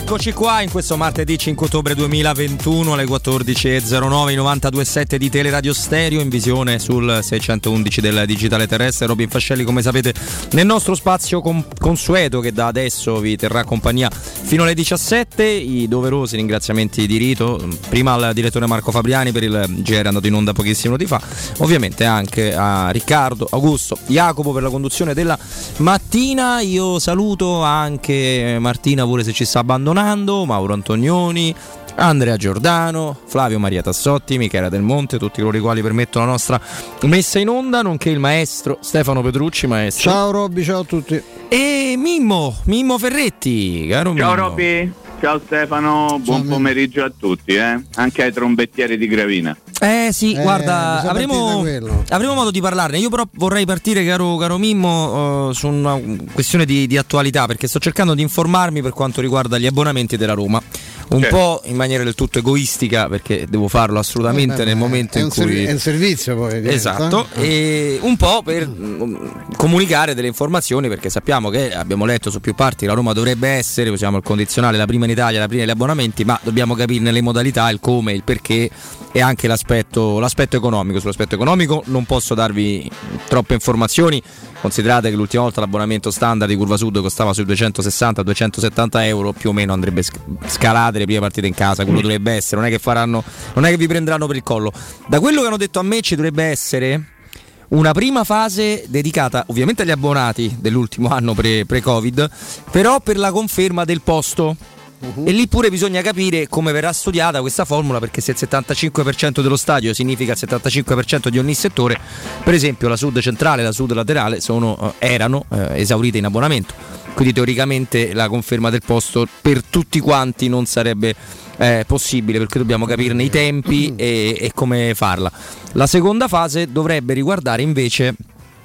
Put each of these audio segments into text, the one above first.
Eccoci qua in questo martedì 5 ottobre 2021 alle 14.09 i 92.7 di Teleradio Stereo, in visione sul 611 del digitale terrestre. Robin Fascelli, come sapete, nel nostro spazio consueto che da adesso vi terrà compagnia fino alle 17. I doverosi ringraziamenti di rito, prima al direttore Marco Fabriani per il GR andato in onda pochissimi minuti fa, ovviamente anche a Riccardo, Augusto, Jacopo per la conduzione della mattina. Io saluto anche Martina pure se ci sta abbandonando, Mauro Antonioni, Andrea Giordano, Flavio Maria Tassotti, Michela Del Monte, tutti coloro i quali permettono la nostra messa in onda, nonché il maestro Stefano Petrucci. Maestro, ciao Robby, ciao a tutti. E Mimmo Ferretti, caro Mimmo. Ciao Robby, ciao Stefano, buon pomeriggio a tutti, anche ai trombettieri di Gravina. Sì, guarda, avremo modo di parlarne. Io però vorrei partire, caro Mimmo, su una questione di attualità, perché sto cercando di informarmi per quanto riguarda gli abbonamenti della Roma. Un po' in maniera del tutto egoistica, perché devo farlo assolutamente nel momento in cui è un servizio poi. Esatto, e un po' per comunicare delle informazioni, perché sappiamo che abbiamo letto su più parti la Roma dovrebbe essere, usiamo il condizionale, la prima in Italia, la prima degli abbonamenti, ma dobbiamo capirne le modalità, il come, il perché e anche l'aspetto economico. Sull'aspetto economico non posso darvi troppe informazioni, considerate che l'ultima volta l'abbonamento standard di Curva Sud costava sui 260-270 euro, più o meno andrebbe scalate le prime partite in casa, quello dovrebbe essere, non è che vi prenderanno per il collo. Da quello che hanno detto a me ci dovrebbe essere una prima fase dedicata ovviamente agli abbonati dell'ultimo anno pre-Covid, però per la conferma del posto. E lì pure bisogna capire come verrà studiata questa formula, perché se il 75% dello stadio significa il 75% di ogni settore, per esempio la Sud centrale e la Sud laterale erano esaurite in abbonamento, quindi teoricamente la conferma del posto per tutti quanti non sarebbe possibile, perché dobbiamo capirne i tempi e come farla. La seconda fase dovrebbe riguardare invece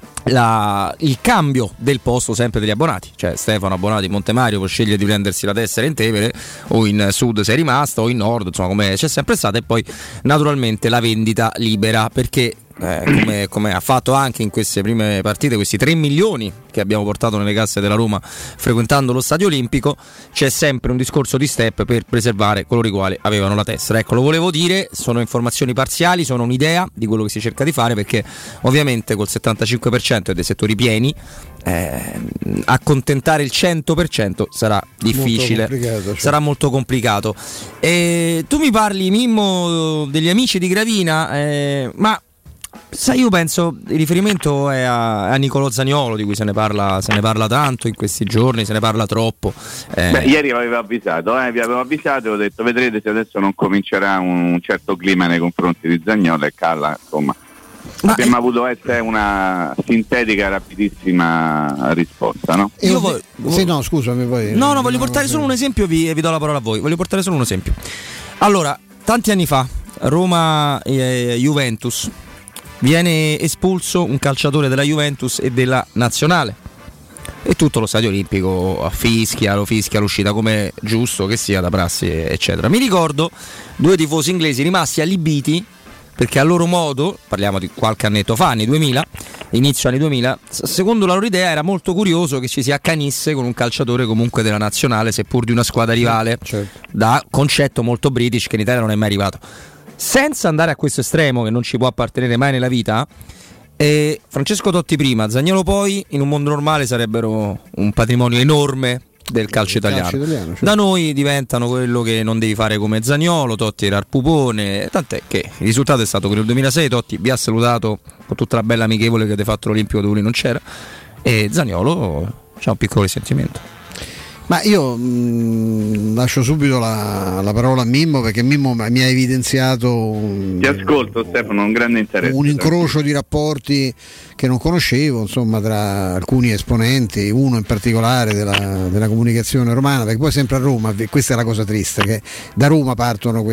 il cambio del posto sempre degli abbonati, cioè Stefano abbonato in Montemario può scegliere di prendersi la tessera in Tevere, o in Sud se è rimasto, o in Nord, insomma, come c'è sempre stata, e poi naturalmente la vendita libera, perché come ha fatto anche in queste prime partite, questi 3 milioni che abbiamo portato nelle casse della Roma frequentando lo Stadio Olimpico, c'è sempre un discorso di step per preservare coloro i quali avevano la tessera. Ecco, lo volevo dire, sono informazioni parziali, sono un'idea di quello che si cerca di fare, perché ovviamente col 75% dei settori pieni accontentare il 100% sarà difficile, sarà molto complicato. Tu mi parli, Mimmo, degli amici di Gravina, ma sai, io penso il riferimento è a Nicolò Zaniolo, di cui se ne parla tanto in questi giorni, se ne parla troppo. Ieri vi avevo avvisato e ho detto vedrete se adesso non comincerà un certo clima nei confronti di Zaniolo e Calla, insomma. Abbiamo avuto una sintetica rapidissima risposta, no? Scusami poi. No, voglio portare solo un esempio, vi do la parola a voi. Voglio portare solo un esempio. Allora, tanti anni fa, Roma-Juventus, viene espulso un calciatore della Juventus e della Nazionale, e tutto lo Stadio Olimpico lo fischia l'uscita, come giusto che sia, da prassi eccetera. Mi ricordo 2 tifosi inglesi rimasti allibiti perché a loro modo, parliamo di qualche annetto fa, inizio anni 2000, secondo la loro idea era molto curioso che ci si accanisse con un calciatore comunque della Nazionale, seppur di una squadra rivale, certo, da concetto molto british che in Italia non è mai arrivato. Senza andare a questo estremo che non ci può appartenere mai nella vita, Francesco Totti prima, Zaniolo poi, in un mondo normale sarebbero un patrimonio enorme del calcio italiano. Certo. Da noi diventano quello che non devi fare come Zaniolo. Totti era il pupone, tant'è che il risultato è stato che nel 2006 Totti vi ha salutato con tutta la bella amichevole che avete fatto l'Olimpico dove lui non c'era, e Zaniolo c'ha un piccolo risentimento. Ma io lascio subito la parola a Mimmo, perché Mimmo mi ha evidenziato ti ascolto Stefano, un grande interesse, un incrocio di rapporti che non conoscevo, insomma, tra alcuni esponenti, uno in particolare della comunicazione romana, perché poi sempre a Roma, questa è la cosa triste, che da Roma partono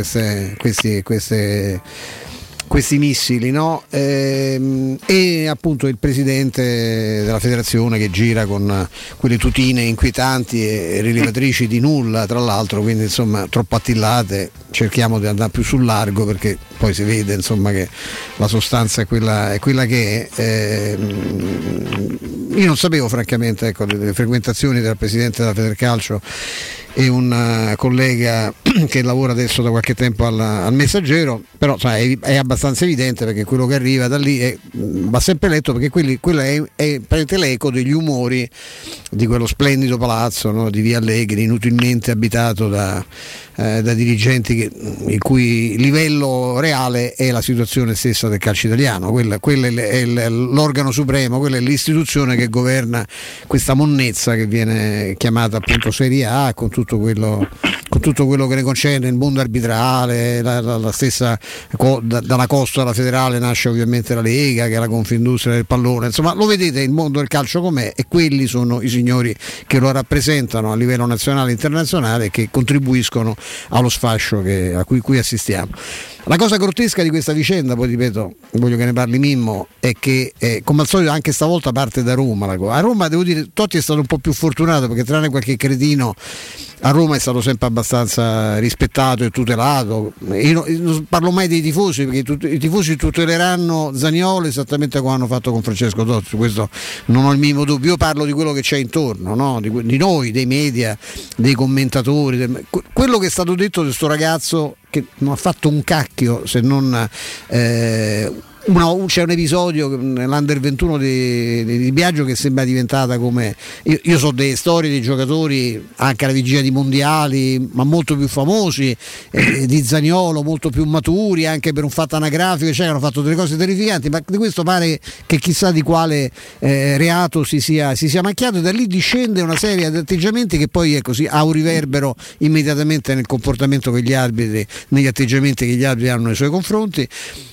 questi missili, no? E appunto il presidente della federazione che gira con quelle tutine inquietanti e rilevatrici di nulla, tra l'altro, quindi insomma troppo attillate. Cerchiamo di andare più sul largo, perché poi si vede insomma che la sostanza è quella che è. Io non sapevo francamente, ecco, delle frequentazioni del presidente della Federcalcio e un collega che lavora adesso da qualche tempo al Messaggero, però è abbastanza evidente, perché quello che arriva da lì va sempre letto, perché quello è praticamente l'eco degli umori di quello splendido palazzo, no, di Via Allegri, inutilmente abitato da dirigenti il cui livello reale è la situazione stessa del calcio italiano. Quella è l'organo supremo, quella è l'istituzione che governa questa monnezza che viene chiamata appunto Serie A, con tutto quello che ne concerne il mondo arbitrale, la stessa dalla Costa alla Federale nasce ovviamente la Lega, che è la Confindustria del pallone. Insomma, lo vedete il mondo del calcio com'è, e quelli sono i signori che lo rappresentano a livello nazionale e internazionale e che contribuiscono allo sfascio a cui assistiamo. La cosa grottesca di questa vicenda, poi ripeto, voglio che ne parli Mimmo, è che come al solito anche stavolta parte da Roma. A Roma devo dire Totti è stato un po' più fortunato, perché tranne qualche cretino a Roma è stato sempre abbastanza rispettato e tutelato. Io non parlo mai dei tifosi, perché i tifosi tuteleranno Zaniolo esattamente come hanno fatto con Francesco Totti, su questo non ho il minimo dubbio. Io parlo di quello che c'è intorno, no? Di noi, dei media, dei commentatori, quello che è stato detto di sto ragazzo che non ha fatto un cacchio, se non c'è un episodio nell'Under 21 di Biagio che sembra diventata come io so delle storie di giocatori anche alla vigilia di mondiali, ma molto più famosi, di Zaniolo molto più maturi anche per un fatto anagrafico, cioè hanno fatto delle cose terrificanti, ma di questo pare che chissà di quale reato si sia macchiato, e da lì discende una serie di atteggiamenti che poi ha un riverbero immediatamente nel comportamento che gli arbitri, negli atteggiamenti che gli arbitri hanno nei suoi confronti.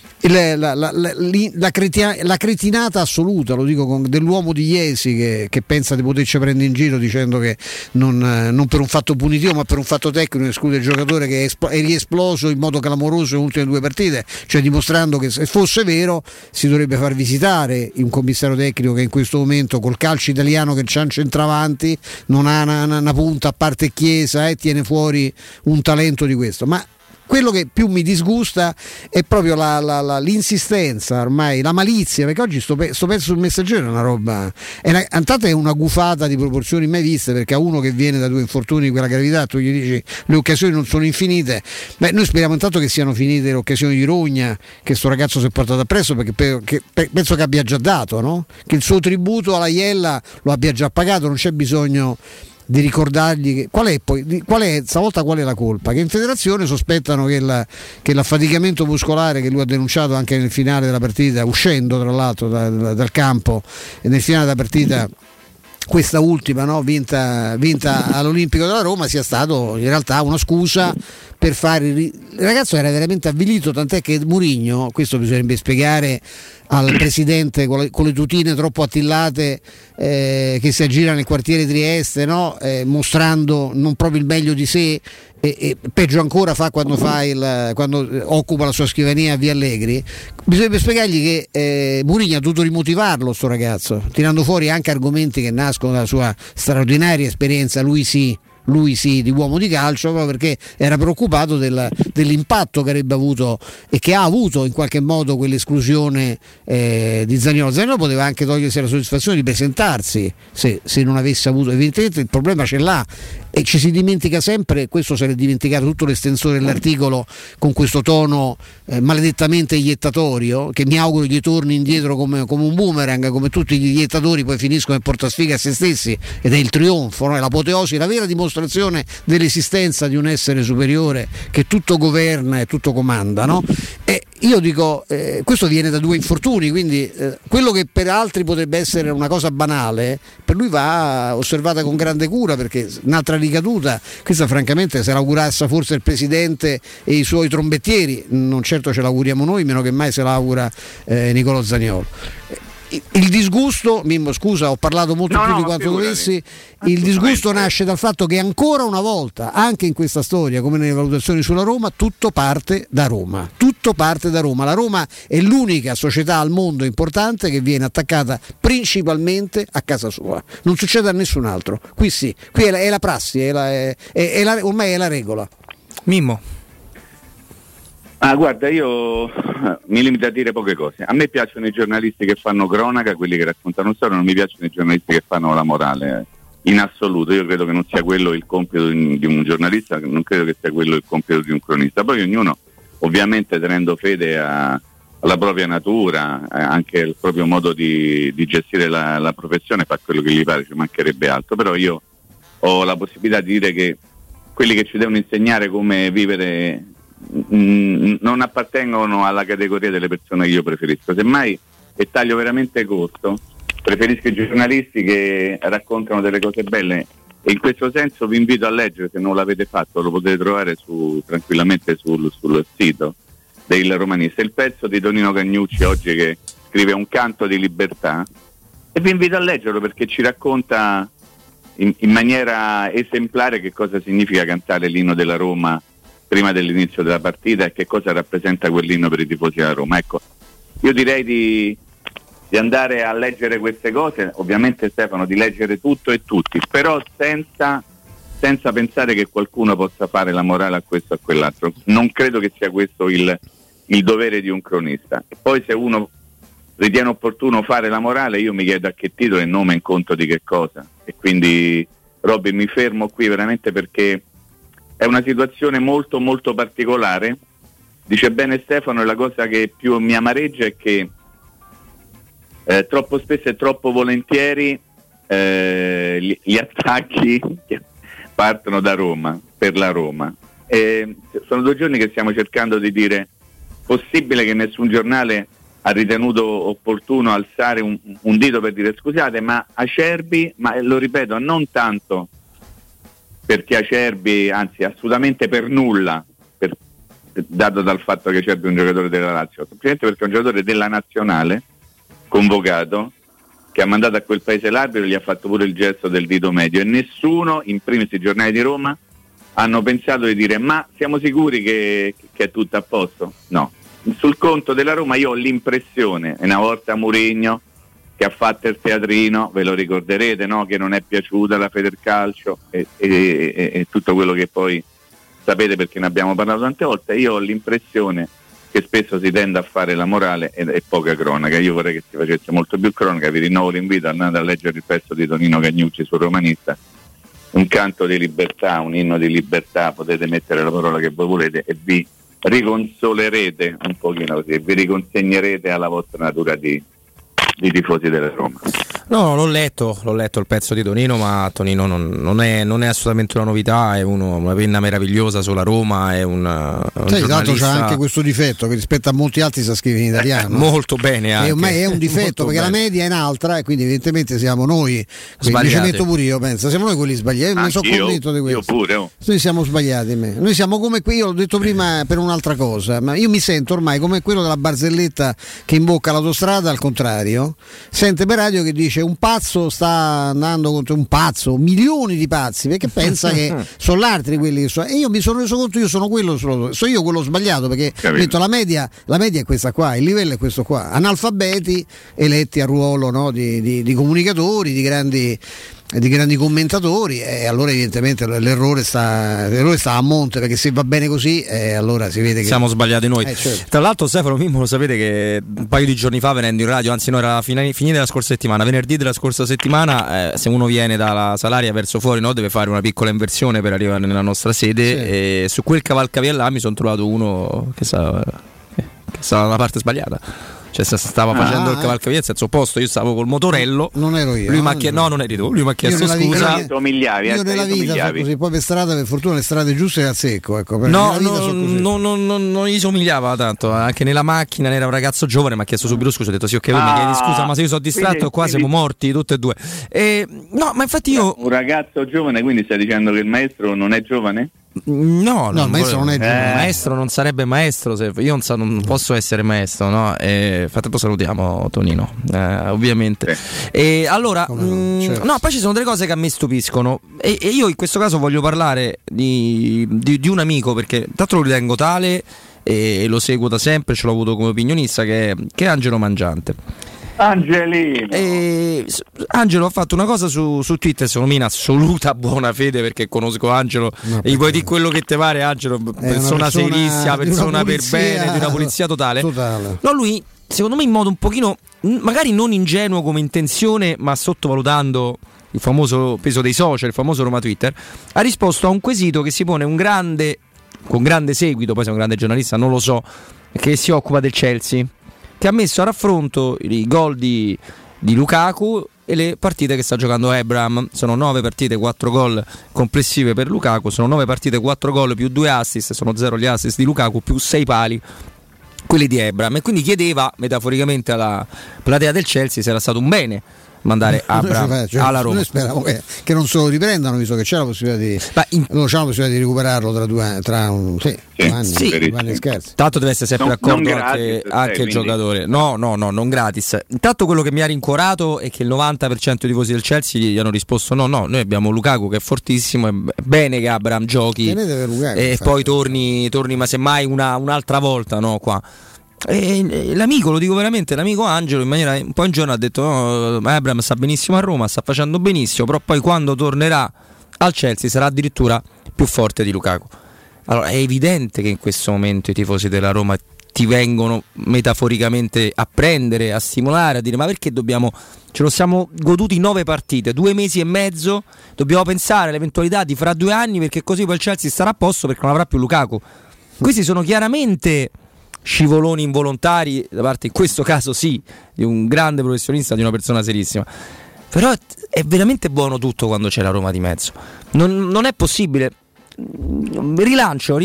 La cretinata assoluta, lo dico dell'uomo di Iesi che pensa di poterci prendere in giro dicendo che non per un fatto punitivo ma per un fatto tecnico esclude il giocatore, che è riesploso in modo clamoroso nelle ultime 2 partite, cioè dimostrando che se fosse vero si dovrebbe far visitare un commissario tecnico che in questo momento col calcio italiano che c'ha un centravanti non ha una punta a parte Chiesa e tiene fuori un talento di questo. Ma quello che più mi disgusta è proprio l'insistenza, ormai la malizia, perché oggi sto pezzo sul Messaggero è una roba, intanto è una gufata di proporzioni mai viste, perché a uno che viene da 2 infortuni di quella gravità tu gli dici le occasioni non sono infinite. Noi speriamo intanto che siano finite le occasioni di rogna che sto ragazzo si è portato appresso, perché penso che abbia già dato, no? Che il suo tributo alla Iella lo abbia già pagato, non c'è bisogno di ricordargli qual è stavolta la colpa, che in federazione sospettano che l'affaticamento muscolare che lui ha denunciato anche nel finale della partita, uscendo tra l'altro dal campo, e nel finale della partita questa ultima, no, vinta all'Olimpico della Roma, sia stato in realtà una scusa per fare il ragazzo era veramente avvilito, tant'è che Mourinho, questo bisognerebbe spiegare al presidente con le tutine troppo attillate che si aggira nel quartiere Trieste, no? Mostrando non proprio il meglio di sé, e peggio ancora fa quando occupa la sua scrivania a Via Allegri. Bisognerebbe spiegargli che Mourinho ha dovuto rimotivarlo sto ragazzo, tirando fuori anche argomenti che nascono dalla sua straordinaria esperienza, lui sì, di uomo di calcio, proprio perché era preoccupato dell'impatto che avrebbe avuto e che ha avuto in qualche modo quell'esclusione di Zaniolo. Zaniolo poteva anche togliersi la soddisfazione di presentarsi se non avesse avuto, evidentemente il problema ce l'ha, e ci si dimentica sempre, questo se l'è dimenticato tutto l'estensore dell'articolo con questo tono maledettamente iettatorio, che mi auguro gli torni indietro come un boomerang, come tutti gli iettatori poi finiscono in portasfiga a se stessi, ed è il trionfo, no? È l'apoteosi, la vera dimostrazione dell'esistenza di un essere superiore che tutto governa e tutto comanda, no? E io dico, questo viene da 2 infortuni, quindi quello che per altri potrebbe essere una cosa banale, per lui va osservata con grande cura, perché un'altra ricaduta, questa francamente se l'augurasse forse il presidente e i suoi trombettieri, non certo ce l'auguriamo noi, meno che mai se l'augura Nicolò Zaniolo. Il disgusto, Mimmo scusa, ho parlato molto più di quanto dovessi, il disgusto nasce dal fatto che ancora una volta, anche in questa storia come nelle valutazioni sulla Roma, tutto parte da Roma. La Roma è l'unica società al mondo importante che viene attaccata principalmente a casa sua, non succede a nessun altro. Qui sì, qui è la prassi, ormai è la regola. Mimmo. Guarda, io mi limito a dire poche cose. A me piacciono i giornalisti che fanno cronaca, quelli che raccontano storie, non mi piacciono i giornalisti che fanno la morale. in assoluto. Io credo che non sia quello il compito di un giornalista, non credo che sia quello il compito di un cronista. Poi ognuno, ovviamente, tenendo fede alla propria natura, anche il proprio modo di gestire la professione, fa quello che gli pare, ci mancherebbe altro. Però io ho la possibilità di dire che quelli che ci devono insegnare come vivere non appartengono alla categoria delle persone che io preferisco. Semmai, e taglio veramente corto, preferisco i giornalisti che raccontano delle cose belle, e in questo senso vi invito a leggere, se non l'avete fatto lo potete trovare tranquillamente sul sito del Romanista, il pezzo di Tonino Cagnucci oggi che scrive Un canto di libertà, e vi invito a leggerlo perché ci racconta in maniera esemplare che cosa significa cantare l'inno della Roma prima dell'inizio della partita e che cosa rappresenta quell'inno per i tifosi della Roma. Ecco, io direi di andare a leggere queste cose, ovviamente Stefano, di leggere tutto e tutti, però senza pensare che qualcuno possa fare la morale a questo o a quell'altro. Non credo che sia questo il dovere di un cronista. E poi se uno ritiene opportuno fare la morale, io mi chiedo a che titolo e nome in conto di che cosa. E quindi, Robby, mi fermo qui veramente perché è una situazione molto molto particolare. Dice bene Stefano, e la cosa che più mi amareggia è che troppo spesso e troppo volentieri gli attacchi partono da Roma, per la Roma. Sono 2 giorni che stiamo cercando di dire: possibile che nessun giornale ha ritenuto opportuno alzare un dito per dire scusate, ma Acerbi, ma lo ripeto, non tanto perché Acerbi, anzi assolutamente per nulla, dato dal fatto che Acerbi è un giocatore della Lazio, semplicemente perché è un giocatore della nazionale convocato, che ha mandato a quel paese l'arbitro e gli ha fatto pure il gesto del dito medio, e nessuno, in primis i giornali di Roma, hanno pensato di dire ma siamo sicuri che è tutto a posto? No. Sul conto della Roma io ho l'impressione, una volta Mourinho che ha fatto il teatrino, ve lo ricorderete, no? Che non è piaciuta la Federcalcio e tutto quello che poi sapete perché ne abbiamo parlato tante volte. Io ho l'impressione che spesso si tende a fare la morale e poca cronaca. Io vorrei che si facesse molto più cronaca. Vi rinnovo l'invito, andate a leggere il pezzo di Tonino Cagnucci sul Romanista, Un canto di libertà, un inno di libertà, potete mettere la parola che voi volete e vi riconsolerete un pochino così, vi riconsegnerete alla vostra natura di tifosi della Roma. No, l'ho letto il pezzo di Tonino, ma Tonino non è assolutamente una novità, è una penna meravigliosa sulla Roma, è un giornalista. C'ha anche questo difetto che rispetto a molti altri sa scrivere in italiano. Molto bene anche. Ormai è un difetto perché bene. La media è in altra e quindi evidentemente siamo noi, ci metto pure io, penso, siamo noi quelli sbagliati, mi sono convinto di questo. Io pure. Noi siamo sbagliati, noi siamo come qui, io l'ho detto prima per un'altra cosa, ma io mi sento ormai come quello della barzelletta che imbocca l'autostrada al contrario, sente per radio che dice un pazzo sta andando contro un pazzo, milioni di pazzi, perché pensa che sono l'altri quelli che sono, e io mi sono reso conto, io sono quello, sono io quello sbagliato, perché ho detto la media è questa qua, il livello è questo qua, analfabeti eletti a ruolo, no, di comunicatori, di grandi commentatori, e allora evidentemente l'errore sta a monte, perché se va bene così allora si vede che siamo sbagliati noi. Certo. Tra l'altro Stefano Mimmo, lo sapete che un paio di giorni fa, venendo in radio, anzi no, era finita la scorsa settimana, venerdì della scorsa settimana, se uno viene dalla Salaria verso fuori, no, deve fare una piccola inversione per arrivare nella nostra sede, sì. E su quel cavalcavia là mi sono trovato uno che stava dalla parte sbagliata. Cioè stava facendo il cavalcavia al senso opposto, io stavo col motorello. Non ero io. Lui non eri tu. Lui mi ha chiesto scusa. Io nella vita sono così, poi per strada, per fortuna le strade giuste era secco, ecco. Non gli somigliava tanto, anche nella macchina era un ragazzo giovane, mi ha chiesto subito scusa, ho detto sì, ok, mi chiedi scusa, ma se io sono distratto qua siamo morti tutti e due. No, ma infatti io un ragazzo giovane, quindi stai dicendo che il maestro non è giovane? No, il maestro non è giovane. Il maestro non sarebbe maestro, se io non posso essere maestro, no? Frattempo salutiamo Tonino, ovviamente. E allora, certo. No, poi ci sono delle cose che a me stupiscono, e io in questo caso voglio parlare di un amico, perché tanto lo ritengo tale e lo seguo da sempre, ce l'ho avuto come opinionista, che è Angelo Mangiante. Angelino. Angelo ha fatto una cosa su Twitter, secondo me in assoluta buona fede, perché conosco Angelo, e gli puoi dire quello che te pare. Angelo, persona serissima, persona per bene, di una pulizia totale. No, lui secondo me in modo un pochino, magari non ingenuo come intenzione, ma sottovalutando il famoso peso dei social, il famoso Roma Twitter, ha risposto a un quesito che si pone con grande seguito, poi se è un grande giornalista non lo so, che si occupa del Chelsea, che ha messo a raffronto i gol di Lukaku e le partite che sta giocando Abraham. Sono 9 partite, 4 gol complessive per Lukaku, sono 9 partite, 4 gol più 2 assist, sono 0 gli assist di Lukaku più 6 pali quelli di Abraham, e quindi chiedeva metaforicamente alla platea del Chelsea se era stato un bene mandare Abraham alla Roma. Noi speriamo che non se lo riprendano, visto che c'è la possibilità di recuperarlo tra un anni scherzi. Tanto deve essere sempre d'accordo anche il giocatore. No, non gratis. Intanto quello che mi ha rincuorato è che il 90% dei tifosi del Chelsea gli hanno risposto no, noi abbiamo Lukaku che è fortissimo, è bene che Abraham giochi Lukaku, e poi torni ma semmai un'altra volta, no, qua. E l'amico, lo dico veramente, l'amico Angelo in maniera un po' in giorno ha detto Abraham sta benissimo a Roma, sta facendo benissimo, però poi quando tornerà al Chelsea sarà addirittura più forte di Lukaku. Allora è evidente che in questo momento i tifosi della Roma ti vengono metaforicamente a prendere, a stimolare, a dire ma perché ce lo siamo goduti 9 partite, 2 mesi e mezzo, dobbiamo pensare all'eventualità di fra 2 anni perché così poi il Chelsea starà a posto perché non avrà più Lukaku. Questi sono chiaramente scivoloni involontari da parte, in questo caso sì, di un grande professionista, di una persona serissima. Però è veramente buono tutto quando c'è la Roma di mezzo. Non è possibile. Rilancio.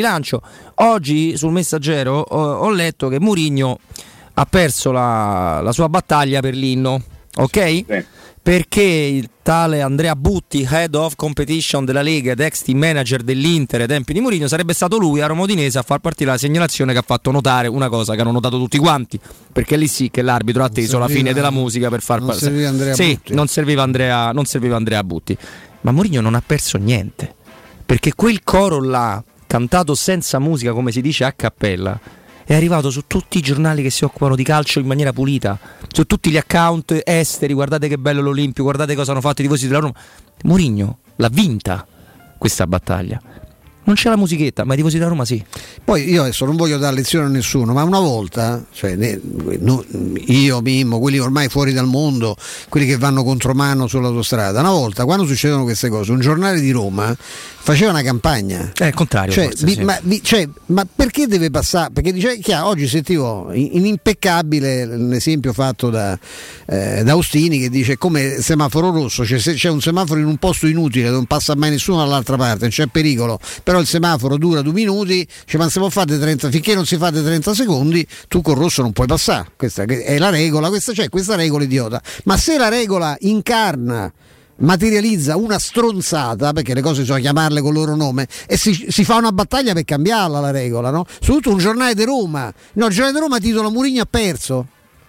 Oggi sul Messaggero ho letto che Mourinho ha perso la sua battaglia per l'inno, ok? Sì. Perché il tale Andrea Butti, Head of Competition della Lega ed ex team manager dell'Inter ai tempi di Mourinho, sarebbe stato lui a Roma Udinese a far partire la segnalazione che ha fatto notare una cosa che hanno notato tutti quanti, perché lì sì che l'arbitro ha atteso la fine della musica per far partire. Non serviva Andrea Butti. Ma Mourinho non ha perso niente, perché quel coro là, cantato senza musica come si dice a cappella, è arrivato su tutti i giornali che si occupano di calcio in maniera pulita, su tutti gli account esteri. Guardate che bello l'Olimpio, guardate cosa hanno fatto i tifosi della Roma. Mourinho l'ha vinta questa battaglia. Non c'è la musichetta, ma i tifosi della Roma sì. Poi io adesso non voglio dare lezione a nessuno, ma una volta, io, Mimmo, quelli ormai fuori dal mondo, quelli che vanno contromano sull'autostrada, una volta quando succedono queste cose, un giornale di Roma faceva una campagna. È il contrario, forse, ma perché deve passare? Perché dice che oggi sentivo in impeccabile l'esempio fatto da Austini, che dice come semaforo rosso, c'è un semaforo in un posto inutile, non passa mai nessuno dall'altra parte, non c'è pericolo, però il semaforo dura 2 minuti, ma se fate 30, finché non si fate 30 secondi tu col rosso non puoi passare. Questa è la regola, questa regola idiota. Ma se la regola materializza una stronzata, perché le cose bisogna chiamarle col loro nome, e si fa una battaglia per cambiarla la regola, no? Soprattutto un giornale di Roma. No, il giornale di Roma titola Mourinho ha perso.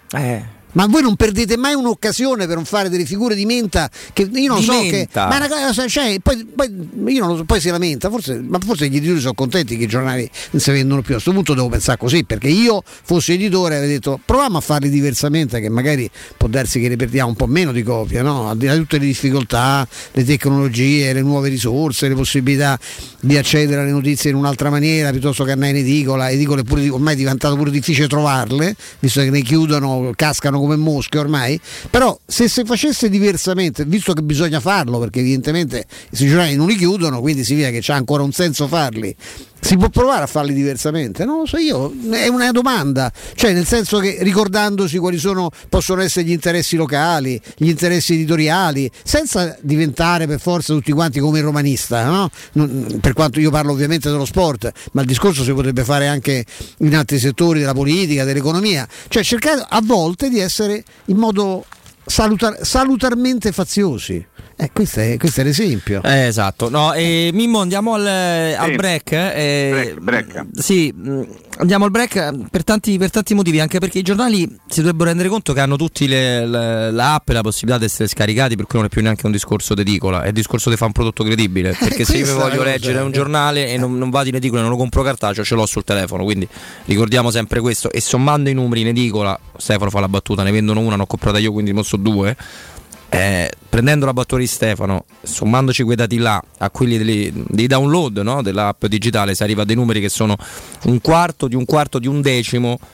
Ma voi non perdete mai un'occasione per non fare delle figure di menta che io non so che, ma una cosa, poi io non lo so, poi si lamenta, forse gli editori sono contenti che i giornali non si vendono più. A questo punto devo pensare così, perché io fossi editore avrei detto proviamo a farli diversamente, che magari può darsi che ne perdiamo un po' meno di copie, no? Al di là di tutte le difficoltà, le tecnologie, le nuove risorse, le possibilità di accedere alle notizie in un'altra maniera piuttosto che andare in edicola è pure ormai è diventato pure difficile trovarle, visto che ne chiudono, cascano come mosche ormai. Però se si facesse diversamente, visto che bisogna farlo perché evidentemente i giornali non li chiudono, quindi si vede che c'ha ancora un senso farli, si può provare a farli diversamente? Non lo so io, è una domanda, nel senso che ricordandosi quali possono essere gli interessi locali, gli interessi editoriali, senza diventare per forza tutti quanti come il romanista, no? Per quanto io parlo ovviamente dello sport, ma il discorso si potrebbe fare anche in altri settori della politica, dell'economia, cercare a volte di essere in modo salutarmente faziosi. Questo è l'esempio. Esatto. No, Mimmo, andiamo al break. Break. Sì, andiamo al break per tanti motivi, anche perché i giornali si dovrebbero rendere conto che hanno tutti l'app e la possibilità di essere scaricati, per cui non è più neanche un discorso di edicola, è il discorso di fare un prodotto credibile, perché se io voglio leggere un giornale e non vado in edicola e non lo compro cartaceo, ce l'ho sul telefono, quindi ricordiamo sempre questo. E sommando i numeri in edicola, Stefano fa la battuta, ne vendono una, ne ho comprata io, quindi ne so 2. Prendendo la battuta di Stefano, sommandoci quei dati là a quelli dei download, no, dell'app digitale, si arriva a dei numeri che sono un quarto di un decimo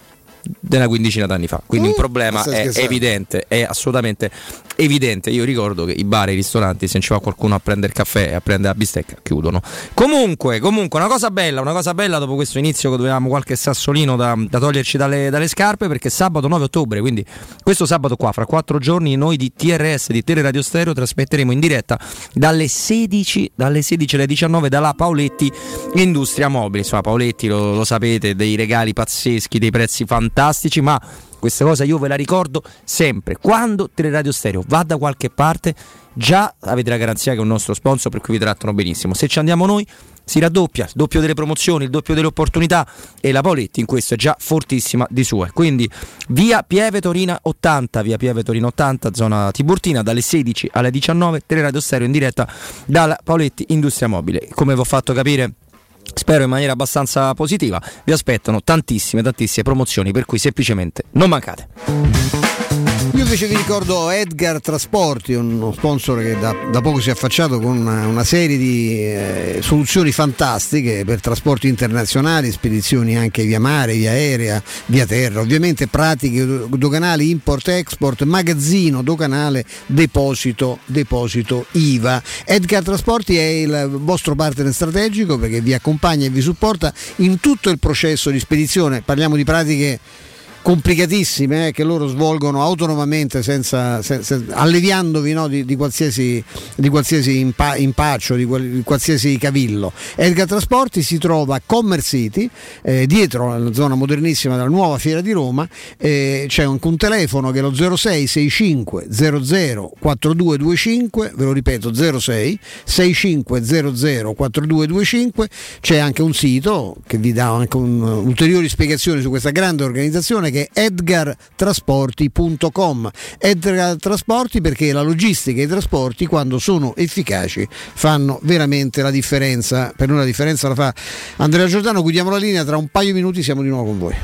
della quindicina d'anni fa, quindi un problema è evidente, è assolutamente evidente. Io ricordo che i bar e i ristoranti, se non ci va qualcuno a prendere il caffè e a prendere la bistecca, chiudono. Comunque una cosa bella dopo questo inizio, che dovevamo qualche sassolino da toglierci dalle scarpe, perché sabato 9 ottobre, quindi questo sabato qua, fra 4 giorni, noi di TRS, di Teleradio Stereo, trasmetteremo in diretta dalle 16 alle 19 dalla Paoletti Industria Mobile. Insomma, Paoletti lo sapete, dei regali pazzeschi, dei prezzi fantastici, ma questa cosa io ve la ricordo sempre: quando Teleradio Stereo va da qualche parte, già avete la garanzia che è un nostro sponsor, per cui vi trattano benissimo. Se ci andiamo noi si raddoppia, il doppio delle promozioni, il doppio delle opportunità, e la Paoletti in questo è già fortissima di sue. Quindi via Pieve Torina 80, zona Tiburtina, dalle 16 alle 19, Teleradio Stereo in diretta dalla Paoletti Industria Mobile. Come vi ho fatto capire, spero in maniera abbastanza positiva, vi aspettano tantissime promozioni, per cui semplicemente non mancate. Io invece vi ricordo Edgar Trasporti, uno sponsor che da poco si è affacciato con una serie di soluzioni fantastiche per trasporti internazionali, spedizioni anche via mare, via aerea, via terra, ovviamente pratiche doganali, import-export, magazzino doganale, deposito IVA. Edgar Trasporti è il vostro partner strategico, perché vi accompagna e vi supporta in tutto il processo di spedizione. Parliamo di pratiche complicatissime che loro svolgono autonomamente, senza alleviandovi, no, di qualsiasi impaccio, di qualsiasi cavillo. Edgar Trasporti si trova a Commerce City, dietro la zona modernissima della nuova Fiera di Roma. C'è un telefono che è lo 06 65 00 4225, ve lo ripeto, 06 65 00 4225. C'è anche un sito che vi dà anche ulteriori spiegazioni su questa grande organizzazione, che è edgartrasporti.com. Edgar Trasporti, perché la logistica e i trasporti, quando sono efficaci, fanno veramente la differenza. Per noi la differenza la fa Andrea Giordano. Chiudiamo la linea, tra un paio di minuti siamo di nuovo con voi.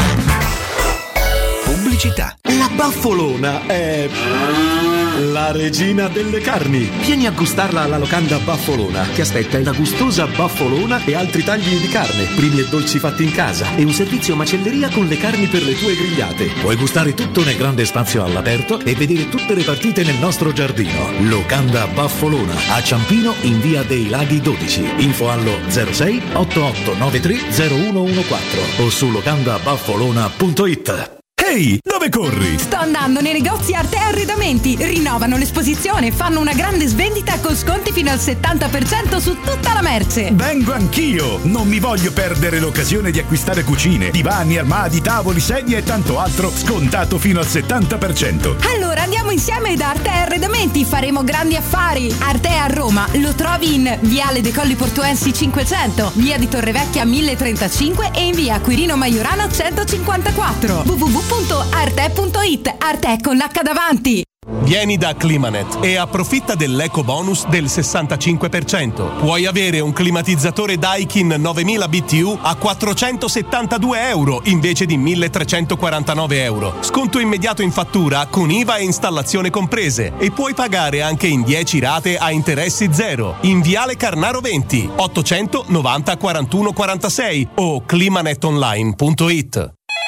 Pubblicità. La Baffolona è la regina delle carni. Vieni a gustarla alla locanda Baffolona. Ti aspetta una gustosa baffolona e altri tagli di carne, primi e dolci fatti in casa, e un servizio macelleria con le carni per le tue grigliate. Puoi gustare tutto nel grande spazio all'aperto e vedere tutte le partite nel nostro giardino. Locanda Baffolona a Ciampino, in via dei Laghi 12. Info allo 06 8893 0114 o su locandabaffolona.it. Ehi, dove corri? Sto andando nei negozi Arte Arredamenti. Rinnovano l'esposizione e fanno una grande svendita con sconti fino al 70% su tutta la merce. Vengo anch'io. Non mi voglio perdere l'occasione di acquistare cucine, divani, armadi, tavoli, sedie e tanto altro scontato fino al 70%. Allora andiamo insieme da Arte Arredamenti, faremo grandi affari. Arte a Roma lo trovi in Viale dei Colli Portuensi 500, via di Torrevecchia 1035 e in via Quirino Maiorana 154. www.arte.it. Arte con l'H davanti. Vieni da Climanet e approfitta dell'eco bonus del 65%. Puoi avere un climatizzatore Daikin 9000 BTU a 472 euro invece di 1349 euro. Sconto immediato in fattura con IVA e installazione comprese, e puoi pagare anche in 10 rate a interessi zero. In Viale Carnaro 20 890 41 46 o climanetonline.it.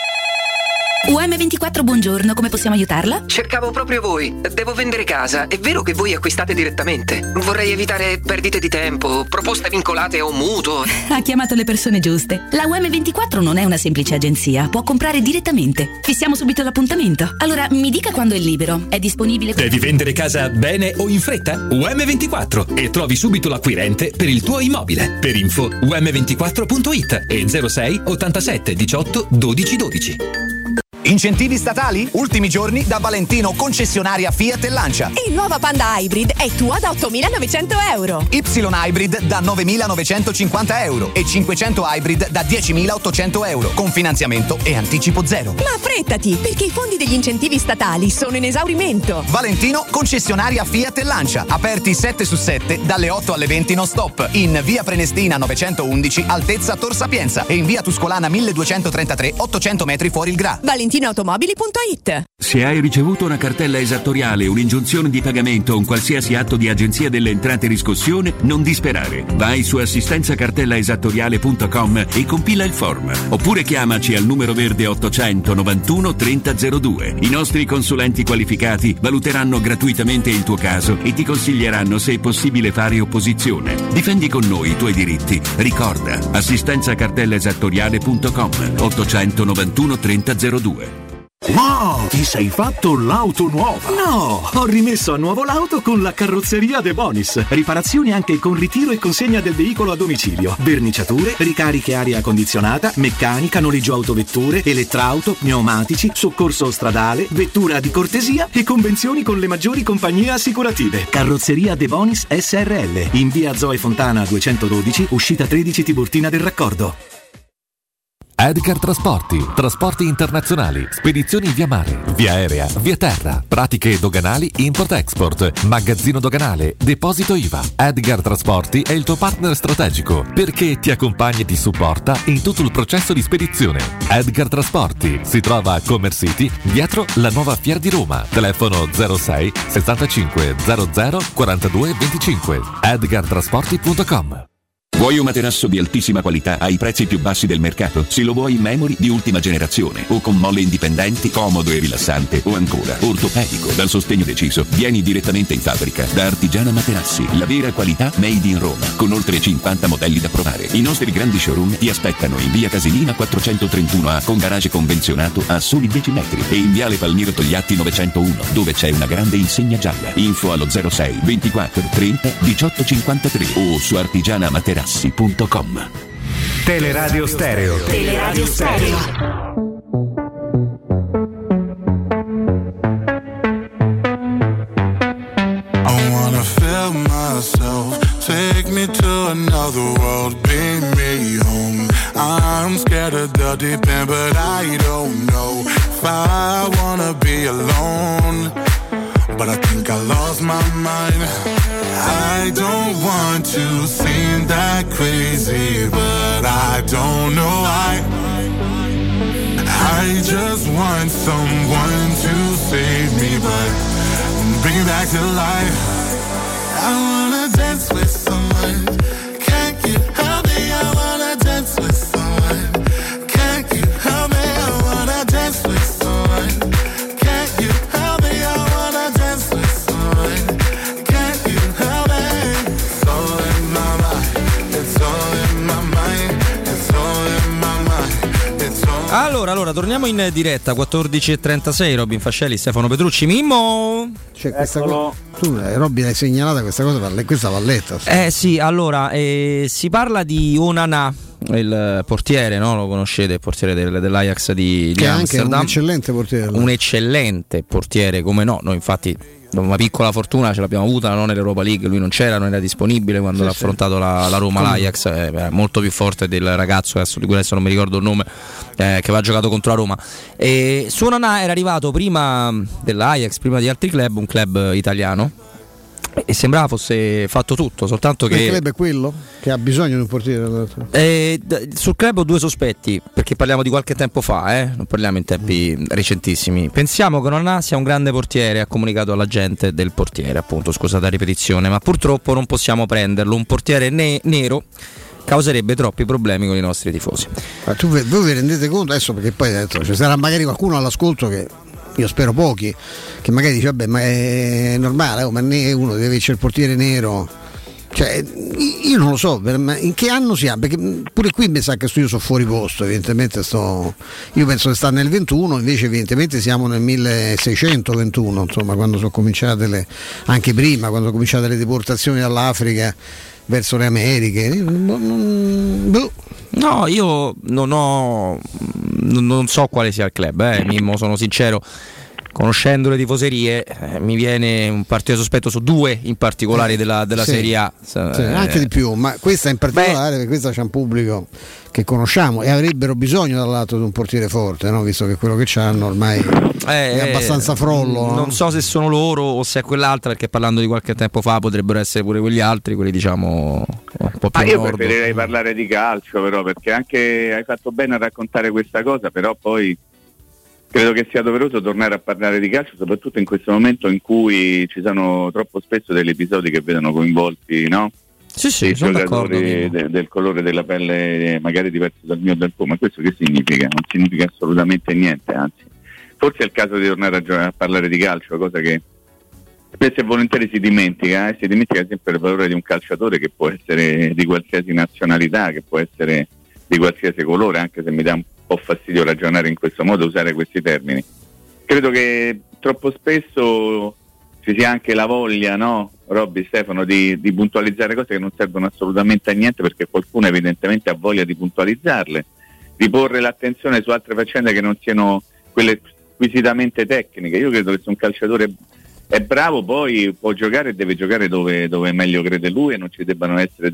UM24, buongiorno, come possiamo aiutarla? Cercavo proprio voi. Devo vendere casa. È vero che voi acquistate direttamente? Vorrei evitare perdite di tempo, proposte vincolate o mutuo. Ha chiamato le persone giuste. La UM24 non è una semplice agenzia, può comprare direttamente. Fissiamo subito l'appuntamento. Allora, mi dica quando è libero. È disponibile? Devi vendere casa bene o in fretta? UM24 e trovi subito l'acquirente per il tuo immobile. Per info um24.it e 06 87 18 12 12. Incentivi statali? Ultimi giorni da Valentino, concessionaria Fiat e Lancia. Il nuovo Panda Hybrid è tua da 8.900 euro. Y Hybrid da 9.950 euro e 500 Hybrid da 10.800 euro, con finanziamento e anticipo zero. Ma affrettati, perché i fondi degli incentivi statali sono in esaurimento. Valentino, concessionaria Fiat e Lancia, aperti 7/7 dalle 8 alle 20 non stop, in via Prenestina 911, altezza Tor Sapienza, e in via Tuscolana 1233, 800 metri fuori il Gra. Valentino valentinoautomobili.it. Se hai ricevuto una cartella esattoriale, un'ingiunzione di pagamento o un qualsiasi atto di Agenzia delle Entrate riscossione, non disperare. Vai su assistenzacartellaesattoriale.com e compila il form. Oppure chiamaci al numero verde 891 3002. I nostri consulenti qualificati valuteranno gratuitamente il tuo caso e ti consiglieranno se è possibile fare opposizione. Difendi con noi i tuoi diritti. Ricorda, assistenzacartellaesattoriale.com 891 3002. Wow, ti sei fatto l'auto nuova? No, ho rimesso a nuovo l'auto con la carrozzeria De Bonis. Riparazioni anche con ritiro e consegna del veicolo a domicilio. Verniciature, ricariche aria condizionata, meccanica, noleggio autovetture, elettrauto, pneumatici, soccorso stradale, vettura di cortesia e convenzioni con le maggiori compagnie assicurative. Carrozzeria De Bonis SRL, in via Zoe Fontana 212, uscita 13 Tiburtina del Raccordo. Edgar trasporti internazionali, spedizioni via mare, via aerea, via terra, pratiche doganali import-export, magazzino doganale, deposito IVA. Edgar Trasporti è il tuo partner strategico perché ti accompagna e ti supporta in tutto il processo di spedizione. Edgar Trasporti si trova a Commerce City, dietro la nuova Fiera di Roma. Telefono 06 65 00 42 25. edgartrasporti.com. Vuoi un materasso di altissima qualità ai prezzi più bassi del mercato? Se lo vuoi in memory di ultima generazione o con molle indipendenti, comodo e rilassante, o ancora ortopedico dal sostegno deciso, vieni direttamente in fabbrica da Artigiana Materassi, la vera qualità made in Roma, con oltre 50 modelli da provare. I nostri grandi showroom ti aspettano in via Casilina 431A con garage convenzionato a soli 10 metri e in viale Palmiro Togliatti 901 dove c'è una grande insegna gialla. Info allo 06 24 30 18 53 o su artigianamaterassi.com. Teleradio Stereo. Teleradio Stereo. I wanna feel myself, take me to another world, bring me home. I'm scared of the deep end, but I don't know if I wanna be alone. But I think I lost my mind. I don't want to seem that crazy, but I don't know why. I just want someone to save me, but bring me back to life. I wanna dance with someone. Can't you help me? I wanna dance with someone. Can't you help me? I wanna dance with someone. Can't you help me? I wanna dance with someone. Can't you help me? It's all in my mind. It's all in my mind. It's all in my mind. It's all. Allora, torniamo in diretta 14:36. Robin Fascelli, Stefano Petrucci, Mimmo. Cioè, questa tu, Robby, l'hai segnalata questa cosa, questa va letta. Sì, allora si parla di Onana, il portiere, no? Lo conoscete, il portiere dell'Ajax di Amsterdam. Anche un eccellente portiere. Un eccellente portiere, come no? Noi infatti una piccola fortuna ce l'abbiamo avuta, non nell'Europa League, lui non c'era, non era disponibile quando l'ha affrontato la Roma, l'Ajax, molto più forte del ragazzo di cui adesso non mi ricordo il nome, che aveva giocato contro la Roma. E su Onana era arrivato prima dell'Ajax, prima di altri club, un club italiano, e sembrava fosse fatto tutto, soltanto che il club è quello che ha bisogno di un portiere. Sul club ho due sospetti, perché parliamo di qualche tempo fa, non parliamo in tempi recentissimi. Pensiamo che Onana sia un grande portiere, ha comunicato all'agente del portiere, appunto, scusate la ripetizione, ma purtroppo non possiamo prenderlo. Un portiere nero causerebbe troppi problemi con i nostri tifosi. Ma voi vi rendete conto adesso, perché poi ci sarà magari qualcuno all'ascolto che, io spero pochi, che magari dice vabbè, ma è normale, ma uno deve avere il portiere nero. Cioè, io non lo so, in che anno siamo? Perché pure qui mi sa che io sono fuori posto, evidentemente io penso che sta nel 21, invece evidentemente siamo nel 1621, insomma, quando sono cominciate anche prima, quando sono cominciate le deportazioni dall'Africa verso le Americhe. No, io non so quale sia il club, Mimmo, sono sincero. Conoscendo le tifoserie, mi viene un partito sospetto su due in particolare della Serie A. Anche di più, ma questa in particolare, perché questa c'è un pubblico che conosciamo e avrebbero bisogno dall'altro di un portiere forte, no? Visto che quello che c'hanno ormai è abbastanza frollo. Non so se sono loro o se è quell'altra, perché parlando di qualche tempo fa potrebbero essere pure quegli altri, quelli diciamo un po' più io nord. preferirei parlare di calcio, però, perché anche hai fatto bene a raccontare questa cosa, però poi credo che sia doveroso tornare a parlare di calcio, soprattutto in questo momento in cui ci sono troppo spesso degli episodi che vedono coinvolti, no? Sì, i giocatori del colore della pelle magari diverso dal mio del tuo, ma questo che significa? Non significa assolutamente niente, anzi forse è il caso di tornare a parlare di calcio, cosa che spesso e volentieri si dimentica sempre il valore di un calciatore, che può essere di qualsiasi nazionalità, che può essere di qualsiasi colore, anche se mi dà un po' fastidio ragionare in questo modo, usare questi termini. Credo che troppo spesso ci sia anche la voglia, no, Robby, Stefano, di puntualizzare cose che non servono assolutamente a niente, perché qualcuno evidentemente ha voglia di puntualizzarle, di porre l'attenzione su altre faccende che non siano quelle squisitamente tecniche. Io credo che se un calciatore è bravo poi può giocare e deve giocare dove meglio crede lui, e non ci debbano essere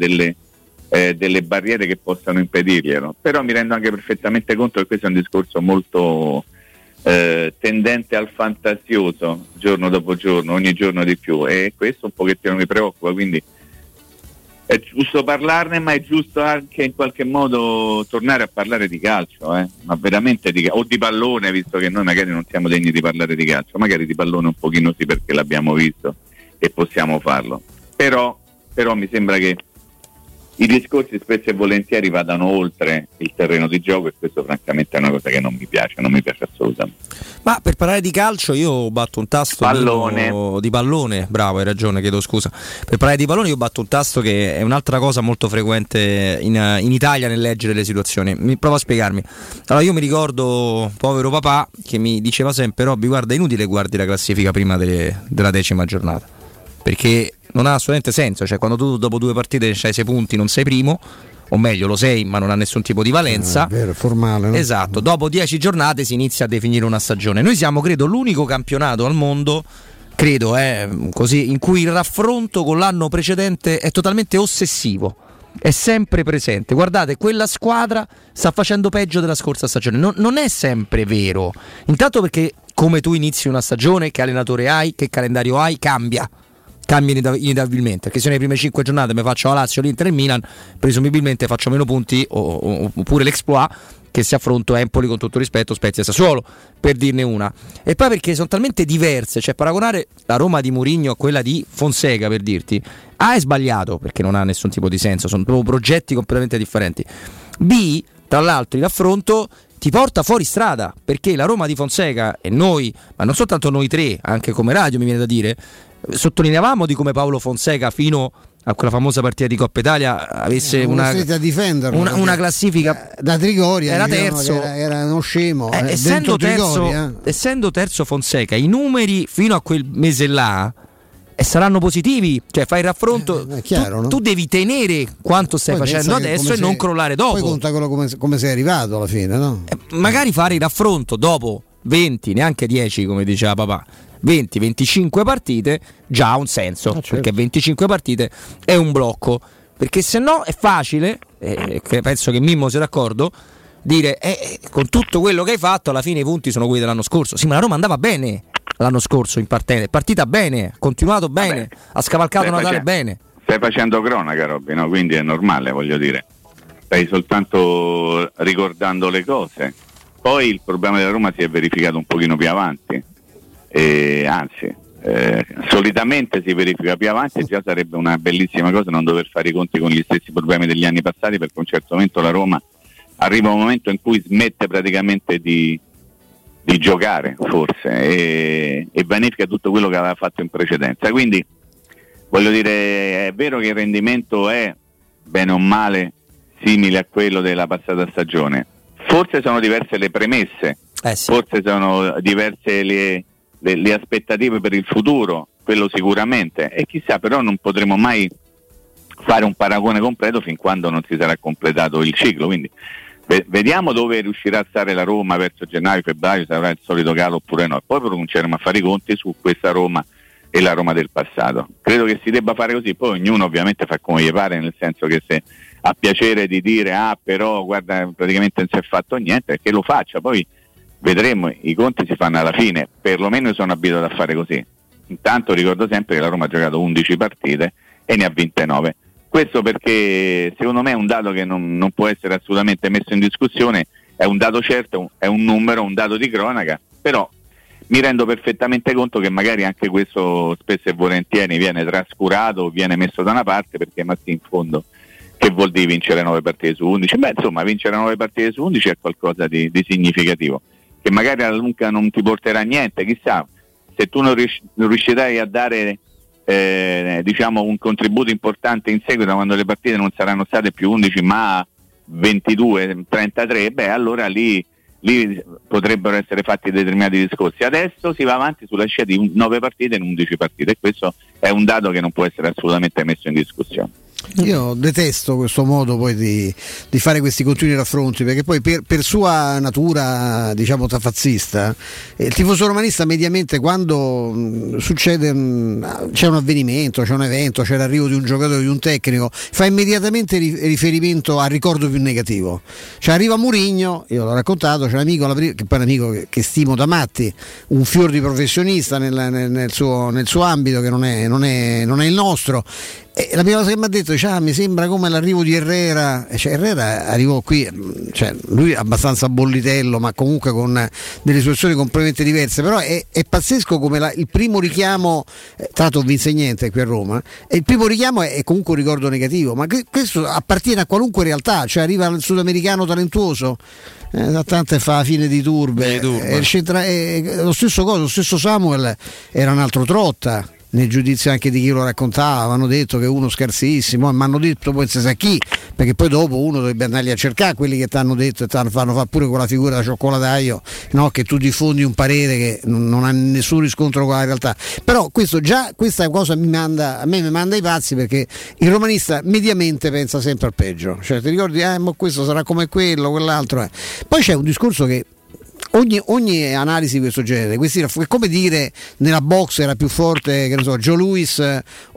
delle barriere che possano impedirglielo. Però mi rendo anche perfettamente conto che questo è un discorso molto tendente al fantasioso, giorno dopo giorno, ogni giorno di più, e questo un pochettino mi preoccupa, quindi è giusto parlarne, ma è giusto anche in qualche modo tornare a parlare di calcio, ma veramente o di pallone, visto che noi magari non siamo degni di parlare di calcio, magari di pallone un pochino sì, perché l'abbiamo visto e possiamo farlo, però mi sembra che i discorsi spesso e volentieri vadano oltre il terreno di gioco, e questo francamente è una cosa che non mi piace assolutamente. Ma per parlare di calcio io batto un tasto di pallone, bravo, hai ragione, chiedo scusa. Per parlare di pallone io batto un tasto che è un'altra cosa molto frequente in Italia nel leggere le situazioni. Provo a spiegarmi. Allora io mi ricordo povero papà che mi diceva sempre: Robby, guarda, è inutile guardi la classifica prima della 10ª giornata, perché non ha assolutamente senso, cioè quando tu dopo 2 partite c'hai 6 punti non sei primo, o meglio lo sei ma non ha nessun tipo di valenza, vero, formale, no? Esatto, dopo 10 giornate si inizia a definire una stagione. Noi siamo credo l'unico campionato al mondo, credo così, in cui il raffronto con l'anno precedente è totalmente ossessivo, è sempre presente. Guardate, quella squadra sta facendo peggio della scorsa stagione. Non è sempre vero, intanto perché come tu inizi una stagione, che allenatore hai, che calendario hai, cambia inevitabilmente, perché se nelle prime 5 giornate mi faccio la Lazio, l'Inter e il Milan, presumibilmente faccio meno punti, oppure l'Exploit che si affronto Empoli, con tutto rispetto, Spezia e Sassuolo, per dirne una. E poi perché sono talmente diverse, cioè paragonare la Roma di Mourinho a quella di Fonseca, per dirti, A, è sbagliato perché non ha nessun tipo di senso, sono proprio progetti completamente differenti. B, tra l'altro il raffronto ti porta fuori strada, perché la Roma di Fonseca e noi, ma non soltanto noi tre, anche come radio mi viene da dire, sottolineavamo di come Paolo Fonseca fino a quella famosa partita di Coppa Italia avesse una classifica da Trigoria, era terzo, era uno scemo, essendo terzo Fonseca, i numeri fino a quel mese là saranno positivi, cioè fai il raffronto, chiaro, tu devi tenere quanto stai facendo adesso e non crollare dopo. Poi conta quello come sei arrivato alla fine, no? Magari fare il raffronto dopo 20, neanche 10 come diceva papà, 20-25 partite già ha un senso, certo. Perché 25 partite è un blocco, perché se no è facile, penso che Mimmo sia d'accordo, dire con tutto quello che hai fatto alla fine i punti sono quelli dell'anno scorso. Sì, ma la Roma andava bene l'anno scorso in partenza, è partita bene, ha continuato bene, ha scavalcato Natale bene. Stai facendo cronaca, Robby, no? Quindi è normale, voglio dire, stai soltanto ricordando le cose. Poi il problema della Roma si è verificato un pochino più avanti, solitamente si verifica più avanti, e già sarebbe una bellissima cosa non dover fare i conti con gli stessi problemi degli anni passati, perché a un certo momento la Roma arriva un momento in cui smette praticamente di giocare, forse, e vanifica tutto quello che aveva fatto in precedenza. Quindi voglio dire, è vero che il rendimento è bene o male simile a quello della passata stagione, forse sono diverse le premesse, forse sono diverse le aspettative per il futuro, quello sicuramente, e chissà, però non potremo mai fare un paragone completo fin quando non si sarà completato il ciclo. Quindi vediamo dove riuscirà a stare la Roma verso gennaio, febbraio, se avrà il solito calo oppure no, e poi cominceremo a fare i conti su questa Roma e la Roma del passato. Credo che si debba fare così, poi ognuno ovviamente fa come gli pare, nel senso che se ha piacere di dire però guarda praticamente non si è fatto niente, che lo faccia, poi vedremo, i conti si fanno alla fine, perlomeno io sono abituato a fare così. Intanto ricordo sempre che la Roma ha giocato 11 partite e ne ha vinte 9. Questo perché secondo me è un dato che non può essere assolutamente messo in discussione, è un dato certo, è un numero, un dato di cronaca, però mi rendo perfettamente conto che magari anche questo spesso e volentieri viene trascurato, viene messo da una parte, perché ma sì, in fondo che vuol dire vincere 9 partite su 11? Beh, insomma, vincere 9 partite su 11 è qualcosa di significativo, che magari alla lunga non ti porterà a niente, chissà, se tu non riuscirai a dare diciamo un contributo importante in seguito, quando le partite non saranno state più 11 ma 22, 33, beh allora lì potrebbero essere fatti determinati discorsi. Adesso si va avanti sulla scia di 9 partite in 11 partite, e questo è un dato che non può essere assolutamente messo in discussione. Io detesto questo modo poi di fare questi continui raffronti, perché poi per sua natura, diciamo, tafazzista, il tifoso romanista mediamente, quando succede c'è un avvenimento, c'è un evento, c'è l'arrivo di un giocatore, di un tecnico, fa immediatamente riferimento al ricordo più negativo. Cioè arriva Mourinho, io l'ho raccontato, c'è un amico che poi è un amico che stimo da matti, un fior di professionista nel suo ambito, che non è il nostro. E la prima cosa che mi ha detto, mi sembra come l'arrivo di Herrera. Herrera arrivò qui, lui abbastanza bollitello, ma comunque con delle situazioni completamente diverse, però è pazzesco come il primo richiamo, tra l'altro vinse niente qui a Roma, e il primo richiamo è comunque un ricordo negativo, ma questo appartiene a qualunque realtà, cioè arriva il sudamericano talentuoso, tanto fa la fine di Turbe. Lo stesso Samuel era un altro Trotta, nel giudizio anche di chi lo raccontava, hanno detto che è uno scarsissimo, ma hanno detto poi se sa chi, perché poi dopo uno dovrebbe andarli a cercare quelli che ti hanno detto e ti fanno fare pure quella figura da cioccolataio, no? Che tu diffondi un parere che non ha nessun riscontro con la realtà. Però questa cosa a me mi manda ai pazzi, perché il romanista mediamente pensa sempre al peggio, cioè ti ricordi, ma questo sarà come quello, quell'altro. Poi c'è un discorso che ogni analisi di questo genere, è come dire nella box era più forte, che ne so, Joe Louis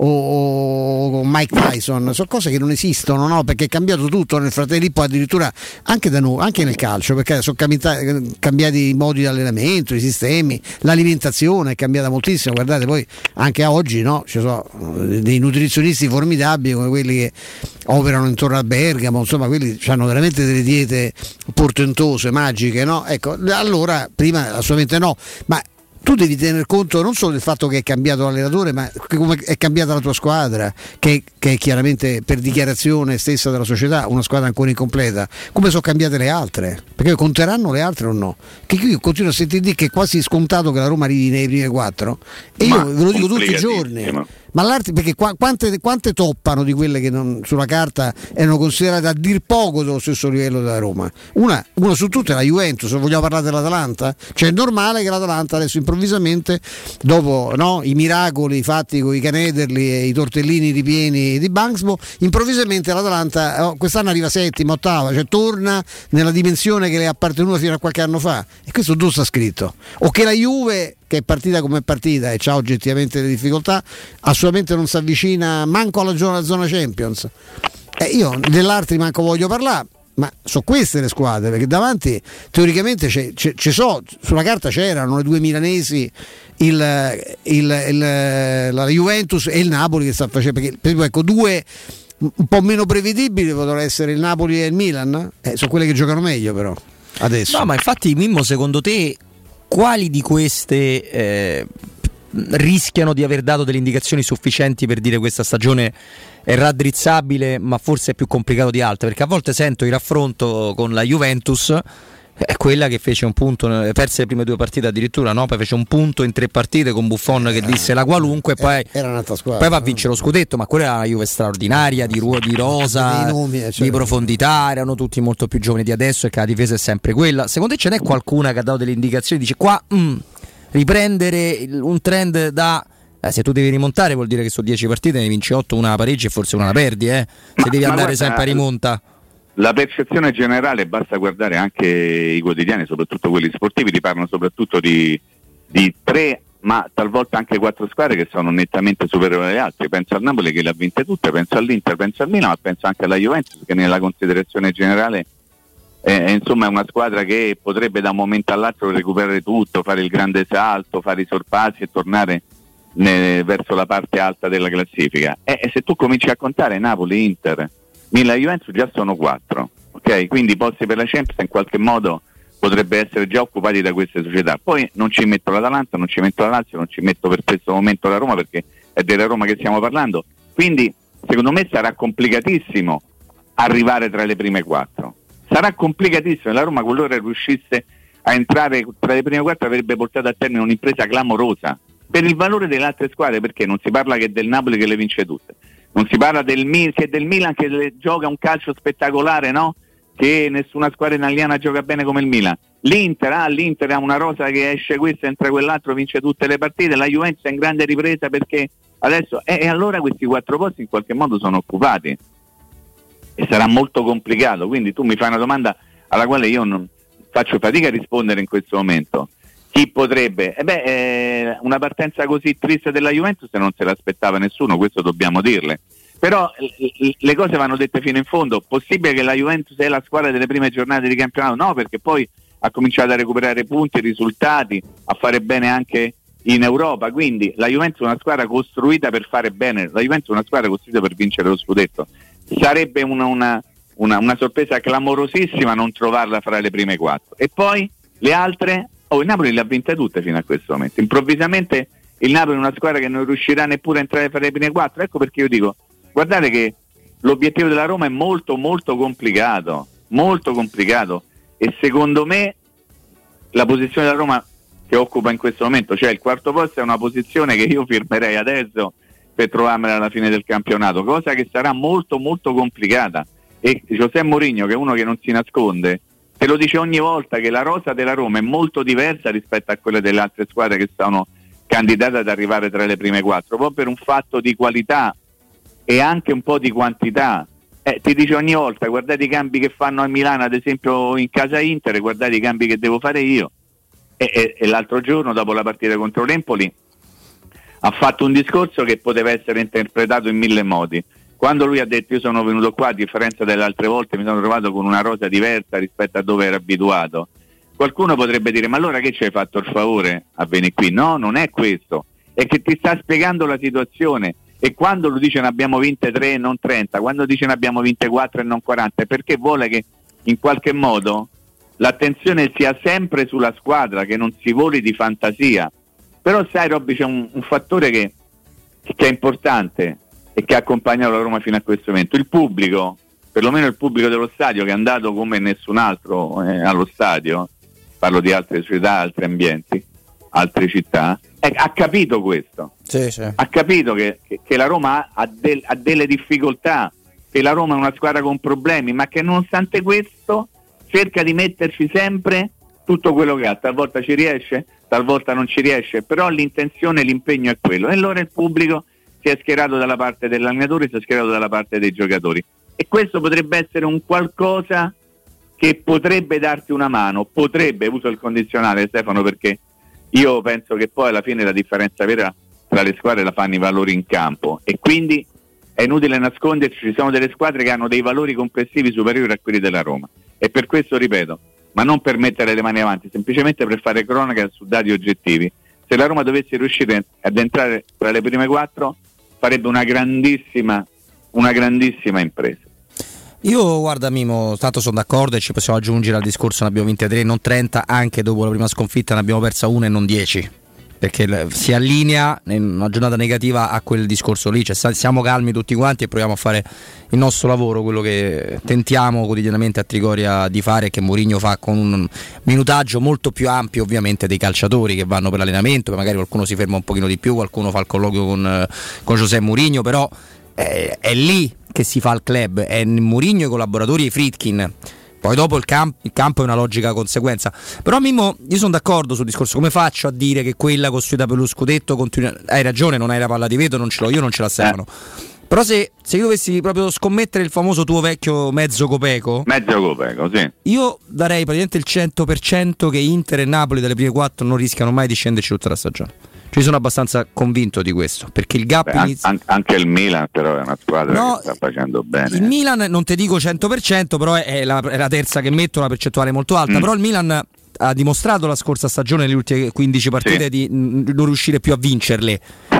o Mike Tyson, sono cose che non esistono, no? Perché è cambiato tutto nel frattempo, poi addirittura anche da noi, anche nel calcio, perché sono cambiati i modi di allenamento, i sistemi, l'alimentazione è cambiata moltissimo. Guardate, poi anche a oggi, no? Ci sono dei nutrizionisti formidabili come quelli che operano intorno a Bergamo, insomma, quelli hanno veramente delle diete portentose, magiche, no? Ecco, allora prima assolutamente no, ma tu devi tener conto non solo del fatto che è cambiato l'allenatore, ma come è cambiata la tua squadra, che è chiaramente per dichiarazione stessa della società una squadra ancora incompleta. Come sono cambiate le altre? Perché conteranno le altre o no? Che io continuo a sentire dire che è quasi scontato che la Roma arrivi nei primi 4, e io ve lo dico tutti i giorni. Ma l'arte, perché quante toppano di quelle che sulla carta erano considerate a dir poco dello stesso livello della Roma? Una su tutte è la Juventus. Se vogliamo parlare dell'Atalanta, cioè è normale che l'Atalanta adesso improvvisamente, dopo i miracoli fatti con i canederli e i tortellini ripieni di Banksbo, improvvisamente l'Atalanta quest'anno arriva settima, ottava, cioè torna nella dimensione che le è appartenuta fino a qualche anno fa. E questo dove sta scritto? O che la Juve, che è partita come è partita e ha oggettivamente delle difficoltà, assolutamente non si avvicina manco alla zona Champions. Io dell'altri manco voglio parlare, ma sono queste le squadre, perché davanti teoricamente sulla carta c'erano le due milanesi, la Juventus e il Napoli che sta facendo, perché per esempio, due un po' meno prevedibili potrebbero essere il Napoli e il Milan, sono quelle che giocano meglio però adesso. No, ma infatti Mimmo, secondo te quali di queste rischiano di aver dato delle indicazioni sufficienti per dire questa stagione è raddrizzabile, ma forse è più complicato di altre? Perché a volte sento il raffronto con la Juventus, è quella che fece un punto, perse le prime 2 partite addirittura, no? Poi fece un punto in 3 partite con Buffon che disse la qualunque, e poi era un'altra squadra, poi va a vincere lo scudetto, ma quella era una Juve straordinaria, di rosa, di profondità, erano tutti molto più giovani di adesso, e che la difesa è sempre quella. Secondo te ce n'è qualcuna che ha dato delle indicazioni, dice qua riprendere un trend da... se tu devi rimontare vuol dire che su 10 partite ne vinci 8, una la pareggi e forse una la perdi, se devi andare sempre a rimonta. La percezione generale, basta guardare anche i quotidiani, soprattutto quelli sportivi, ti parlano soprattutto di 3, ma talvolta anche 4 squadre che sono nettamente superiori alle altre. Penso al Napoli che le ha vinte tutte, penso all'Inter, penso al Milan, ma penso anche alla Juventus, che nella considerazione generale insomma è una squadra che potrebbe da un momento all'altro recuperare tutto, fare il grande salto, fare i sorpassi e tornare verso la parte alta della classifica. E se tu cominci a contare Napoli, Inter, Milan e Juventus già sono 4, ok? Quindi i posti per la Champions in qualche modo potrebbe essere già occupati da queste società. Poi non ci metto l'Atalanta, non ci metto la Lazio, non ci metto per questo momento la Roma, perché è della Roma che stiamo parlando. Quindi secondo me sarà complicatissimo arrivare tra le prime 4. Sarà complicatissimo. La Roma, qualora riuscisse a entrare tra le prime 4, avrebbe portato a termine un'impresa clamorosa per il valore delle altre squadre, perché non si parla che del Napoli che le vince tutte, non si parla del Milan che gioca un calcio spettacolare, no? Che nessuna squadra italiana gioca bene come il Milan. L'Inter ha una rosa che esce questo, entra quell'altro, vince tutte le partite. La Juventus è in grande ripresa perché adesso e allora questi 4 posti in qualche modo sono occupati e sarà molto complicato. Quindi tu mi fai una domanda alla quale io non faccio fatica a rispondere in questo momento. Chi potrebbe? Una partenza così triste della Juventus non se l'aspettava nessuno, questo dobbiamo dirle. Però le cose vanno dette fino in fondo. Possibile che la Juventus è la squadra delle prime giornate di campionato? No, perché poi ha cominciato a recuperare punti, risultati, a fare bene anche in Europa. Quindi la Juventus è una squadra costruita per fare bene, la Juventus è una squadra costruita per vincere lo scudetto. Sarebbe una sorpresa clamorosissima non trovarla fra le prime 4. E poi le altre, il Napoli le ha vinte tutte fino a questo momento. Improvvisamente il Napoli è una squadra che non riuscirà neppure a entrare fra le prime 4. Ecco perché io dico, guardate che l'obiettivo della Roma è molto molto complicato e secondo me la posizione della Roma che occupa in questo momento, cioè il 4º posto, è una posizione che io firmerei adesso per trovarmela alla fine del campionato, cosa che sarà molto molto complicata. E José Mourinho, che è uno che non si nasconde, te lo dice ogni volta che la rosa della Roma è molto diversa rispetto a quelle delle altre squadre che sono candidate ad arrivare tra le prime 4, proprio per un fatto di qualità e anche un po' di quantità. Ti dice ogni volta: guardate i cambi che fanno a Milano, ad esempio in casa Inter, guardate i cambi che devo fare io. E l'altro giorno, dopo la partita contro l'Empoli, ha fatto un discorso che poteva essere interpretato in 1000 modi. Quando lui ha detto: io sono venuto qua, a differenza delle altre volte, mi sono trovato con una rosa diversa rispetto a dove ero abituato, qualcuno potrebbe dire: ma allora che ci hai fatto il favore a venire qui? No, non è questo, è che ti sta spiegando la situazione. E quando lui dice ne abbiamo vinte 3 e non 30, quando dice ne abbiamo vinte 4 e non 40, è perché vuole che in qualche modo l'attenzione sia sempre sulla squadra, che non si voli di fantasia. Però sai Robby, c'è un fattore che è importante e che ha accompagnato la Roma fino a questo momento: il pubblico, perlomeno il pubblico dello stadio, che è andato come nessun altro allo stadio, parlo di altre società, altri ambienti, altre città, ha capito questo. Sì. Ha capito che la Roma ha delle difficoltà, che la Roma è una squadra con problemi, ma che nonostante questo cerca di metterci sempre tutto quello che ha. Talvolta ci riesce, talvolta non ci riesce, però l'intenzione, l'impegno è quello. E allora il pubblico si è schierato dalla parte dell'allenatore, si è schierato dalla parte dei giocatori. E questo potrebbe essere un qualcosa che potrebbe darti una mano, potrebbe, uso il condizionale Stefano, perché io penso che poi alla fine la differenza vera tra le squadre la fanno i valori in campo, e quindi è inutile nasconderci, ci sono delle squadre che hanno dei valori complessivi superiori a quelli della Roma, e per questo ripeto, ma non per mettere le mani avanti, semplicemente per fare cronaca su dati oggettivi. Se la Roma dovesse riuscire ad entrare tra le prime 4 farebbe una grandissima impresa. Io guarda Mimo, tanto sono d'accordo e ci possiamo aggiungere al discorso: ne abbiamo vinte 3 non 30, anche dopo la prima sconfitta ne abbiamo persa 1 e non 10, perché si allinea in una giornata negativa a quel discorso lì. Cioè, siamo calmi tutti quanti e proviamo a fare il nostro lavoro, quello che tentiamo quotidianamente a Trigoria di fare, e che Mourinho fa con un minutaggio molto più ampio ovviamente dei calciatori che vanno per l'allenamento, che magari qualcuno si ferma un pochino di più, qualcuno fa il colloquio con José Mourinho, però è lì che si fa il club, è Mourinho, i collaboratori e i Friedkin. Poi dopo il campo è una logica conseguenza. Però Mimmo, io sono d'accordo sul discorso: come faccio a dire che quella costruita per lo scudetto hai ragione, non hai la palla di vetro, non ce l'ho io, non ce la Stefano. Però se io dovessi proprio scommettere il famoso tuo vecchio mezzo copeco, sì, io darei praticamente il 100% che Inter e Napoli dalle prime 4 non rischiano mai di scenderci tutta la stagione. Cioè sono abbastanza convinto di questo, perché il gap anche il Milan però è una squadra che sta facendo bene. Il Milan non ti dico 100%, però è la terza che mette una percentuale molto alta. Però il Milan ha dimostrato la scorsa stagione, nelle ultime 15 partite, di non riuscire più a vincerle,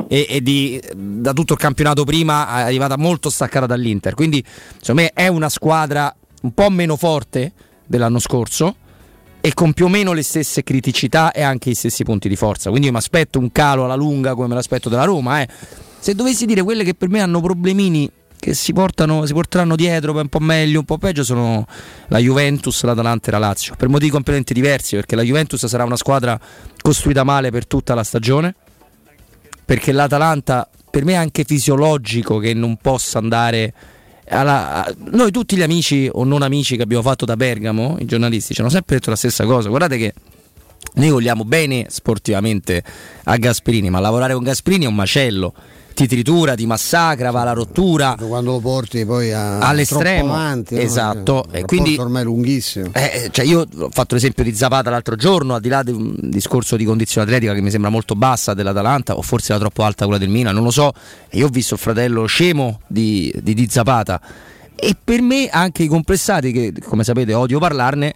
e da tutto il campionato prima è arrivata molto staccata dall'Inter. Quindi secondo me è una squadra un po' meno forte dell'anno scorso, e con più o meno le stesse criticità e anche gli stessi punti di forza, quindi io mi aspetto un calo alla lunga come me l'aspetto della Roma. Se dovessi dire quelle che per me hanno problemini che si porteranno dietro un po' meglio, un po' peggio, sono la Juventus, l'Atalanta e la Lazio, per motivi completamente diversi, perché la Juventus sarà una squadra costruita male per tutta la stagione, perché l'Atalanta per me è anche fisiologico che non possa andare noi tutti gli amici o non amici che abbiamo fatto da Bergamo, i giornalisti, ci hanno sempre detto la stessa cosa: guardate che noi vogliamo bene sportivamente a Gasperini, ma lavorare con Gasperini è un macello, ti tritura, ti massacra, va alla rottura quando lo porti poi all'estremo, avanti, esatto, no? E quindi ormai l'esempio cioè io ho fatto l'esempio di Zapata l'altro giorno, al di là di un discorso di condizione atletica che mi sembra molto bassa dell'Atalanta, o forse era troppo alta quella del Milan, non lo so, e io ho visto il fratello scemo di Zapata, e per me anche i compressati, che come sapete odio parlarne,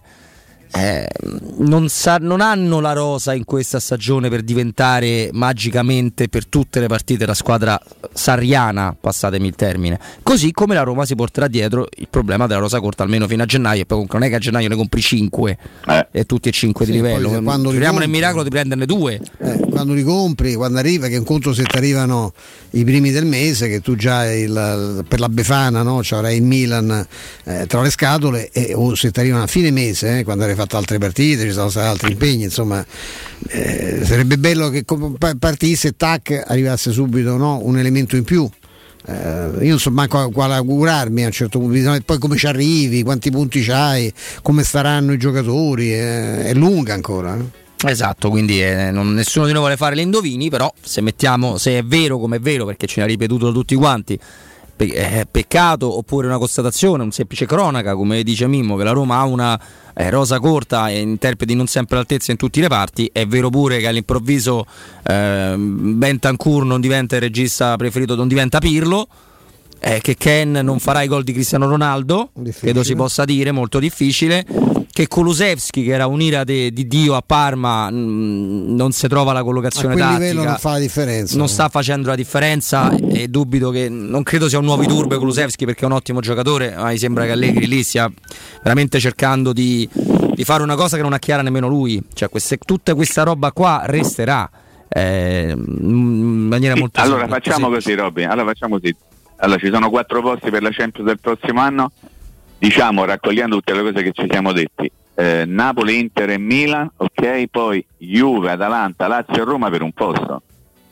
non hanno la rosa in questa stagione per diventare magicamente per tutte le partite la squadra sarriana, passatemi il termine, così come la Roma si porterà dietro il problema della rosa corta almeno fino a gennaio, e poi comunque non è che a gennaio ne compri 5 e tutti e 5 di livello, speriamo nel miracolo di prenderne 2 quando li compri, quando arriva, che è un conto se ti arrivano i primi del mese, che tu già per la Befana, no? Cioè avrai il Milan tra le scatole, o se ti arrivano a fine mese, quando hai fatto altre partite, ci sono stati altri impegni, insomma sarebbe bello che partisse e tac arrivasse subito, no? Un elemento in più. Io non so manco quale augurarmi a un certo punto, poi come ci arrivi, quanti punti c'hai, come staranno i giocatori, è lunga ancora. Esatto, quindi nessuno di noi vuole fare le indovini, però se è vero come è vero, perché ce ne ha ripetuto tutti quanti, peccato oppure una constatazione, un semplice cronaca, come dice Mimmo, che la Roma ha una rosa corta e interpreti non sempre all'altezza in tutti i reparti. È vero pure che all'improvviso Bentancur non diventa il regista preferito, non diventa Pirlo, che Ken non farà i gol di Cristiano Ronaldo, credo si possa dire, molto difficile, che Kulusevski, che era un'ira di Dio a Parma, non si trova la collocazione tattica, livello non fa la differenza, non sta facendo la differenza, e dubito che, non credo sia un nuovo Iturbe Kulusevski, perché è un ottimo giocatore, ma mi sembra che Allegri lì stia veramente cercando di fare una cosa che non ha chiara nemmeno lui, cioè tutta questa roba qua resterà in maniera molto allora facciamo così, Robby, allora ci sono 4 posti per la Champions del prossimo anno, diciamo, raccogliendo tutte le cose che ci siamo detti, Napoli, Inter e Milan, ok, poi Juve, Atalanta, Lazio e Roma per un posto.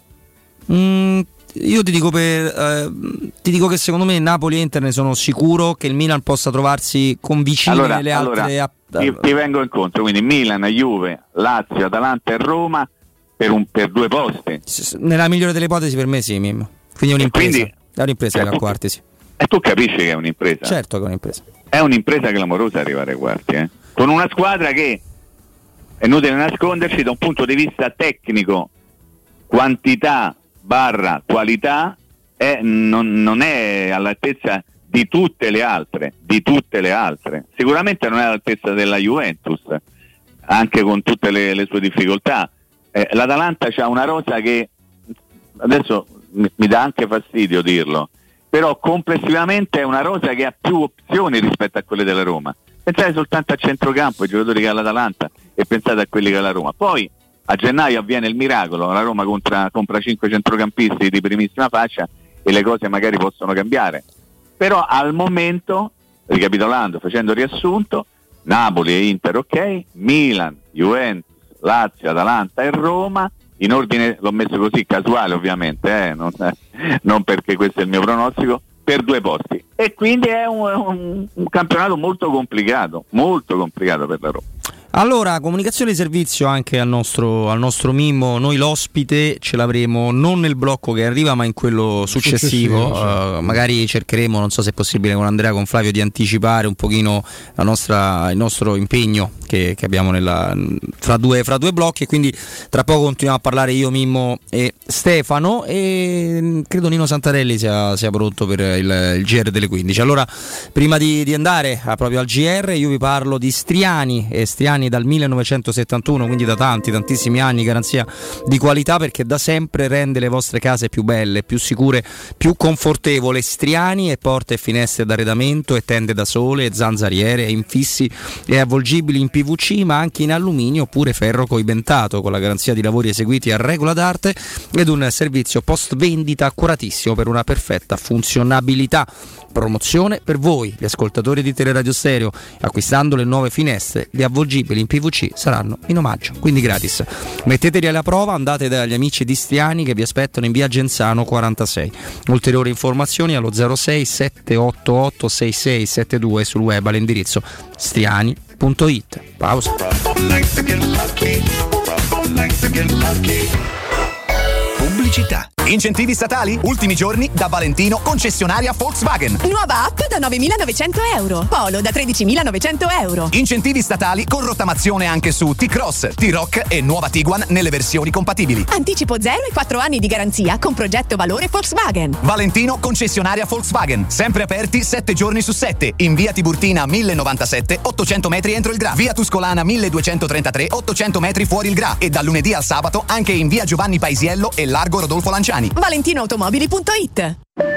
Io ti dico che secondo me Napoli e Inter ne sono sicuro, che il Milan possa trovarsi con vicine le altre. Ti vengo incontro, quindi Milan, Juve, Lazio, Atalanta e Roma per 2 posti. Nella migliore delle ipotesi per me sì, Mimmo. Quindi è un'impresa. È un'impresa che a quarti, sì. E tu capisci che è un'impresa? Certo che è un'impresa. È un'impresa clamorosa arrivare ai quarti, con una squadra che, è inutile nasconderci, da un punto di vista tecnico, quantità / qualità, non è all'altezza di tutte le altre. Sicuramente non è all'altezza della Juventus, anche con tutte le sue difficoltà. L'Atalanta c'ha una rosa che adesso mi dà anche fastidio dirlo, però complessivamente è una rosa che ha più opzioni rispetto a quelle della Roma. Pensate soltanto a centrocampo, ai giocatori che ha l'Atalanta, e pensate a quelli che ha la Roma. Poi a gennaio avviene il miracolo, la Roma compra 5 centrocampisti di primissima fascia e le cose magari possono cambiare. Però al momento, ricapitolando, facendo riassunto, Napoli e Inter ok, Milan, Juventus, Lazio, Atalanta e Roma, in ordine l'ho messo così casuale ovviamente, non perché questo è il mio pronostico, per 2 posti. E quindi è un campionato molto complicato per la Roma. Allora, comunicazione di servizio anche al nostro Mimmo. Noi l'ospite ce l'avremo non nel blocco che arriva, ma in quello successivo. Sì. Magari cercheremo, non so se è possibile con Andrea, con Flavio, di anticipare un pochino il nostro impegno che abbiamo fra due blocchi, e quindi tra poco continuiamo a parlare io, Mimmo e Stefano, e credo Nino Santarelli sia pronto per il GR delle 15. Allora, prima di andare proprio al GR, io vi parlo di Striani Stiani dal 1971, quindi da tantissimi anni, garanzia di qualità perché da sempre rende le vostre case più belle, più sicure, più confortevoli. Stiani e porte e finestre d'arredamento e tende da sole e zanzariere e infissi e avvolgibili in PVC ma anche in alluminio oppure ferro coibentato, con la garanzia di lavori eseguiti a regola d'arte ed un servizio post vendita accuratissimo per una perfetta funzionabilità. Promozione per voi, gli ascoltatori di Teleradio Stereo: acquistando le nuove finestre, gli avvolgibili in PVC saranno in omaggio, quindi gratis. Metteteli alla prova, andate dagli amici di Stiani che vi aspettano in via Genzano 46. Ulteriori informazioni allo 06 788 6672 sul web all'indirizzo stiani.it. Pausa. Pubblicità. Incentivi statali? Ultimi giorni da Valentino, concessionaria Volkswagen. Nuova app da 9.900 euro. Polo da 13.900 euro. Incentivi statali con rottamazione anche su T-Cross, T-Rock e nuova Tiguan nelle versioni compatibili. Anticipo 0 e 4 anni di garanzia con progetto valore Volkswagen. Valentino, concessionaria Volkswagen. Sempre aperti 7 giorni su 7. In via Tiburtina 1097, 800 metri entro il Gra. Via Tuscolana 1233, 800 metri fuori il Gra. E dal lunedì al sabato anche in via Giovanni Paisiello e largo Rodolfo Lanciani. ValentinoAutomobili.it.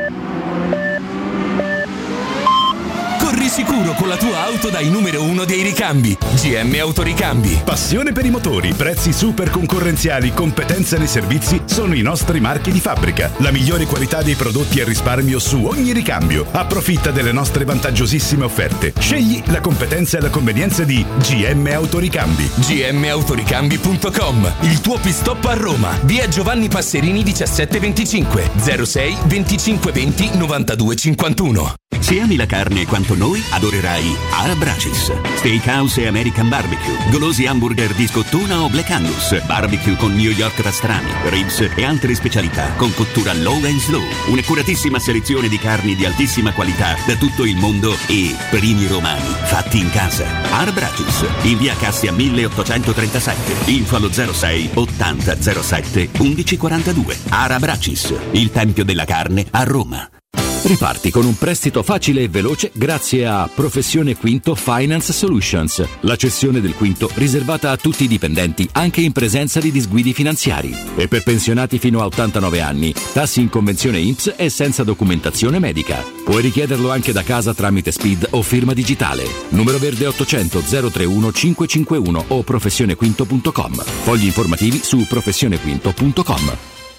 Corri sicuro con la tua auto dai numero 1 dei ricambi. GM Autoricambi. Passione per i motori, prezzi super concorrenziali, competenza nei servizi sono i nostri marchi di fabbrica. La migliore qualità dei prodotti e risparmio su ogni ricambio. Approfitta delle nostre vantaggiosissime offerte. Scegli la competenza e la convenienza di GM Autoricambi. gmautoricambi.com. Il tuo pit stop a Roma. Via Giovanni Passerini 1725 06 25 20 92 51. Se ami la carne quanto noi, adorerai Arabracis. Steakhouse e American Barbecue, golosi hamburger di scottuna o Black Angus, barbecue con New York pastrami, ribs e altre specialità con cottura low and slow. Un'accuratissima selezione di carni di altissima qualità da tutto il mondo e primi romani fatti in casa. Arabracis, in via Cassia 1837, info allo 06 80 07 1142. Arabracis, il tempio della carne a Roma. Riparti con un prestito facile e veloce grazie a Professione Quinto Finance Solutions, la cessione del quinto riservata a tutti i dipendenti anche in presenza di disguidi finanziari. E per pensionati fino a 89 anni, tassi in convenzione INPS e senza documentazione medica. Puoi richiederlo anche da casa tramite SPID o firma digitale. Numero verde 800 031 551 o professionequinto.com. Fogli informativi su professionequinto.com.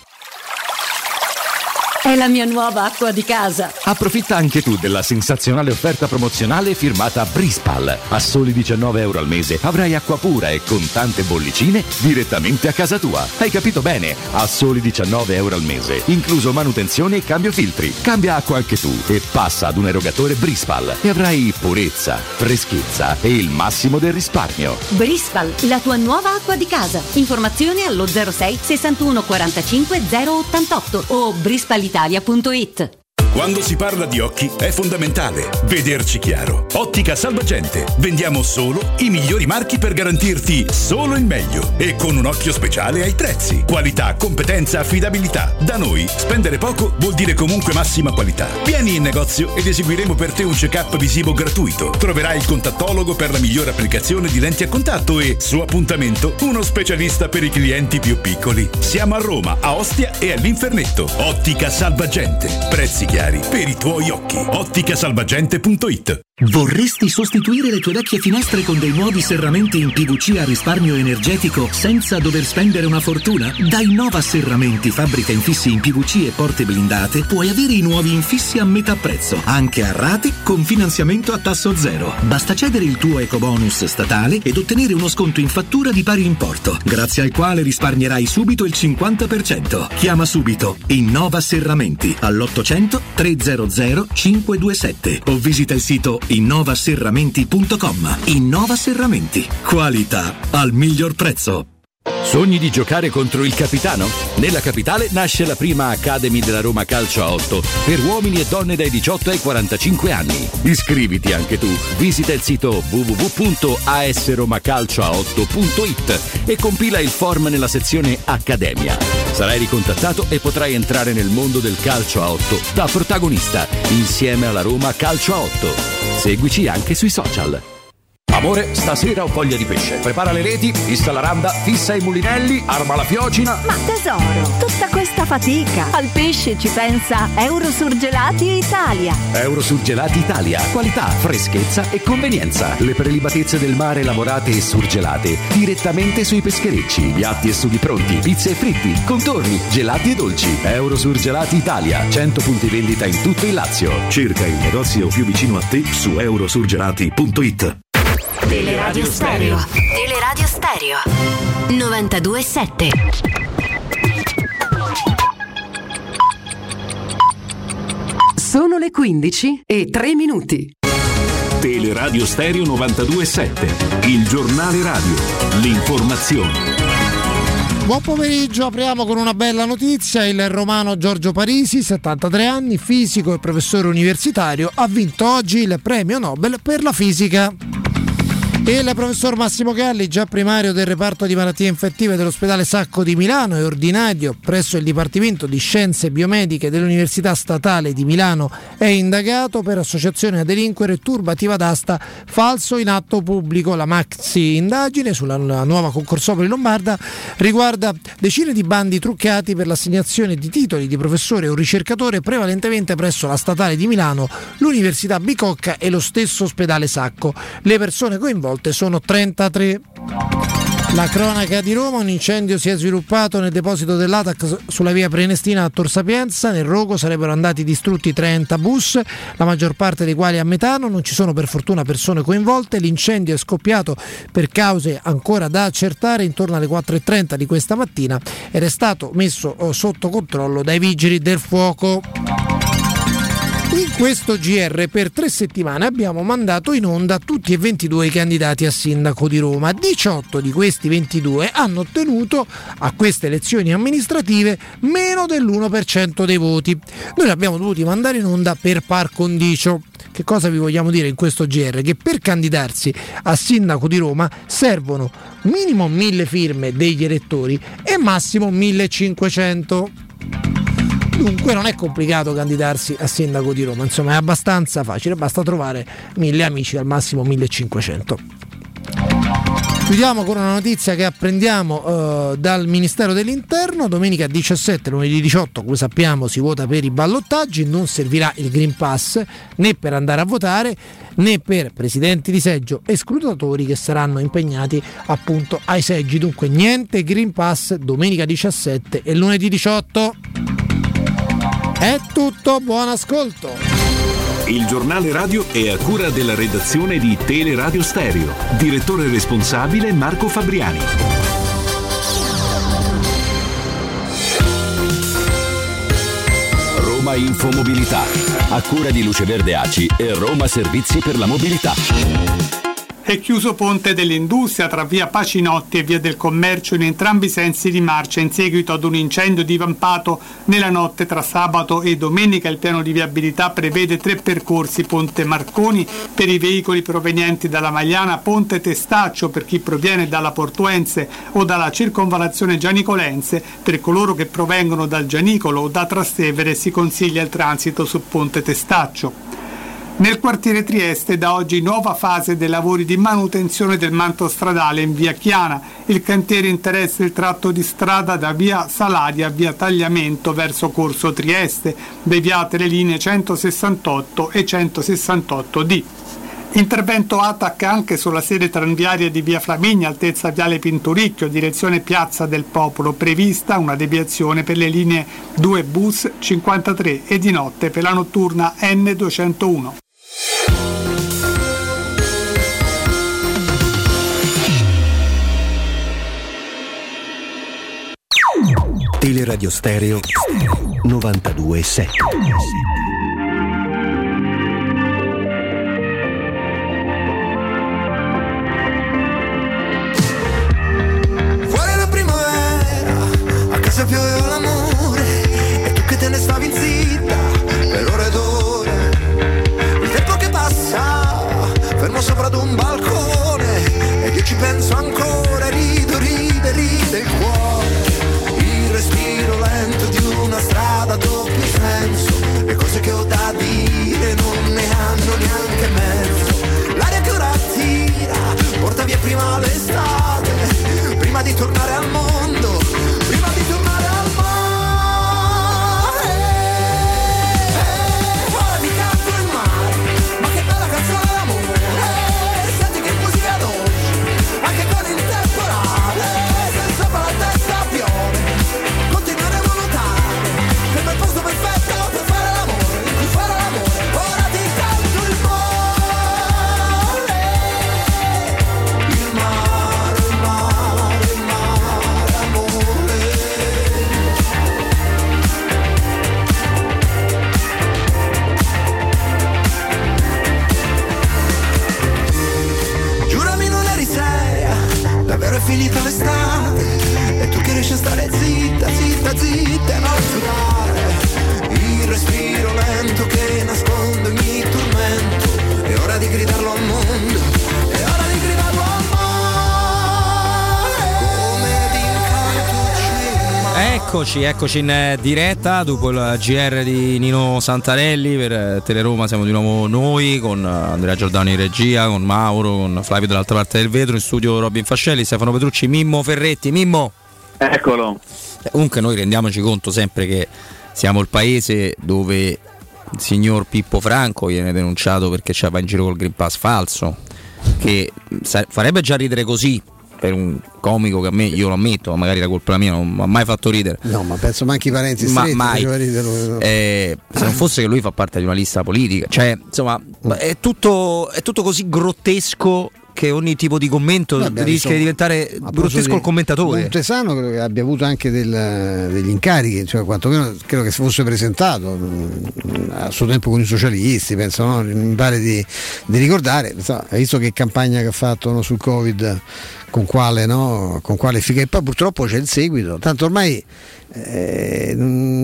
È la mia nuova acqua di casa. Approfitta anche tu della sensazionale offerta promozionale firmata Brispal. A soli 19 euro al mese avrai acqua pura e con tante bollicine direttamente a casa tua. Hai capito bene? A soli 19 euro al mese, incluso manutenzione e cambio filtri. Cambia acqua anche tu e passa ad un erogatore Brispal e avrai purezza, freschezza e il massimo del risparmio. Brispal, la tua nuova acqua di casa. Informazioni allo 06 61 45 088 o brispal.it. Quando si parla di occhi è fondamentale vederci chiaro. Ottica Salvagente. Vendiamo solo i migliori marchi per garantirti solo il meglio e con un occhio speciale ai prezzi. Qualità, competenza, affidabilità. Da noi spendere poco vuol dire comunque massima qualità. Vieni in negozio ed eseguiremo per te un check-up visivo gratuito. Troverai il contattologo per la migliore applicazione di lenti a contatto e, su appuntamento, uno specialista per i clienti più piccoli. Siamo a Roma, a Ostia e all'Infernetto. Ottica Salvagente. Prezzi chiari per i tuoi occhi. Otticasalvagente.it. Vorresti sostituire le tue vecchie finestre con dei nuovi serramenti in PVC a risparmio energetico senza dover spendere una fortuna? Da Innova Serramenti, fabbrica infissi in PVC e porte blindate, puoi avere i nuovi infissi a metà prezzo, anche a rate con finanziamento a tasso zero. Basta cedere il tuo ecobonus statale ed ottenere uno sconto in fattura di pari importo, grazie al quale risparmierai subito il 50%. Chiama subito Innova Serramenti all'800 300 527 o visita il sito innovaserramenti.com. Innova Serramenti. Qualità al miglior prezzo. Sogni di giocare contro il capitano? Nella capitale nasce la prima Academy della Roma Calcio a 8 per uomini e donne dai 18 ai 45 anni. Iscriviti anche tu. Visita il sito www.asromacalcioa8.it e compila il form nella sezione Accademia. Sarai ricontattato e potrai entrare nel mondo del calcio a 8 da protagonista insieme alla Roma Calcio a 8. Seguici anche sui social. A Amore, stasera ho voglia di pesce. Prepara le reti, fissa la randa, fissa i mulinelli, arma la fiocina. Ma tesoro, tutta questa fatica. Al pesce ci pensa Eurosurgelati Italia. Eurosurgelati Italia. Qualità, freschezza e convenienza. Le prelibatezze del mare lavorate e surgelate direttamente sui pescherecci. Piatti e sughi pronti, pizze e fritti, contorni, gelati e dolci. Eurosurgelati Italia. 100 punti vendita in tutto il Lazio. Cerca il negozio più vicino a te su eurosurgelati.it. Teleradio Stereo. Teleradio Stereo 92.7. Sono le 15:03. Teleradio Stereo 92.7, il giornale radio, l'informazione. Buon pomeriggio, apriamo con una bella notizia. Il romano Giorgio Parisi, 73 anni, fisico e professore universitario, ha vinto oggi il premio Nobel per la fisica. E il professor Massimo Galli, già primario del reparto di malattie infettive dell'ospedale Sacco di Milano e ordinario presso il Dipartimento di Scienze Biomediche dell'Università Statale di Milano, è indagato per associazione a delinquere e turbativa d'asta, falso in atto pubblico. La maxi indagine sulla nuova concorsopoli lombarda riguarda decine di bandi truccati per l'assegnazione di titoli di professore o ricercatore prevalentemente presso la Statale di Milano, l'Università Bicocca e lo stesso ospedale Sacco. Le persone coinvolte sono 33. La cronaca di Roma: un incendio si è sviluppato nel deposito dell'ATAC sulla via Prenestina a Tor Sapienza. Nel rogo sarebbero andati distrutti 30 bus, la maggior parte dei quali a metano. Non ci sono per fortuna persone coinvolte. L'incendio è scoppiato per cause ancora da accertare intorno alle 4:30 di questa mattina ed è stato messo sotto controllo dai vigili del fuoco. In questo GR per 3 settimane abbiamo mandato in onda tutti e 22 i candidati a sindaco di Roma. 18 di questi 22 hanno ottenuto a queste elezioni amministrative meno dell'1% dei voti. Noi li abbiamo dovuti mandare in onda per par condicio. Che cosa vi vogliamo dire in questo GR? Che per candidarsi a sindaco di Roma servono minimo 1000 firme degli elettori e massimo 1500. Dunque non è complicato candidarsi a sindaco di Roma, insomma è abbastanza facile, basta trovare 1000 amici, al massimo 1500. Chiudiamo con una notizia che apprendiamo dal Ministero dell'Interno. Domenica 17, lunedì 18, come sappiamo, si vota per i ballottaggi. Non servirà il Green Pass né per andare a votare né per presidenti di seggio e scrutatori che saranno impegnati appunto ai seggi. Dunque niente Green Pass domenica 17 e lunedì 18. È tutto, buon ascolto. Il giornale radio è a cura della redazione di Teleradio Stereo. Direttore responsabile Marco Fabriani. Roma Infomobilità, a cura di Luce Verde ACI e Roma Servizi per la Mobilità. È chiuso Ponte dell'Industria tra via Pacinotti e via del Commercio in entrambi i sensi di marcia in seguito ad un incendio divampato nella notte tra sabato e domenica. Il piano di viabilità prevede 3 percorsi: Ponte Marconi per i veicoli provenienti dalla Magliana, Ponte Testaccio per chi proviene dalla Portuense o dalla circonvallazione Gianicolense. Per coloro che provengono dal Gianicolo o da Trastevere si consiglia il transito su Ponte Testaccio. Nel quartiere Trieste da oggi nuova fase dei lavori di manutenzione del manto stradale in via Chiana. Il cantiere interessa il tratto di strada da via Salaria a via Tagliamento verso Corso Trieste, deviate le linee 168 e 168D. Intervento ATAC anche sulla sede tranviaria di via Flaminia, altezza viale Pinturicchio, direzione Piazza del Popolo. Prevista una deviazione per le linee 2 bus 53 e di notte per la notturna N201. Teleradio Stereo 92.7. Se pioveva l'amore e tu che te ne stavi zitta per ore ed ore, il tempo che passa fermo sopra ad un balcone ed io ci penso ancora, rido, ride il cuore, il respiro lento di una strada a doppio senso, le cose che ho da dire non ne hanno neanche mezzo, l'aria che ora tira finita l'estate e tu che riesci a stare zitta, zitta, zitta e non sudare. Il respiro lento che nasconde ogni tormento. È ora di gridarlo al mondo, è ora di gridarlo al mare. Come d'incanto ci Eccoci in diretta dopo il GR di Nino Santarelli per Teleroma. Siamo di nuovo noi con Andrea Giordano in regia, con Mauro, con Flavio dall'altra parte del vetro, in studio Robin Fascelli, Stefano Petrucci, Mimmo Ferretti. Mimmo, eccolo. Comunque noi rendiamoci conto sempre che siamo il paese dove il signor Pippo Franco viene denunciato perché va in giro col Green Pass falso, che farebbe già ridere così per un comico che a me, io lo ammetto, magari la colpa mia, non mi ha mai fatto ridere. No, ma penso manchi i parenti stretti, mai. Se non fosse che lui fa parte di una lista politica, cioè insomma è tutto così grottesco che ogni tipo di commento rischia di diventare grottesco il commentatore. Montesano credo che abbia avuto anche degli incarichi, cioè quantomeno credo che fosse presentato a suo tempo con i socialisti, penso, no? Mi pare di ricordare, insomma, hai visto che campagna che ha fatto, no, sul Covid, con quale efficacia, e poi purtroppo c'è il seguito, tanto ormai e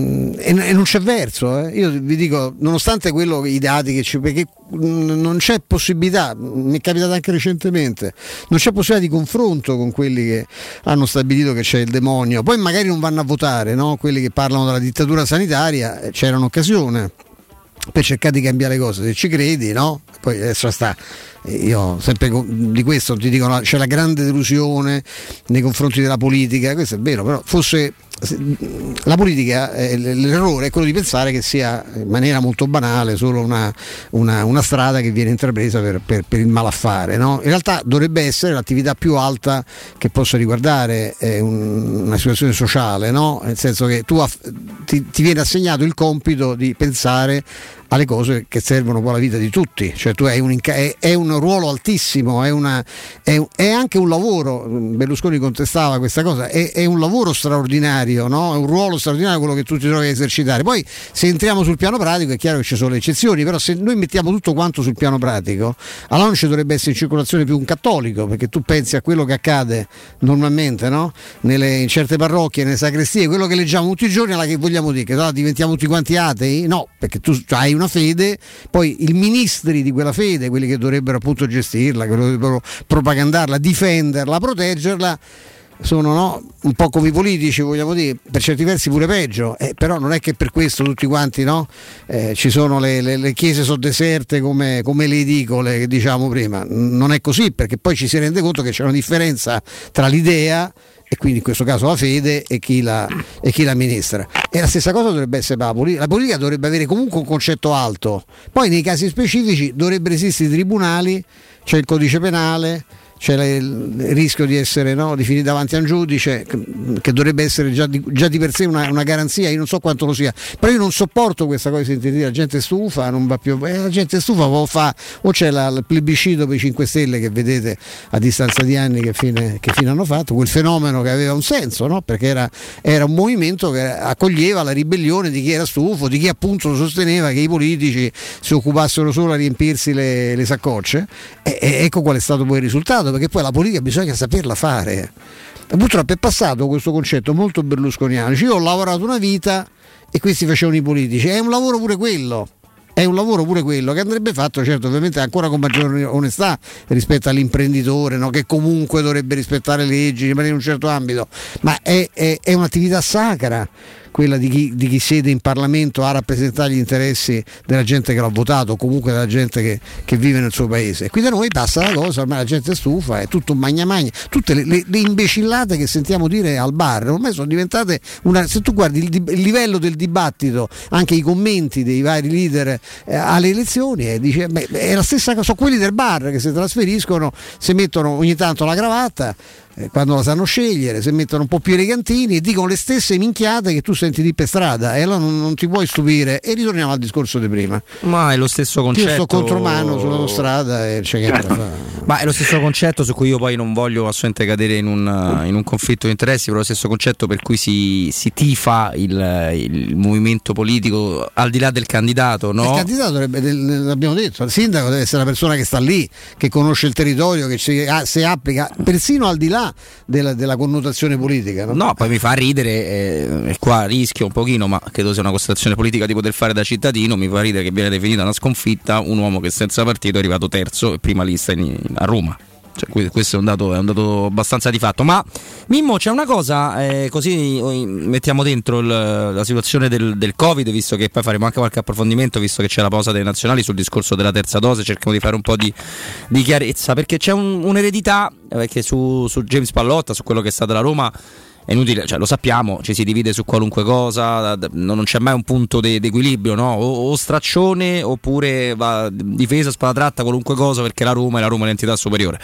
non c'è verso, io vi dico, nonostante quello, i dati che c'è, perché non c'è possibilità, mi è capitato anche recentemente, non c'è possibilità di confronto con quelli che hanno stabilito che c'è il demonio, poi magari non vanno a votare, no? Quelli che parlano della dittatura sanitaria, c'era un'occasione per cercare di cambiare le cose, se ci credi, no? Poi adesso io sempre di questo ti dico, no, c'è la grande delusione nei confronti della politica, questo è vero, però forse la politica, l'errore è quello di pensare che sia in maniera molto banale solo una strada che viene intrapresa per il malaffare, no? In realtà dovrebbe essere l'attività più alta che possa riguardare una situazione sociale, no? Nel senso che tu ti viene assegnato il compito di pensare alle cose che servono poi alla vita di tutti, cioè tu hai è un ruolo altissimo, è anche un lavoro, Berlusconi contestava questa cosa, è un lavoro straordinario, no? È un ruolo straordinario quello che tu ti trovi a esercitare. Poi se entriamo sul piano pratico è chiaro che ci sono le eccezioni, però se noi mettiamo tutto quanto sul piano pratico, allora non ci dovrebbe essere in circolazione più un cattolico, perché tu pensi a quello che accade normalmente, no? In certe parrocchie, nelle sacrestie, quello che leggiamo tutti i giorni, alla che vogliamo dire che diventiamo tutti quanti atei? No, perché tu hai una fede, poi i ministri di quella fede, quelli che dovrebbero appunto gestirla, che dovrebbero propagandarla, difenderla, proteggerla, sono, no, un po' come i politici, vogliamo dire, per certi versi pure peggio, però non è che per questo tutti quanti, no? Ci sono le chiese sono deserte come le edicole che diciamo prima, non è così, perché poi ci si rende conto che c'è una differenza tra l'idea e quindi in questo caso la fede e chi la amministra. E la stessa cosa dovrebbe essere per la politica. La politica dovrebbe avere comunque un concetto alto, poi nei casi specifici dovrebbero esistere i tribunali, c'è il codice penale, c'è il rischio di essere, no, di finire davanti a un giudice, che dovrebbe essere già di per sé una garanzia. Io non so quanto lo sia, però io non sopporto questa cosa di sentire dire la gente è stufa, non va più, la gente è stufa, o c'è il plebiscito per i 5 Stelle che vedete a distanza di anni che fine hanno fatto, quel fenomeno che aveva un senso, no? Perché era un movimento che accoglieva la ribellione di chi era stufo, di chi appunto sosteneva che i politici si occupassero solo a riempirsi le saccocce, e ecco qual è stato poi il risultato, perché poi la politica bisogna saperla fare. Purtroppo è passato questo concetto molto berlusconiano, io ho lavorato una vita e questi facevano i politici, è un lavoro pure quello che andrebbe fatto, certo, ovviamente ancora con maggiore onestà rispetto all'imprenditore, no? Che comunque dovrebbe rispettare le leggi, rimanere in un certo ambito, ma è un'attività sacra quella di chi siede in Parlamento a rappresentare gli interessi della gente che l'ha votato, o comunque della gente che vive nel suo paese. E qui da noi passa la cosa, ormai la gente è stufa, è tutto un magna, tutte le imbecillate che sentiamo dire al bar ormai sono diventate se tu guardi il livello del dibattito, anche i commenti dei vari leader alle elezioni, è la stessa cosa, sono quelli del bar che si trasferiscono, si mettono ogni tanto la cravatta quando la sanno scegliere, si mettono un po' più elegantini e dicono le stesse minchiate che tu senti di per strada, e allora non ti puoi stupire. E ritorniamo al discorso di prima, ma è lo stesso concetto. Io sto contromano sull'autostrada e c'è che Ma è lo stesso concetto su cui io poi non voglio assolutamente cadere in un conflitto di interessi, però lo stesso concetto per cui si tifa il movimento politico al di là del candidato, no? Il candidato, l'abbiamo detto, il sindaco deve essere la persona che sta lì, che conosce il territorio, che si applica persino al di là della connotazione politica, no? No, poi mi fa ridere, e qua rischio un pochino, ma credo sia una considerazione politica di poter fare da cittadino, mi fa ridere che viene definita una sconfitta un uomo che senza partito è arrivato terzo e prima lista a Roma. Cioè, questo è un dato abbastanza di fatto. Ma Mimmo, c'è una cosa, così mettiamo dentro la situazione del Covid, visto che poi faremo anche qualche approfondimento, visto che c'è la pausa delle nazionali, sul discorso della terza dose, cerchiamo di fare un po' di chiarezza, perché c'è un'eredità, perché su James Pallotta, su quello che è stata la Roma, è inutile, cioè lo sappiamo, ci si divide su qualunque cosa, non c'è mai un punto di equilibrio, no? O straccione oppure difesa, spada tratta, qualunque cosa, perché la Roma è l'entità superiore.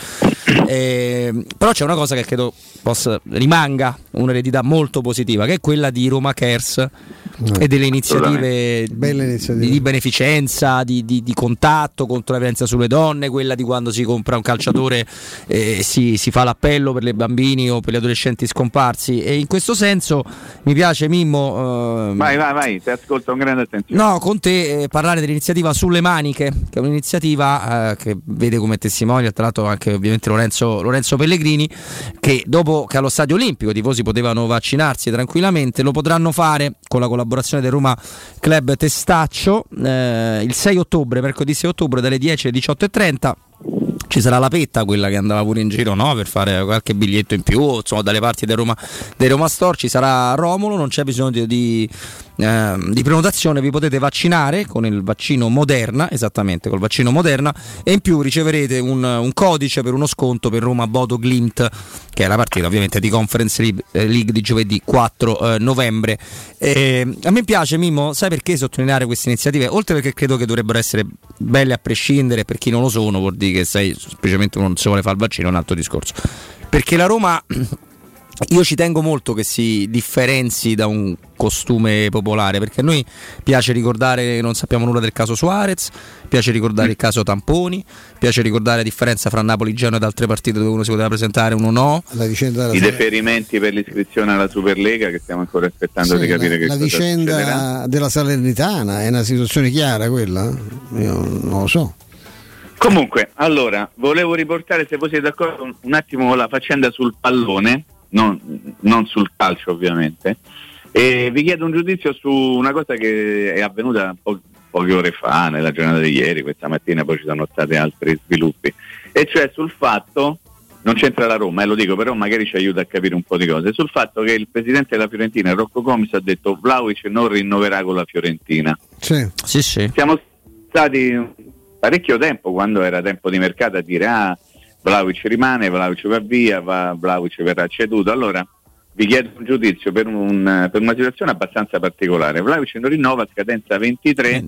Però c'è una cosa che credo rimanga un'eredità molto positiva, che è quella di Roma Cares e delle iniziative di beneficenza, di contatto contro la violenza sulle donne, quella di quando si compra un calciatore si fa l'appello per le bambini o per gli adolescenti scomparsi. E in questo senso mi piace, Mimmo, vai, ti ascolto con grande attenzione. No, con te parlare dell'iniziativa Sulle Maniche, che è un'iniziativa che vede come testimone tra l'altro anche ovviamente Lorenzo Pellegrini, che dopo che allo Stadio Olimpico i tifosi potevano vaccinarsi tranquillamente, lo potranno fare con la collaborazione del Roma Club Testaccio il 6 ottobre, mercoledì 6 ottobre dalle 10 alle 18:30. Ci sarà la Petta, quella che andava pure in giro, no? Per fare qualche biglietto in più, insomma, dalle parti dei Roma Store. Ci sarà Romolo, non c'è bisogno di prenotazione, vi potete vaccinare con il vaccino Moderna, esattamente col vaccino Moderna, e in più riceverete un codice per uno sconto per Roma Bodo Glimt, che è la partita ovviamente di Conference League di giovedì 4 novembre. A me piace, Mimmo, sai perché sottolineare queste iniziative? Oltre perché credo che dovrebbero essere belle a prescindere, per chi non lo sono vuol dire che semplicemente uno non si vuole fare il vaccino, è un altro discorso. Perché la Roma, io ci tengo molto che si differenzi da un costume popolare, perché a noi piace ricordare che non sappiamo nulla del caso Suarez, piace ricordare il caso Tamponi, piace ricordare la differenza fra Napoli, Genoa ed altre partite dove uno si poteva presentare, uno no. I deferimenti per l'iscrizione alla Superlega, che stiamo ancora aspettando di capire che cosa vicenda succederà. della Salernitana è una situazione chiara quella? Io non lo so. Comunque, allora, volevo riportare, se voi siete d'accordo, un attimo la faccenda sul pallone, non sul calcio ovviamente, e vi chiedo un giudizio su una cosa che è avvenuta poche ore fa, nella giornata di ieri, questa mattina poi ci sono stati altri sviluppi, e cioè sul fatto, non c'entra la Roma, lo dico, però magari ci aiuta a capire un po' di cose, sul fatto che il presidente della Fiorentina, Rocco Comis, ha detto Vlahovic non rinnoverà con la Fiorentina. Sì. Siamo stati parecchio tempo, quando era tempo di mercato, a dire Vlahovic rimane, Vlahovic va via, Vlahovic verrà ceduto. Allora vi chiedo un giudizio per una situazione abbastanza particolare. Vlahovic non rinnova, scadenza 23.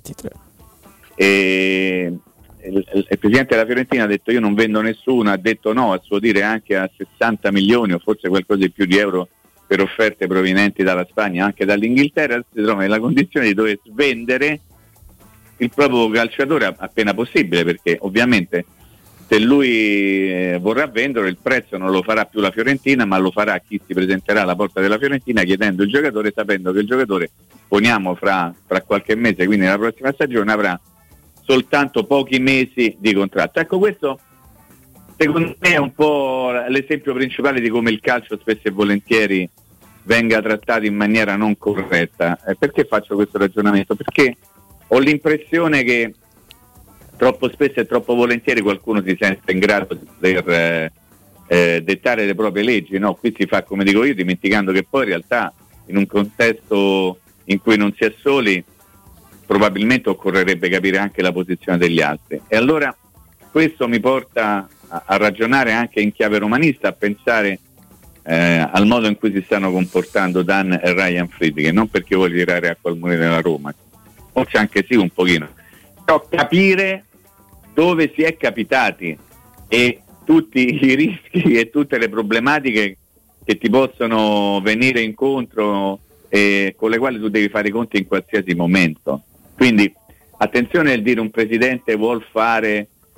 E il presidente della Fiorentina ha detto io non vendo nessuno, ha detto no, a suo dire anche a 60 milioni o forse qualcosa di più di euro per offerte provenienti dalla Spagna, anche dall'Inghilterra. Si trova nella condizione di dover svendere il proprio calciatore appena possibile, perché ovviamente se lui vorrà vendere, il prezzo non lo farà più la Fiorentina, ma lo farà chi si presenterà alla porta della Fiorentina chiedendo il giocatore, sapendo che il giocatore, poniamo fra qualche mese, quindi nella prossima stagione, avrà soltanto pochi mesi di contratto. Ecco, questo secondo me è un po' l'esempio principale di come il calcio spesso e volentieri venga trattato in maniera non corretta. Perché faccio questo ragionamento? Perché ho l'impressione che troppo spesso e troppo volentieri qualcuno si sente in grado di poter dettare le proprie leggi, no? Qui si fa come dico io, dimenticando che poi in realtà in un contesto in cui non si è soli probabilmente occorrerebbe capire anche la posizione degli altri, e allora questo mi porta a ragionare anche in chiave romanista, a pensare al modo in cui si stanno comportando Dan e Ryan Friedrich, non perché voglio tirare acqua al mulino della Roma, forse anche sì un pochino, però capire dove si è capitati e tutti i rischi e tutte le problematiche che ti possono venire incontro e con le quali tu devi fare i conti in qualsiasi momento. Quindi attenzione nel dire un presidente vuol fare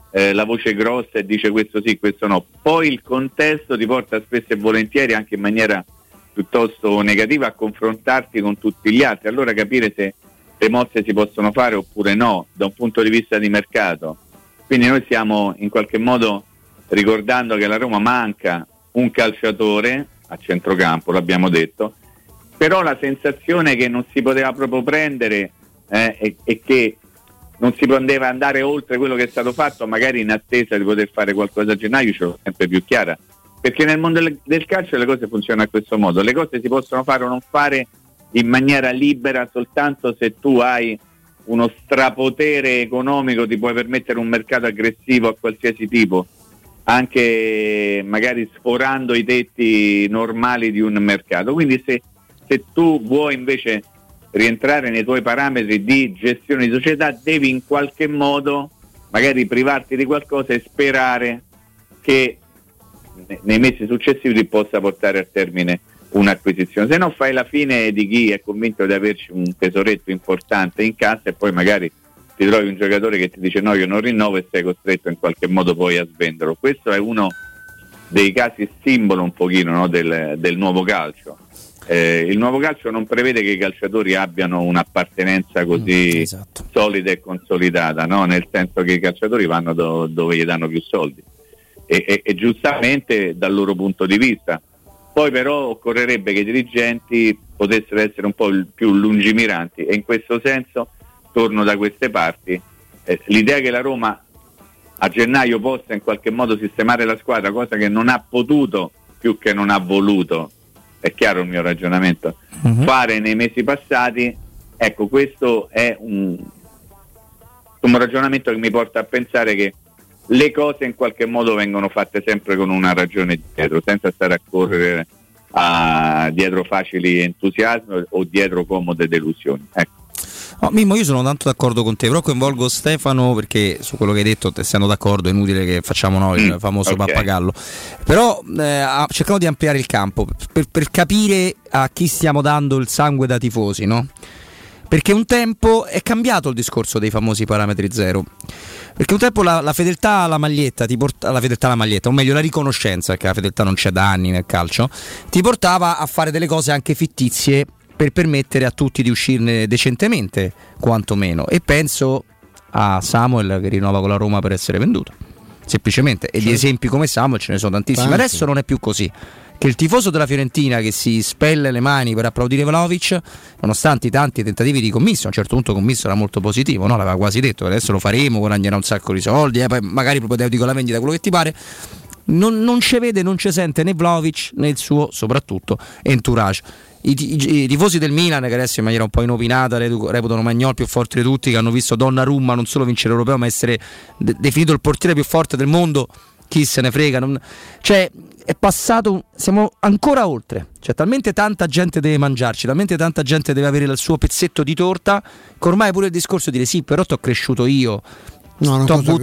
la voce grossa e dice questo sì, questo no. Poi il contesto ti porta spesso e volentieri, anche in maniera piuttosto negativa, a confrontarti con tutti gli altri. Allora capire se le mosse si possono fare oppure no da un punto di vista di mercato. Quindi noi stiamo in qualche modo ricordando che alla Roma manca un calciatore a centrocampo, l'abbiamo detto, però la sensazione che non si poteva proprio prendere è che non si poteva andare oltre quello che è stato fatto, magari in attesa di poter fare qualcosa a gennaio, ce l'ho sempre più chiara, perché nel mondo del calcio le cose funzionano a questo modo, le cose si possono fare o non fare in maniera libera soltanto se tu hai uno strapotere economico, ti puoi permettere un mercato aggressivo a qualsiasi tipo, anche magari sforando i tetti normali di un mercato. Quindi se tu vuoi invece rientrare nei tuoi parametri di gestione di società, devi in qualche modo magari privarti di qualcosa e sperare che nei mesi successivi ti possa portare a termine un'acquisizione, se no fai la fine di chi è convinto di averci un tesoretto importante in casa e poi magari ti trovi un giocatore che ti dice no, io non rinnovo, e sei costretto in qualche modo poi a svenderlo. Questo è uno dei casi simbolo un pochino, no, del nuovo calcio. Il nuovo calcio non prevede che i calciatori abbiano un'appartenenza così solida e consolidata, no? Nel senso che i calciatori vanno dove gli danno più soldi e giustamente dal loro punto di vista. Poi però occorrerebbe che i dirigenti potessero essere un po' più lungimiranti, e in questo senso torno da queste parti. L'idea che la Roma a gennaio possa in qualche modo sistemare la squadra, cosa che non ha potuto più che non ha voluto, è chiaro il mio ragionamento, fare nei mesi passati, ecco, questo è un ragionamento che mi porta a pensare che le cose in qualche modo vengono fatte sempre con una ragione dietro, senza stare a correre dietro facili entusiasmi o dietro comode delusioni. Ecco. No, Mimmo, io sono tanto d'accordo con te, però coinvolgo Stefano perché su quello che hai detto, essendo d'accordo, è inutile che facciamo noi il famoso pappagallo. Però cerchiamo di ampliare il campo per capire a chi stiamo dando il sangue da tifosi, no? Perché un tempo è cambiato il discorso dei famosi parametri zero. Perché un tempo la fedeltà alla maglietta o meglio la riconoscenza, perché la fedeltà non c'è da anni nel calcio, ti portava a fare delle cose anche fittizie per permettere a tutti di uscirne decentemente, quantomeno. E penso a Samuel che rinnova con la Roma per essere venduto, semplicemente. E di esempi come Samuel ce ne sono tantissimi. Adesso non è più così. Che il tifoso della Fiorentina che si spelle le mani per applaudire Vlahovic, nonostante i tanti tentativi di Commisso, a un certo punto Commisso era molto positivo, no? L'aveva quasi detto, adesso lo faremo, guadagnerà un sacco di soldi, poi magari propedeutico la vendita, quello che ti pare. Non ci vede, non ci sente né Vlahovic né il suo, soprattutto, entourage. I tifosi del Milan, che adesso in maniera un po' inopinata reputano Magnol più forte di tutti, che hanno visto Donnarumma non solo vincere l'Europeo ma essere definito il portiere più forte del mondo, chi se ne frega, cioè è passato, siamo ancora oltre, cioè talmente tanta gente deve mangiarci, talmente tanta gente deve avere il suo pezzetto di torta, che ormai pure il discorso di dire sì, però t'ho cresciuto io, non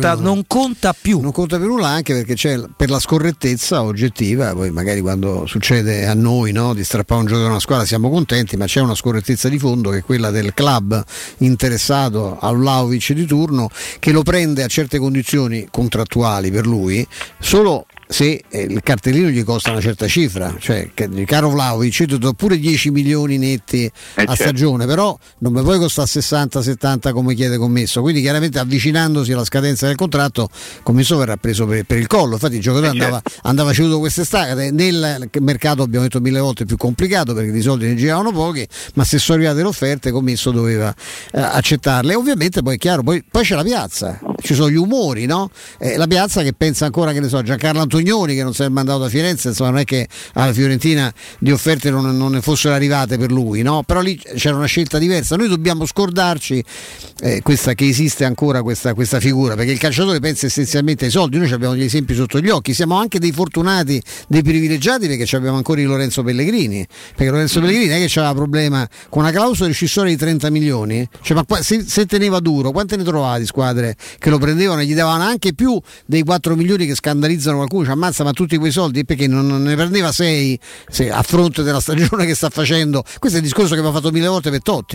conta più. Non conta per nulla, anche perché c'è per la scorrettezza oggettiva. Poi magari quando succede a noi, no, di strappare un giocatore a una squadra siamo contenti, ma c'è una scorrettezza di fondo che è quella del club interessato al Vlahovic di turno, che lo prende a certe condizioni contrattuali per lui solo se il cartellino gli costa una certa cifra, cioè caro Vlahovic, io ti do pure 10 milioni netti a stagione, però non mi puoi costare 60-70 come chiede Commisso, quindi chiaramente avvicinandosi alla scadenza del contratto Commisso verrà preso per il collo. Infatti il giocatore andava ceduto quest'estate, nel mercato abbiamo detto 1000 volte più complicato perché di soldi ne giravano pochi, ma se sono arrivate le offerte Commisso doveva accettarle. E ovviamente poi è chiaro, poi c'è la piazza, ci sono gli umori, no? La piazza che pensa ancora, che ne so, Giancarlo Antonioni che non si è mandato da Firenze, insomma non è che alla Fiorentina di offerte non ne fossero arrivate per lui, no? Però lì c'era una scelta diversa. Noi dobbiamo scordarci questa, che esiste ancora questa figura, perché il calciatore pensa essenzialmente ai soldi. Noi abbiamo degli esempi sotto gli occhi, siamo anche dei fortunati, dei privilegiati, perché abbiamo ancora di Lorenzo Pellegrini, perché Lorenzo Pellegrini non è che c'aveva problema con una clausola rescissoria di 30 milioni, cioè, ma se teneva duro, quante ne trovava di squadre che lo prendevano e gli davano anche più dei 4 milioni che scandalizzano qualcuno, cioè, ammazza, ma tutti quei soldi, perché non ne prendeva 6 a fronte della stagione che sta facendo? Questo è il discorso che abbiamo fatto 1000 volte per Totti.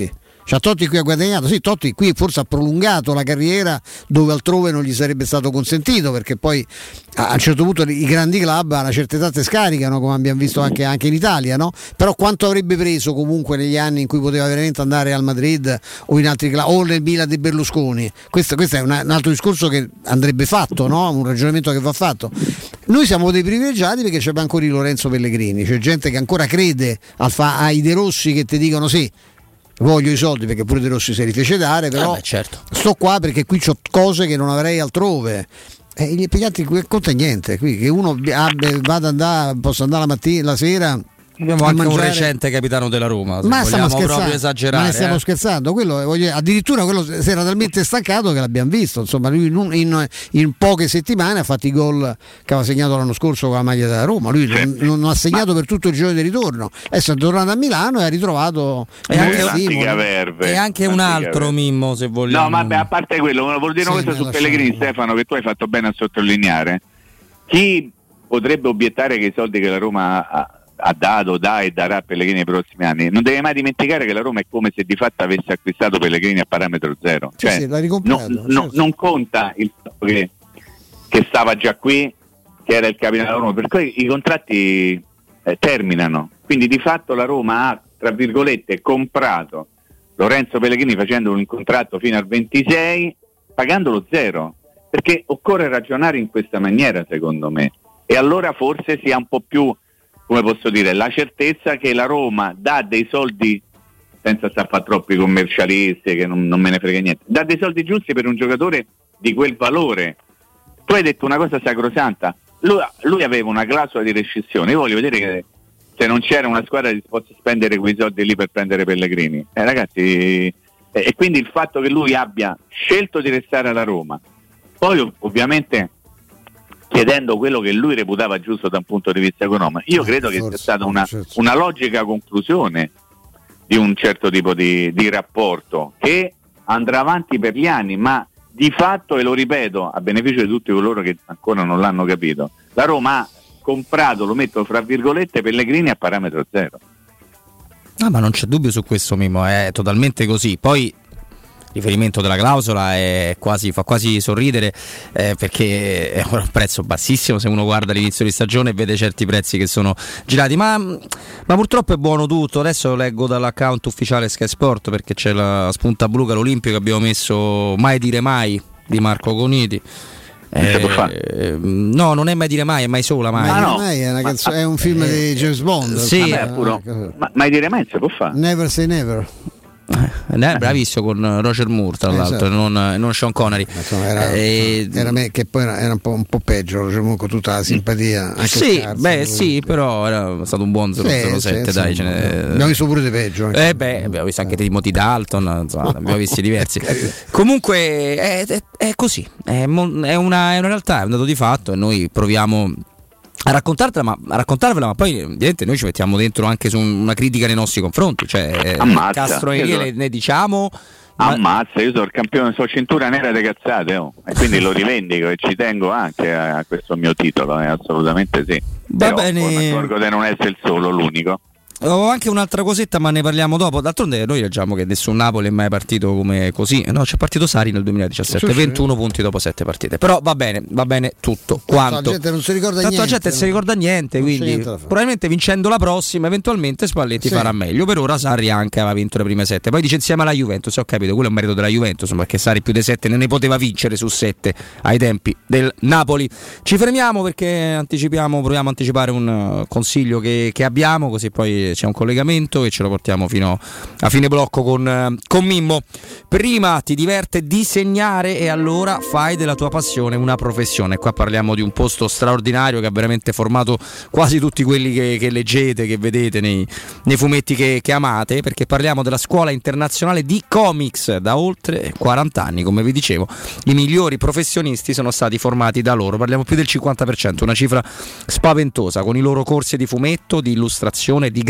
Cioè, Totti qui ha guadagnato, sì, Totti qui forse ha prolungato la carriera dove altrove non gli sarebbe stato consentito, perché poi a un certo punto i grandi club a una certa età te scaricano, come abbiamo visto anche in Italia, no? Però quanto avrebbe preso comunque negli anni in cui poteva veramente andare al Madrid o in altri club o nel Milan di Berlusconi? Questo è un altro discorso che andrebbe fatto, no? Un ragionamento che va fatto. Noi siamo dei privilegiati perché c'è ancora di Lorenzo Pellegrini, c'è gente che ancora crede ai De Rossi che ti dicono sì, voglio i soldi, perché pure De Rossi si rifece dare, però certo. Sto qua perché qui c'ho cose che non avrei altrove. Gli altri conta niente, qui che uno possa andare la mattina, la sera. Abbiamo anche un recente capitano della Roma, ma stiamo scherzando, proprio esagerare. Ma stiamo scherzando, addirittura quello si era talmente stancato che l'abbiamo visto, insomma, lui in poche settimane ha fatto i gol che aveva segnato l'anno scorso con la maglia della Roma. Lui non ha segnato per tutto il giro di ritorno, adesso è tornato a Milano e ha ritrovato e anche un altro Mimmo, se vogliamo. No, vabbè, a parte quello, vuol dire questo su Pellegrini, Stefano, che tu hai fatto bene a sottolineare. Chi potrebbe obiettare che i soldi che la Roma ha dato, dà e darà a Pellegrini nei prossimi anni, non deve mai dimenticare che la Roma è come se di fatto avesse acquistato Pellegrini a parametro zero, cioè, non conta il fatto che stava già qui, che era il capitano della Roma, per cui i contratti terminano, quindi di fatto la Roma ha, tra virgolette, comprato Lorenzo Pellegrini facendo un contratto fino al 26, pagandolo zero, perché occorre ragionare in questa maniera, secondo me, e allora forse si ha un po' più, come posso dire, la certezza che la Roma dà dei soldi, senza star a fare troppi commercialisti, che non me ne frega niente, dà dei soldi giusti per un giocatore di quel valore. Tu hai detto una cosa sacrosanta, lui aveva una clausola di rescissione, io voglio vedere che se non c'era una squadra disposta a spendere quei soldi lì per prendere Pellegrini, ragazzi, e quindi il fatto che lui abbia scelto di restare alla Roma, poi ovviamente chiedendo quello che lui reputava giusto da un punto di vista economico, io credo che sia stata una logica conclusione di un certo tipo di rapporto che andrà avanti per gli anni, ma di fatto, e lo ripeto a beneficio di tutti coloro che ancora non l'hanno capito, la Roma ha comprato, lo metto fra virgolette, Pellegrini a parametro zero. Ma non c'è dubbio su questo, Mimmo, è totalmente così. Poi riferimento della clausola fa quasi sorridere, perché è un prezzo bassissimo se uno guarda l'inizio di stagione e vede certi prezzi che sono girati, ma purtroppo è buono tutto. Adesso leggo dall'account ufficiale Sky Sport, perché c'è la spunta blu che all'Olimpico abbiamo messo Mai dire mai di Marco Coniti. No, non è Mai dire mai, è Mai sola mai. Mai è una canzone, è un film di James Bond. Sì, Mai dire mai si può fare. Never say never. Bravissimo, con Roger Moore tra l'altro, non Sean Connery. Che poi era un po' peggio Roger Moore, con tutta la simpatia. Sì, però era stato un buon 007, dai. Abbiamo visto pure di peggio. Abbiamo visto anche Timothy Dalton, insomma, abbiamo visti diversi. Comunque è così, è una realtà, è un dato di fatto, e noi proviamo a raccontarvela, ma poi ovviamente noi ci mettiamo dentro anche su una critica nei nostri confronti, cioè Castro e Eliele ne diciamo. Ammazza, io sono il campione, sono cintura nera di cazzate, e quindi lo rivendico e ci tengo anche a questo mio titolo, assolutamente sì. Va bene. Mi accorgo di non essere il solo, l'unico. Ho anche un'altra cosetta, ma ne parliamo dopo. D'altronde noi leggiamo che nessun Napoli è mai partito come così. No, c'è partito Sarri nel 2017, 21 punti dopo 7 partite. Però va bene tutto quanto. La gente non si ricorda niente. La gente si ricorda niente, quindi probabilmente vincendo la prossima, eventualmente Spalletti farà meglio. Per ora Sarri anche aveva vinto le prime 7. Poi dice insieme alla Juventus, ho capito, quello è un merito della Juventus, perché Sarri più dei 7 ne poteva vincere su 7 ai tempi del Napoli. Ci fermiamo perché proviamo a anticipare un consiglio che abbiamo, così poi c'è un collegamento e ce lo portiamo fino a fine blocco con Mimmo. Prima ti diverte disegnare e allora fai della tua passione una professione. Qua parliamo di un posto straordinario che ha veramente formato quasi tutti quelli che leggete, che vedete nei fumetti che amate, perché parliamo della Scuola Internazionale di Comics. Da oltre 40 anni, come vi dicevo, i migliori professionisti sono stati formati da loro, parliamo più del 50%, una cifra spaventosa, con i loro corsi di fumetto, di illustrazione, di grafica,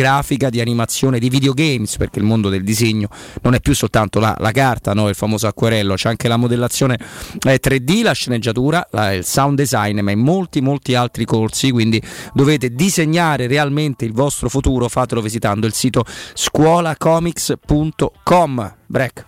grafica, di animazione, di videogames, perché il mondo del disegno non è più soltanto la carta, no? Il famoso acquerello, c'è anche la modellazione 3D, la sceneggiatura, il sound design, ma in molti altri corsi, quindi dovete disegnare realmente il vostro futuro, fatelo visitando il sito scuolacomics.com. Break.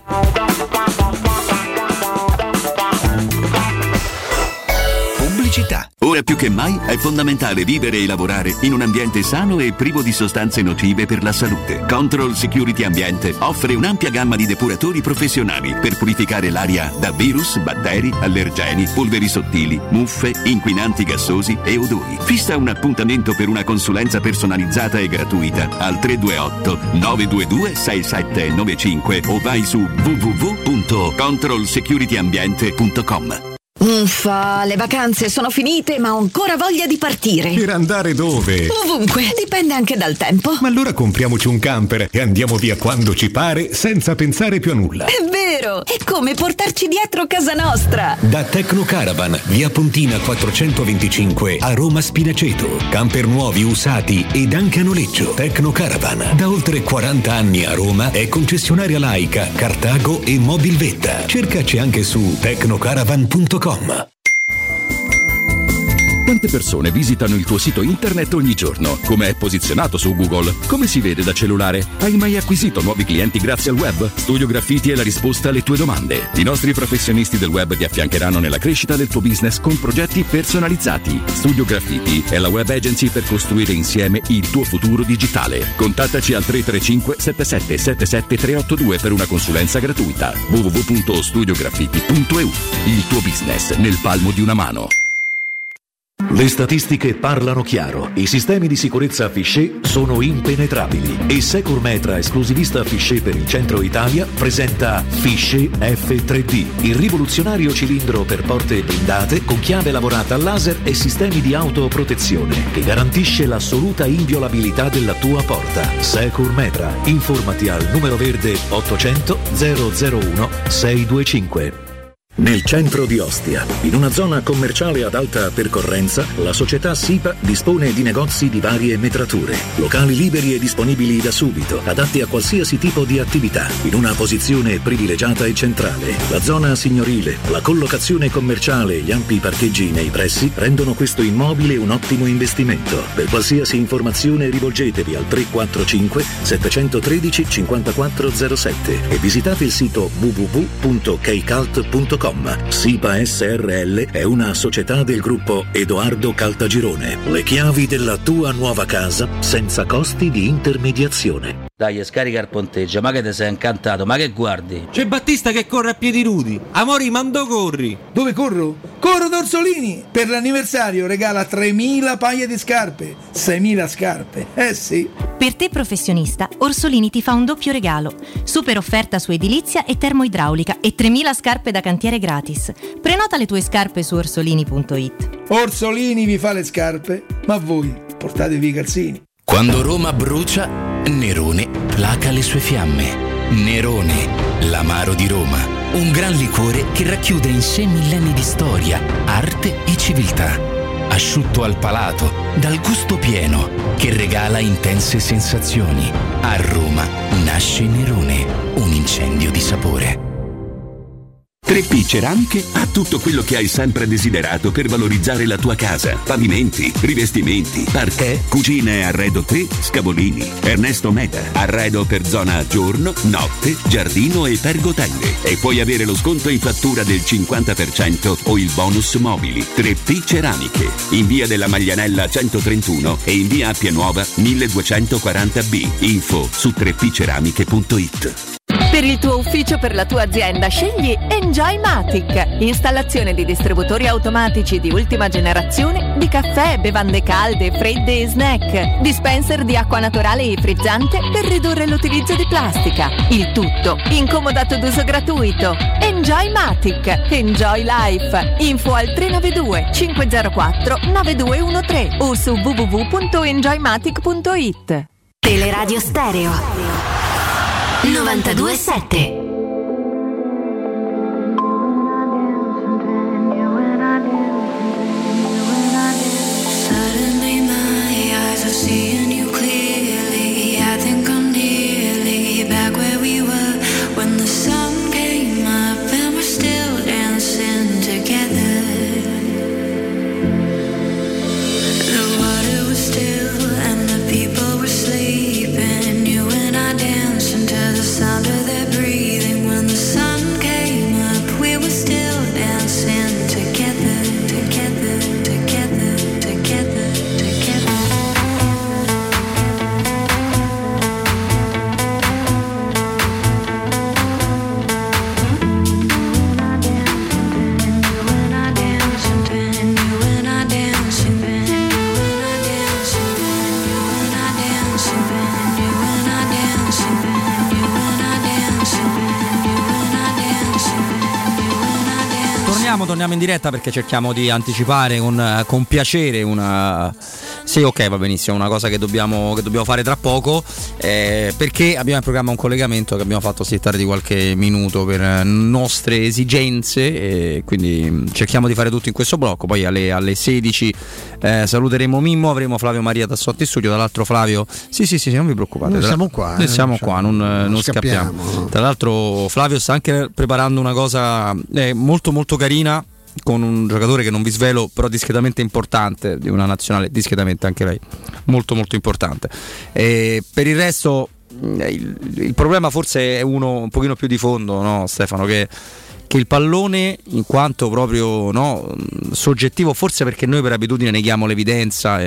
Pubblicità. Ora più che mai è fondamentale vivere e lavorare in un ambiente sano e privo di sostanze nocive per la salute. Control Security Ambiente offre un'ampia gamma di depuratori professionali per purificare l'aria da virus, batteri, allergeni, polveri sottili, muffe, inquinanti gassosi e odori. Fissa un appuntamento per una consulenza personalizzata e gratuita al 328 922 6795 o vai su www.controlsecurityambiente.com. Uffa, le vacanze sono finite, ma ho ancora voglia di partire. Per andare dove? Ovunque, dipende anche dal tempo. Ma allora compriamoci un camper e andiamo via quando ci pare, senza pensare più a nulla. È vero, è come portarci dietro casa nostra. Da Tecnocaravan, via Pontina 425 a Roma Spinaceto. Camper nuovi, usati ed anche a noleggio. Tecnocaravan, da oltre 40 anni a Roma, è concessionaria Laika, Cartago e Mobilvetta. Cercaci anche su tecnocaravan.com. Quante persone visitano il tuo sito internet ogni giorno? Come è posizionato su Google? Come si vede da cellulare? Hai mai acquisito nuovi clienti grazie al web? Studio Graffiti è la risposta alle tue domande. I nostri professionisti del web ti affiancheranno nella crescita del tuo business con progetti personalizzati. Studio Graffiti è la web agency per costruire insieme il tuo futuro digitale. Contattaci al 335 7777 382 per una consulenza gratuita. www.studiograffiti.eu. Il tuo business nel palmo di una mano. Le statistiche parlano chiaro. I sistemi di sicurezza Fichet sono impenetrabili e Securmetra, esclusivista Fichet per il centro Italia, presenta Fichet F3D, il rivoluzionario cilindro per porte blindate con chiave lavorata a laser e sistemi di autoprotezione che garantisce l'assoluta inviolabilità della tua porta. Securmetra, informati al numero verde 800 001 625. Nel centro di Ostia, in una zona commerciale ad alta percorrenza, la società SIPA dispone di negozi di varie metrature, locali liberi e disponibili da subito, adatti a qualsiasi tipo di attività, in una posizione privilegiata e centrale. La zona signorile, la collocazione commerciale e gli ampi parcheggi nei pressi rendono questo immobile un ottimo investimento. Per qualsiasi informazione rivolgetevi al 345 713 5407 e visitate il sito www.keicalt.com. SIPA SRL è una società del gruppo Edoardo Caltagirone. Le chiavi della tua nuova casa senza costi di intermediazione. Dai, scarica il ponteggio, ma che te sei incantato, ma che guardi? C'è Battista che corre a piedi nudi. Amori, mando corri. Dove corro? Corro da Orsolini. Per l'anniversario regala 3.000 paia di scarpe. 6.000 scarpe. Sì. Per te professionista, Orsolini ti fa un doppio regalo. Super offerta su edilizia e termoidraulica e 3.000 scarpe da cantiere gratis. Prenota le tue scarpe su orsolini.it. Orsolini vi fa le scarpe, ma voi portatevi i calzini. Quando Roma brucia, Nerone placa le sue fiamme. Nerone, l'amaro di Roma. Un gran liquore che racchiude in sé millenni di storia, arte e civiltà. Asciutto al palato, dal gusto pieno, che regala intense sensazioni. A Roma nasce Nerone, un incendio di sapore. 3P Ceramiche ha tutto quello che hai sempre desiderato per valorizzare la tua casa. Pavimenti, rivestimenti, parquet, cucina e arredo 3, Scavolini. Ernesto Meda, arredo per zona giorno, notte, giardino e pergotelle. E puoi avere lo sconto in fattura del 50% o il bonus mobili. 3P Ceramiche, in via della Maglianella 131 e in via Appia Nuova 1240B. Info su 3pceramiche.it. Per il tuo ufficio, per la tua azienda, scegli Enjoymatic. Installazione di distributori automatici di ultima generazione di caffè, bevande calde, fredde e snack. Dispenser di acqua naturale e frizzante per ridurre l'utilizzo di plastica. Il tutto incomodato d'uso gratuito. Enjoymatic. Enjoy Life. Info al 392 504 9213 o su www.enjoymatic.it. Teleradio Stereo 92.7. Suddenly my eyes are seeing you clearly. torniamo in diretta perché cerchiamo di anticipare con piacere una... Sì, ok, va benissimo, una cosa che dobbiamo fare tra poco, perché abbiamo in programma un collegamento che abbiamo fatto slittare di qualche minuto per nostre esigenze, e quindi cerchiamo di fare tutto in questo blocco. Poi alle 16 saluteremo Mimmo, avremo Flavio Maria Tassotti in studio, dall'altro Flavio sì, non vi preoccupate, noi siamo qua, non scappiamo. Tra l'altro Flavio sta anche preparando una cosa molto molto carina con un giocatore che non vi svelo, però discretamente importante, di una nazionale discretamente anche lei molto molto importante. Per il resto il problema forse è uno un pochino più di fondo, no, Stefano, che il pallone, in quanto proprio soggettivo, forse perché noi per abitudine neghiamo l'evidenza,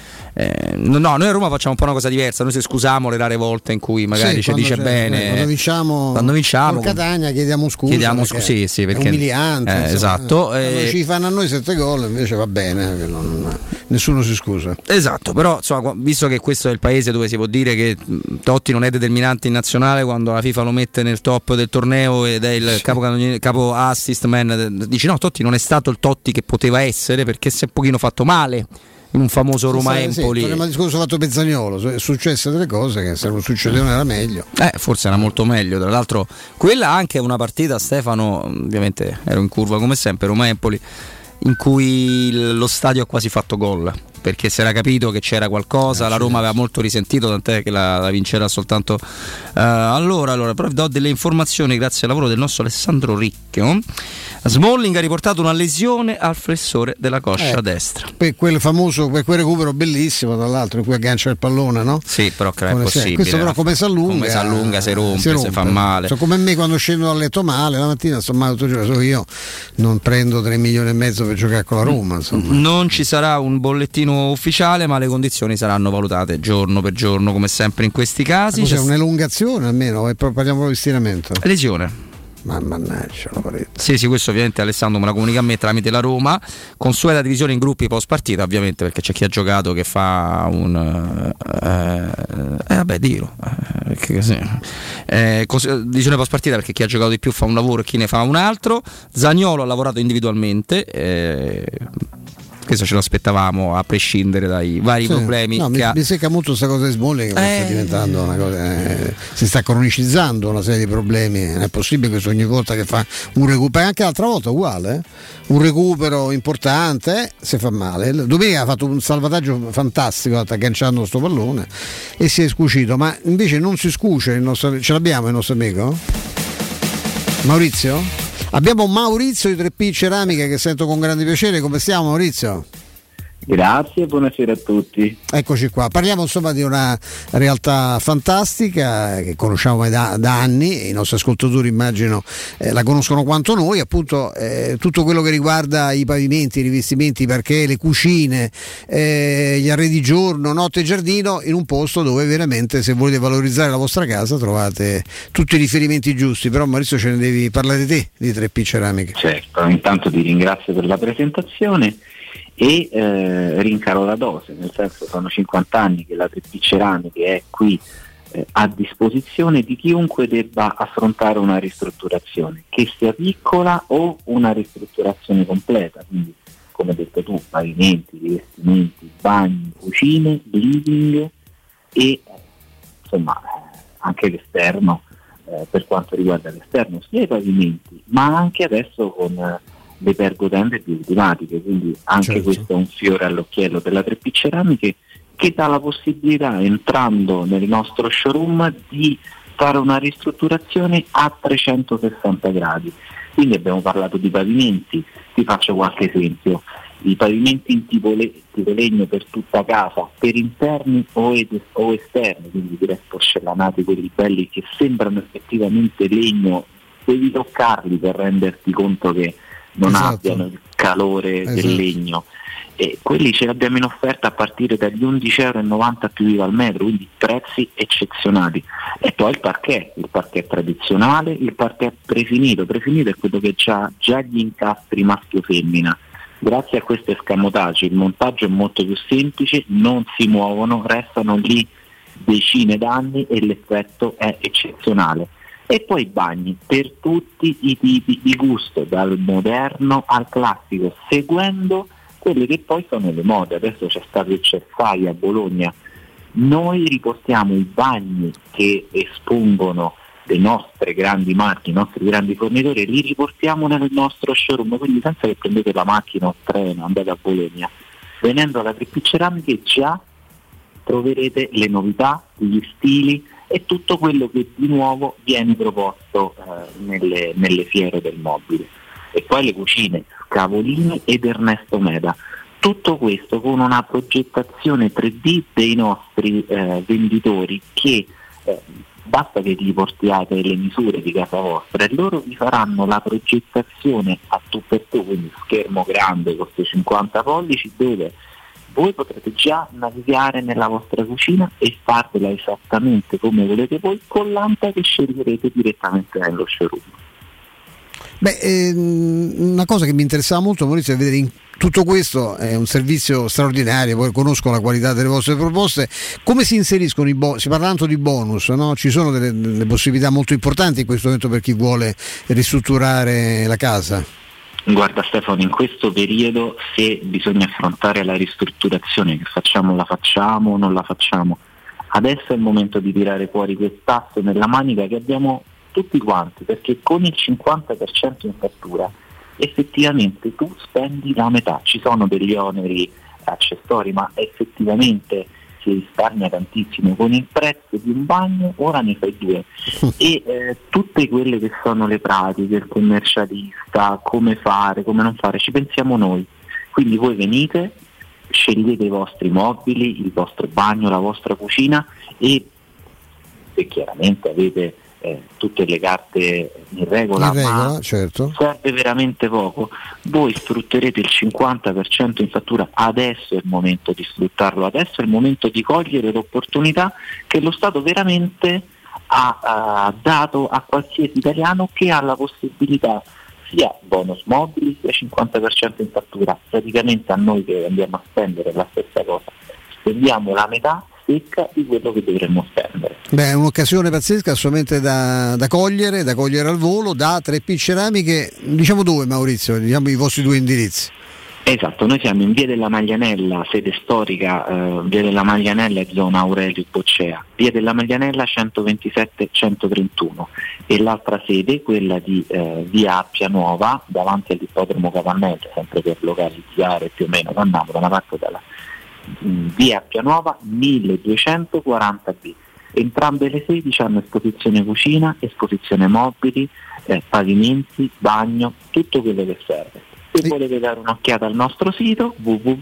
noi a Roma facciamo un po' una cosa diversa, noi se scusiamo le rare volte in cui magari ci dice bene, quando vinciamo con Catania chiediamo scusa perché perché è umiliante, esatto, quando ci fanno a noi 7 gol invece va bene, nessuno si scusa, esatto. Però insomma, visto che questo è il paese dove si può dire che Totti non è determinante in nazionale, quando la FIFA lo mette nel top del torneo ed è il capo assist man, dici no, Totti non è stato il Totti che poteva essere perché si è un pochino fatto male in un famoso Roma-Empoli. Torniamo al discorso fatto Pezzagnolo, è successe delle cose che se non succedevano era meglio, forse era molto meglio. Tra l'altro quella anche è una partita, Stefano, ovviamente ero in curva come sempre, Roma-Empoli, in cui lo stadio ha quasi fatto gol, perché si era capito che c'era qualcosa, la Roma aveva molto risentito, tant'è che la vincerà soltanto allora però do delle informazioni grazie al lavoro del nostro Alessandro Ricchio. Smalling ha riportato una lesione al flessore della coscia destra, per quel recupero bellissimo tra l'altro in cui aggancia il pallone, no? Sì, però è possibile. Questo però come si allunga si rompe, si fa male, come me quando scendo dal letto male la mattina, sto male tutto il giorno, io non prendo 3,5 milioni per giocare con la Roma, insomma. Non ci sarà un bollettino ufficiale, ma le condizioni saranno valutate giorno per giorno come sempre in questi casi. C'è un'elungazione almeno, parliamo proprio di stiramento, lesione. Mannaggia, sì, questo ovviamente Alessandro me la comunica a me tramite la Roma. Consueta divisione in gruppi post partita, ovviamente, perché c'è chi ha giocato che fa un divisione post partita perché chi ha giocato di più fa un lavoro e chi ne fa un altro. Zaniolo ha lavorato individualmente, questo ce lo aspettavamo a prescindere dai vari problemi mi secca molto questa cosa di Smalling, che sta diventando una cosa, si sta cronicizzando una serie di problemi. Non è possibile che ogni volta che fa un recupero, anche l'altra volta uguale, un recupero importante si fa male. Domenica ha fatto un salvataggio fantastico agganciando sto pallone e si è scucito, ma invece non si scuce ce l'abbiamo il nostro amico Maurizio? Abbiamo Maurizio di 3P Ceramica che sento con grande piacere. Come stiamo, Maurizio? Grazie, buonasera a tutti. Eccoci qua, parliamo insomma di una realtà fantastica che conosciamo da anni, e i nostri ascoltatori immagino la conoscono quanto noi, appunto tutto quello che riguarda i pavimenti, i rivestimenti, i parquet, le cucine, gli arredi giorno, notte e giardino, in un posto dove veramente, se volete valorizzare la vostra casa, trovate tutti i riferimenti giusti. Però Maurizio, ce ne devi parlare te di 3P Ceramica. Certo, intanto ti ringrazio per la presentazione e rincaro la dose, nel senso sono 50 anni che la 3P Ceramiche è qui a disposizione di chiunque debba affrontare una ristrutturazione, che sia piccola o una ristrutturazione completa, quindi come hai detto tu, pavimenti, rivestimenti, bagni, cucine, living e insomma anche l'esterno, per quanto riguarda l'esterno, sia i pavimenti ma anche adesso con le pergotende più tematiche, quindi anche questo è un fiore all'occhiello della 3P Ceramiche, che dà la possibilità, entrando nel nostro showroom, di fare una ristrutturazione a 360 gradi. Quindi abbiamo parlato di pavimenti, ti faccio qualche esempio: i pavimenti in tipo legno per tutta casa, per interni o esterni, quindi direi porcellanati, quelli belli che sembrano effettivamente legno, devi toccarli per renderti conto che non abbiano il calore del legno, e quelli ce li abbiamo in offerta a partire dagli €11,90 più IVA al metro, quindi prezzi eccezionali. E poi il parquet tradizionale, il parquet prefinito è quello che ha già gli incastri maschio-femmina. Grazie a questo escamotage il montaggio è molto più semplice, non si muovono, restano lì decine d'anni e l'effetto è eccezionale. E poi bagni per tutti i tipi di gusto, dal moderno al classico, seguendo quelle che poi sono le mode. Adesso c'è stato il Cefai a Bologna. Noi riportiamo i bagni che espongono le nostre grandi marche, i nostri grandi fornitori, e li riportiamo nel nostro showroom, quindi senza che prendete la macchina o il treno, andate a Bologna. Venendo alla 3P Ceramiche già troverete le novità, gli stili e tutto quello che di nuovo viene proposto nelle fiere del mobile. E poi le cucine, Cavolini ed Ernesto Meda. Tutto questo con una progettazione 3D dei nostri venditori che basta che gli portiate le misure di casa vostra e loro vi faranno la progettazione a tu per tu, quindi schermo grande con 50 pollici, dove voi potrete già navigare nella vostra cucina e farvela esattamente come volete voi con l'anta che sceglierete direttamente nello showroom. Una cosa che mi interessava molto, Maurizio, è vedere in tutto questo, è un servizio straordinario, poi conosco la qualità delle vostre proposte, come si inseriscono i bonus? Si parla tanto di bonus, no? Ci sono delle possibilità molto importanti in questo momento per chi vuole ristrutturare la casa? Guarda Stefano, in questo periodo, se bisogna affrontare la ristrutturazione, che facciamo, la facciamo o non la facciamo, adesso è il momento di tirare fuori quest'asso nella manica che abbiamo tutti quanti, perché con il 50% in fattura effettivamente tu spendi la metà. Ci sono degli oneri accessori, ma effettivamente si risparmia tantissimo. Con il prezzo di un bagno ora ne fai due e tutte quelle che sono le pratiche, il commercialista, come fare, come non fare, ci pensiamo noi. Quindi voi venite, scegliete i vostri mobili, il vostro bagno, la vostra cucina, e se chiaramente avete tutte le carte in regola, ma certo, serve veramente poco, voi sfrutterete il 50% in fattura. Adesso è il momento di sfruttarlo, adesso è il momento di cogliere l'opportunità che lo Stato veramente ha dato a qualsiasi italiano che ha la possibilità sia bonus mobili sia 50% in fattura. Praticamente a noi che andiamo a spendere la stessa cosa, spendiamo la metà di quello che dovremmo spendere. È un'occasione pazzesca, assolutamente da cogliere al volo, da 3P Ceramiche. Diciamo dove, Maurizio? Diciamo i vostri due indirizzi. Esatto, noi siamo in via della Maglianella, sede storica, via della Maglianella e zona Aurelio Boccea, via della Maglianella 127-131, e l'altra sede, quella di via Appia Nuova, davanti all'ippodromo Capannello, sempre per localizzare più o meno, andiamo da una parte dalla via Appia Nuova 1240B. Entrambe le sedi hanno esposizione cucina, esposizione mobili, pavimenti, bagno, tutto quello che serve. Se volete dare un'occhiata al nostro sito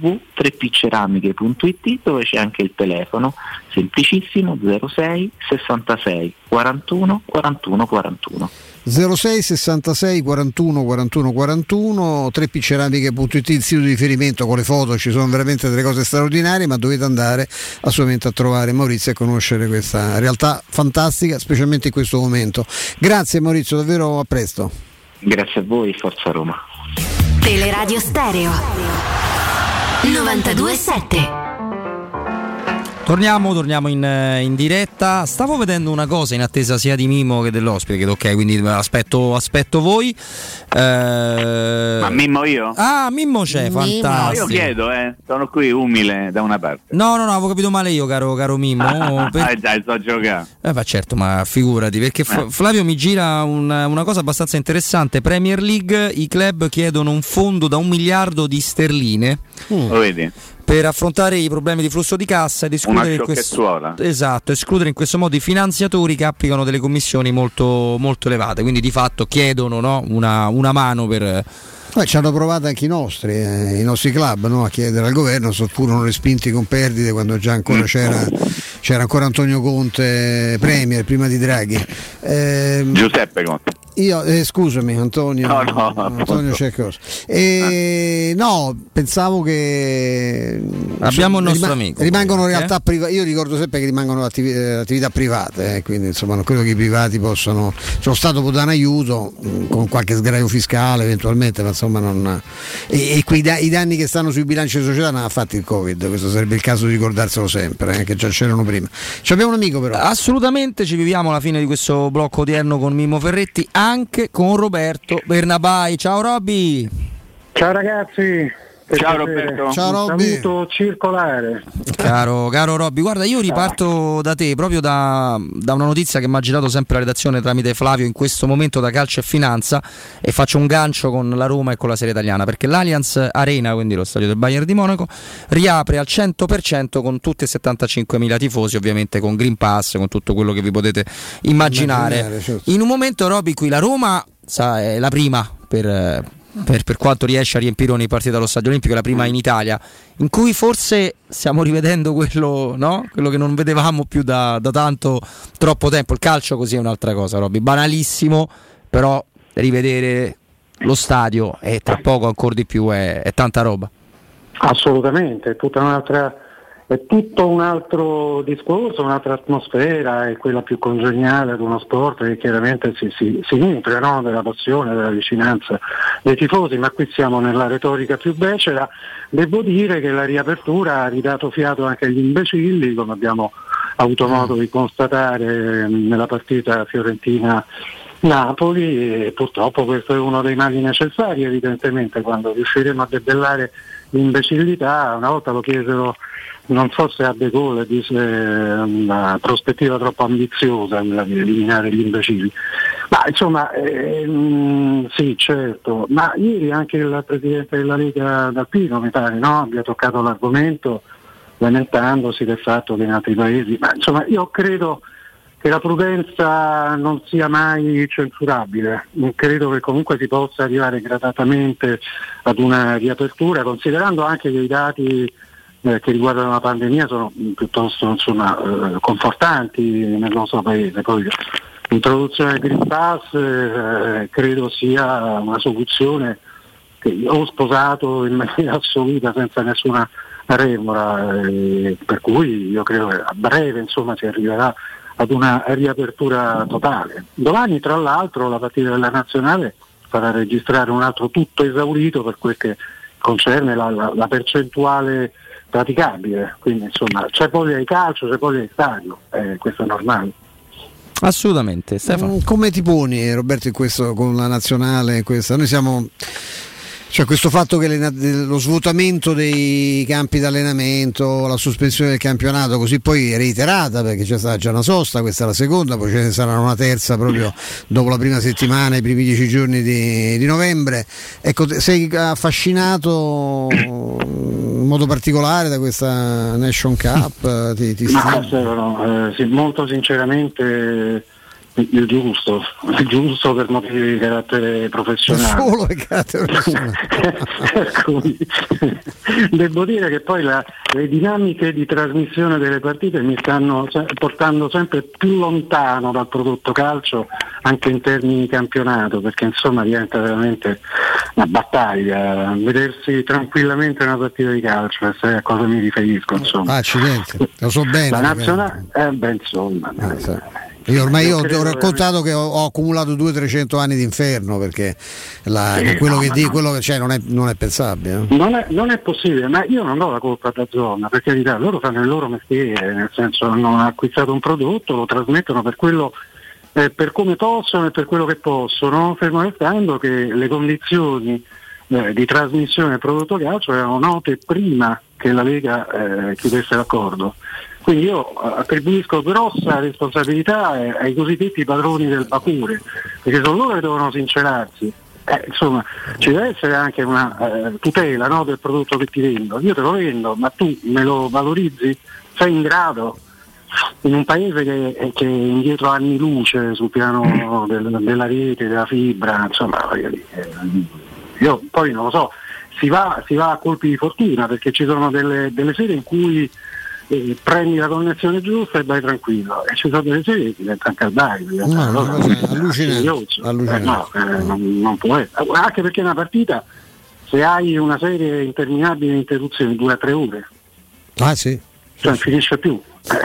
www.3pceramiche.it, dove c'è anche il telefono semplicissimo 06 66 41 41 41. 06 66 41 41 41, 3pceramiche.it, il sito di riferimento con le foto. Ci sono veramente delle cose straordinarie, ma dovete andare assolutamente a trovare Maurizio e conoscere questa realtà fantastica, specialmente in questo momento. Grazie Maurizio, davvero, a presto. Grazie a voi, forza Roma. Teleradio Stereo 92.7. Torniamo in diretta. Stavo vedendo una cosa in attesa sia di Mimmo che dell'ospite, che ok, quindi aspetto voi. Ma Mimmo io? Ah, Mimmo c'è, fantastico. No, io chiedo, sono qui umile da una parte. No, avevo capito male io, caro Mimmo. Dai, sto giocando. Ma certo, ma figurati, perché Flavio mi gira una cosa abbastanza interessante. Premier League, i club chiedono un fondo da 1 miliardo di sterline. Lo vedi? Per affrontare i problemi di flusso di cassa ed escludere escludere in questo modo i finanziatori che applicano delle commissioni molto, molto elevate, quindi di fatto chiedono, no, una mano per... Ci hanno provato anche i nostri club, no, a chiedere al governo, furono respinti con perdite quando già ancora c'era ancora Antonio Conte Premier prima di Draghi. Giuseppe Conte. Scusami Antonio. No. Antonio Cecos. No, pensavo che abbiamo il nostro amico. Rimangono realtà private. Io ricordo sempre che rimangono attività private, quindi insomma non credo che i privati possano. Lo Stato può dare un aiuto con qualche sgravio fiscale eventualmente, ma insomma non. E i danni che stanno sui bilanci di società non ha fatti il Covid. Questo sarebbe il caso di ricordarselo sempre, che già c'erano prima. Ci abbiamo un amico però. Assolutamente, ci viviamo la fine di questo blocco odierno con Mimmo Ferretti, anche con Roberto Bernabai. Ciao Robby. Ciao ragazzi. Ciao Roberto. Ciao Robby. Saluto circolare. Caro Robby, guarda, io riparto da te proprio da una notizia che mi ha girato sempre la redazione tramite Flavio in questo momento da Calcio e Finanza, e faccio un gancio con la Roma e con la Serie Italiana, perché l'Allianz Arena, quindi lo stadio del Bayern di Monaco, riapre al 100% con tutti e 75.000 tifosi, ovviamente con Green Pass, con tutto quello che vi potete immaginare. Certo. In un momento, Robby, qui la Roma è la prima per quanto riesce a riempire ogni partita allo Stadio Olimpico, la prima in Italia, in cui forse stiamo rivedendo quello che non vedevamo più da troppo tempo. Il calcio così è un'altra cosa, Robby, banalissimo, però rivedere lo stadio e tra poco ancora di più è tanta roba. Assolutamente, è tutto un altro discorso, un'altra atmosfera, è quella più congeniale ad uno sport che chiaramente si nutre, no? Della passione, della vicinanza dei tifosi, ma qui siamo nella retorica più becera. Devo dire che la riapertura ha ridato fiato anche agli imbecilli, come abbiamo avuto modo di constatare nella partita Fiorentina-Napoli, e purtroppo questo è uno dei mali necessari, evidentemente, quando riusciremo a debellare l'imbecillità. Una volta lo chiesero, non so se a De Gaulle, disse una prospettiva troppo ambiziosa quella di eliminare gli imbecilli, ma insomma sì, certo, ma ieri anche il presidente della Lega D'Alpino mi pare, no? Abbia toccato l'argomento lamentandosi del fatto che in altri paesi, ma insomma io credo che la prudenza non sia mai censurabile, credo che comunque si possa arrivare gradatamente ad una riapertura, considerando anche che i dati che riguardano la pandemia sono piuttosto confortanti nel nostro paese. Poi l'introduzione del Green Pass credo sia una soluzione che ho sposato in maniera assoluta, senza nessuna remora, per cui io credo che a breve si arriverà ad una riapertura totale. Domani tra l'altro la partita della nazionale farà registrare un altro tutto esaurito per quel che concerne la percentuale praticabile, quindi insomma c'è voglia di calcio, c'è voglia di stadio, questo è normale. Assolutamente. Stefano, come ti poni, Roberto, in questo con la nazionale? Noi siamo, cioè questo fatto che lo svuotamento dei campi d'allenamento, la sospensione del campionato, così poi reiterata, perché c'è stata già una sosta, questa è la seconda, poi ce ne sarà una terza proprio dopo la prima settimana, i primi 10 giorni di novembre. Ecco, sei affascinato in modo particolare da questa Nation Cup? Sì, molto sinceramente il giusto per motivi di carattere professionale. Solo per carattere professionale. Per cui devo dire che poi le dinamiche di trasmissione delle partite mi stanno portando sempre più lontano dal prodotto calcio, anche in termini di campionato, perché insomma diventa veramente una battaglia vedersi tranquillamente una partita di calcio, e sai a cosa mi riferisco, insomma. Accidenti, lo so bene. La nazionale insomma. Io ormai ho raccontato che ho accumulato 200-300 anni di inferno, perché quello che dico, quello che c'è non è pensabile. Non è possibile, ma io non do la colpa da zona, per carità, loro fanno il loro mestiere, nel senso hanno acquistato un prodotto, lo trasmettono per quello, per come possono e per quello che possono, fermo restando che le condizioni di trasmissione del prodotto calcio erano note prima che la Lega chiudesse l'accordo. Quindi io attribuisco grossa responsabilità ai cosiddetti padroni del Bacure, perché sono loro che devono sincerarsi. Insomma, ci deve essere anche una tutela, no, del prodotto che ti vendo. Io te lo vendo, ma tu me lo valorizzi? Sei in grado? In un paese che è indietro anni luce sul piano della rete, della fibra, insomma, io poi non lo so, si va a colpi di fortuna, perché ci sono delle sere in cui prendi la connessione giusta e vai tranquillo, e ci sono delle serie che diventano caldaie, non può essere, anche perché una partita, se hai una serie interminabile di interruzioni, dura 3 ore, sì, cioè non finisce più,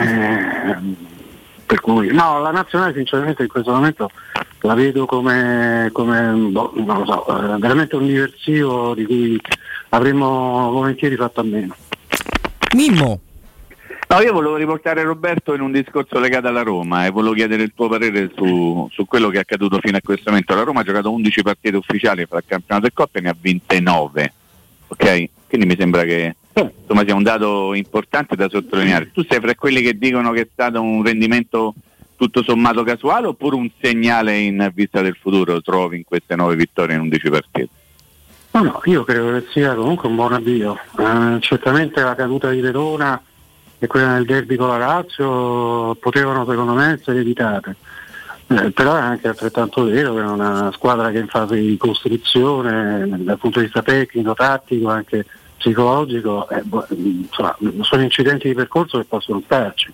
per cui no, la nazionale sinceramente in questo momento la vedo come non lo so, veramente un diversivo di cui avremmo volentieri fatto a meno. Mimmo. No, io volevo riportare Roberto in un discorso legato alla Roma e volevo chiedere il tuo parere su quello che è accaduto fino a questo momento. La Roma ha giocato 11 partite ufficiali fra campionato e Coppa e ne ha vinte 9, ok? Quindi mi sembra che insomma sia un dato importante da sottolineare. Tu sei fra quelli che dicono che è stato un rendimento tutto sommato casuale oppure un segnale in vista del futuro trovi in queste 9 vittorie in 11 partite? No, io credo che sia comunque un buon avvio. Certamente la caduta di Verona e quella nel derby con la Lazio potevano secondo me essere evitate, però è anche altrettanto vero che è una squadra che è in fase di costruzione dal punto di vista tecnico, tattico, anche psicologico, insomma, sono incidenti di percorso che possono starci.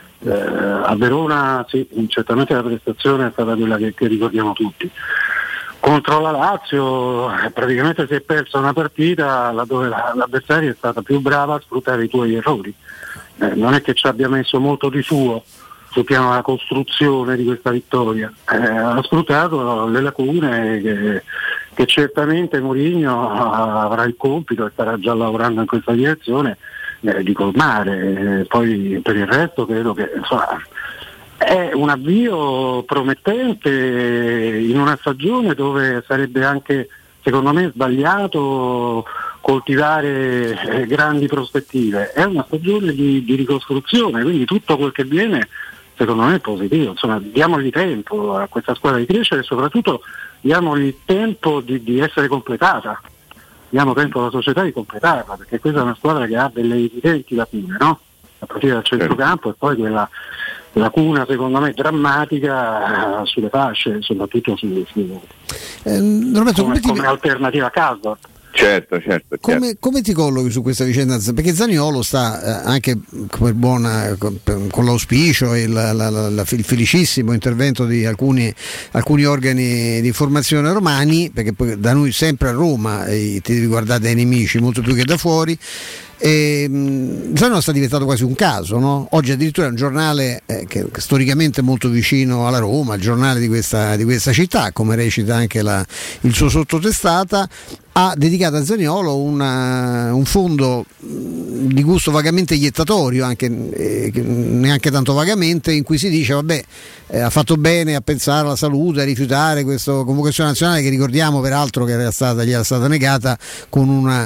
A Verona sì, certamente la prestazione è stata quella che ricordiamo tutti. Contro la Lazio praticamente si è persa una partita laddove l'avversario è stata più brava a sfruttare i tuoi errori. Non è che ci abbia messo molto di suo sul piano della costruzione di questa vittoria, ha sfruttato le lacune che certamente Mourinho avrà il compito e starà già lavorando in questa direzione di colmare. Poi per il resto credo che insomma, è un avvio promettente in una stagione dove sarebbe anche secondo me sbagliato coltivare grandi prospettive. È una stagione di ricostruzione, quindi tutto quel che viene secondo me è positivo. Insomma, diamogli tempo a questa squadra di crescere e soprattutto diamogli tempo di essere completata, diamo tempo alla società di completarla, perché questa è una squadra che ha delle evidenti lacune, no? A partire dal centrocampo e poi quella lacuna secondo me drammatica sulle fasce, soprattutto Roberto, come alternativa a Casdorp. Certo. Come ti collochi su questa vicenda? Perché Zaniolo sta anche come buona con l'auspicio e il felicissimo intervento di alcuni organi di informazione romani, perché poi da noi sempre a Roma ti devi guardare dai nemici molto più che da fuori. Zaniolo sta diventato quasi un caso, no? Oggi addirittura è un giornale che storicamente è molto vicino alla Roma, il giornale di questa città, come recita anche il suo sottotestata, ha dedicato a Zaniolo un fondo di gusto vagamente iettatorio, anche neanche tanto vagamente, in cui si dice vabbè, ha fatto bene a pensare alla salute, a rifiutare questa convocazione nazionale che ricordiamo peraltro che gli era stata negata con un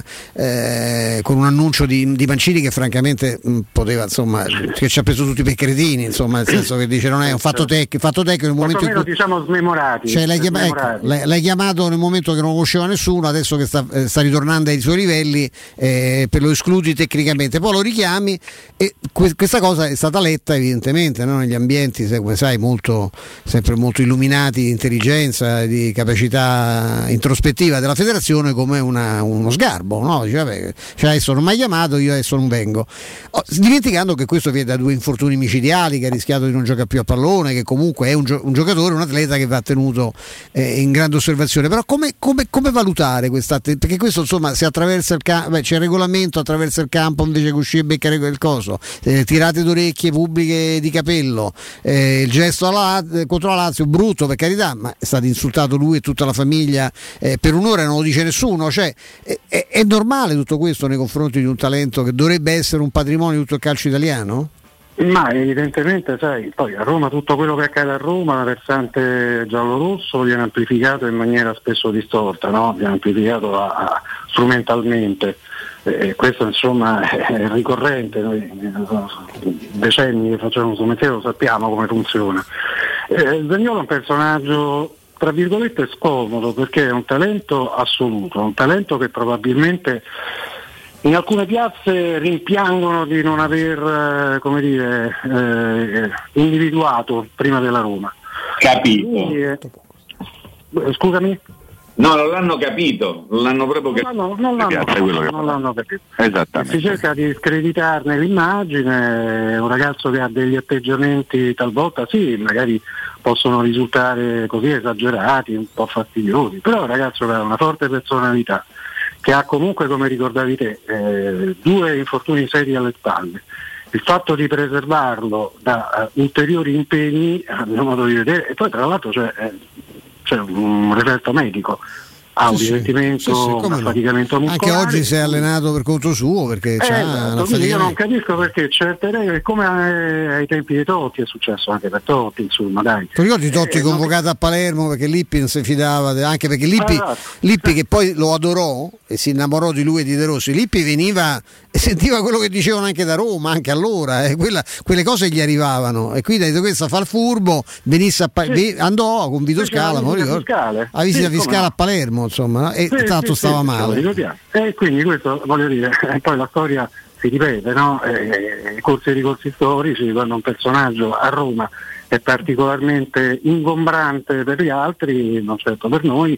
annuncio di Mancini che francamente poteva, insomma, che ci ha preso tutti per cretini, insomma, nel senso che dice non è un fatto tecnico nel momento in cui diciamo smemorati, cioè l'hai chiamato nel momento che non conosceva nessuno, adesso che sta ritornando ai suoi livelli, per lo escludi tecnicamente, poi lo richiami e questa cosa è stata letta evidentemente, no? Negli ambienti, come sai, sempre molto illuminati di intelligenza, di capacità introspettiva della federazione, come uno sgarbo, no? Dice vabbè, cioè adesso non mi hai chiamato, io adesso non vengo, dimenticando che questo viene da 2 infortuni micidiali, che ha rischiato di non giocare più a pallone, che comunque è un giocatore, un atleta che va tenuto in grande osservazione. Però come valutare questa, perché questo insomma si attraversa il campo, c'è il regolamento, attraversa il campo invece che uscire e beccare il coso, tirate d'orecchie pubbliche di capello, il gesto contro la Lazio brutto, per carità, ma è stato insultato lui e tutta la famiglia per un'ora e non lo dice nessuno, cioè è normale tutto questo nei confronti di un talento che dovrebbe essere un patrimonio di tutto il calcio italiano? Ma evidentemente, sai, poi a Roma tutto quello che accade a Roma, la versante giallo-rosso viene amplificato in maniera spesso distorta, no? Viene amplificato strumentalmente. Questo insomma è ricorrente, noi decenni che facciamo questo mestiere, lo sappiamo come funziona. Zaniolo è un personaggio tra virgolette scomodo, perché è un talento assoluto, un talento che probabilmente in alcune piazze rimpiangono di non aver individuato prima della Roma. Capito. Scusami? No, non l'hanno capito, non l'hanno proprio capito. Non l'hanno capito. Esattamente. Si cerca di screditarne l'immagine, è un ragazzo che ha degli atteggiamenti talvolta sì, magari possono risultare così esagerati, un po' fastidiosi, però è un ragazzo che ha una forte personalità, che ha comunque, come ricordavi te, 2 infortuni seri alle spalle. Il fatto di preservarlo da ulteriori impegni, a mio modo di vedere, e poi tra l'altro c'è un referto medico, ha un divertimento, un affaticamento muscolare. Anche oggi si è allenato per conto suo perché io non capisco perché certe regole, come ai tempi di Totti è successo anche per Totti, insomma, dai. Tu ricordi Totti convocato a Palermo perché Lippi non si fidava, anche perché Lippi che poi lo adorò e si innamorò di lui e di De Rossi. Lippi veniva e sentiva quello che dicevano anche da Roma, anche allora, quelle cose gli arrivavano, e quindi ha detto questo fa il furbo, andò con Vito Scala, a visita fiscale a Palermo, insomma, e tanto stava male. E quindi questo, voglio dire, poi la storia si ripete, no? Corsi e ricorsi storici, quando un personaggio a Roma è particolarmente ingombrante per gli altri, non certo per noi,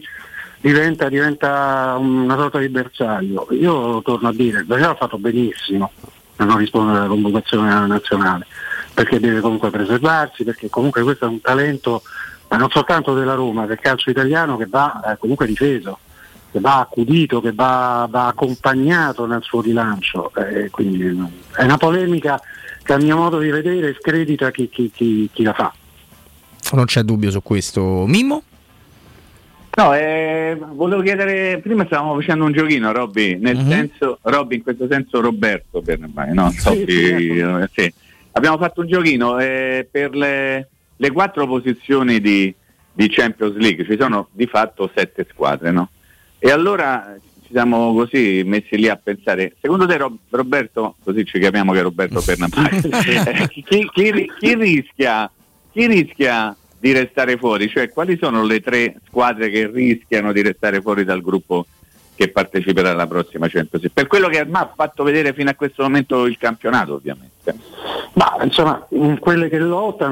diventa una sorta di bersaglio. Io torno a dire, Daniele ha fatto benissimo a non rispondere alla convocazione nazionale, perché deve comunque preservarsi, perché comunque questo è un talento, ma non soltanto della Roma, del calcio italiano, che va comunque difeso, che va accudito, che va accompagnato nel suo rilancio, quindi è una polemica che a mio modo di vedere scredita chi la fa. Non c'è dubbio su questo. Mimmo? No, volevo chiedere, prima stavamo facendo un giochino, Robby, senso, Robby in questo senso Roberto Bernabé, no? Sì. Abbiamo fatto un giochino per le 4 posizioni di Champions League, ci sono di fatto 7 squadre, no? E allora ci siamo così messi lì a pensare, secondo te Roberto, così ci capiamo che è Roberto Bernabé, chi rischia di restare fuori, cioè quali sono le 3 squadre che rischiano di restare fuori dal gruppo che parteciperà alla prossima Champions League, per quello che ha fatto vedere fino a questo momento il campionato, ovviamente? Ma insomma, tra quelle che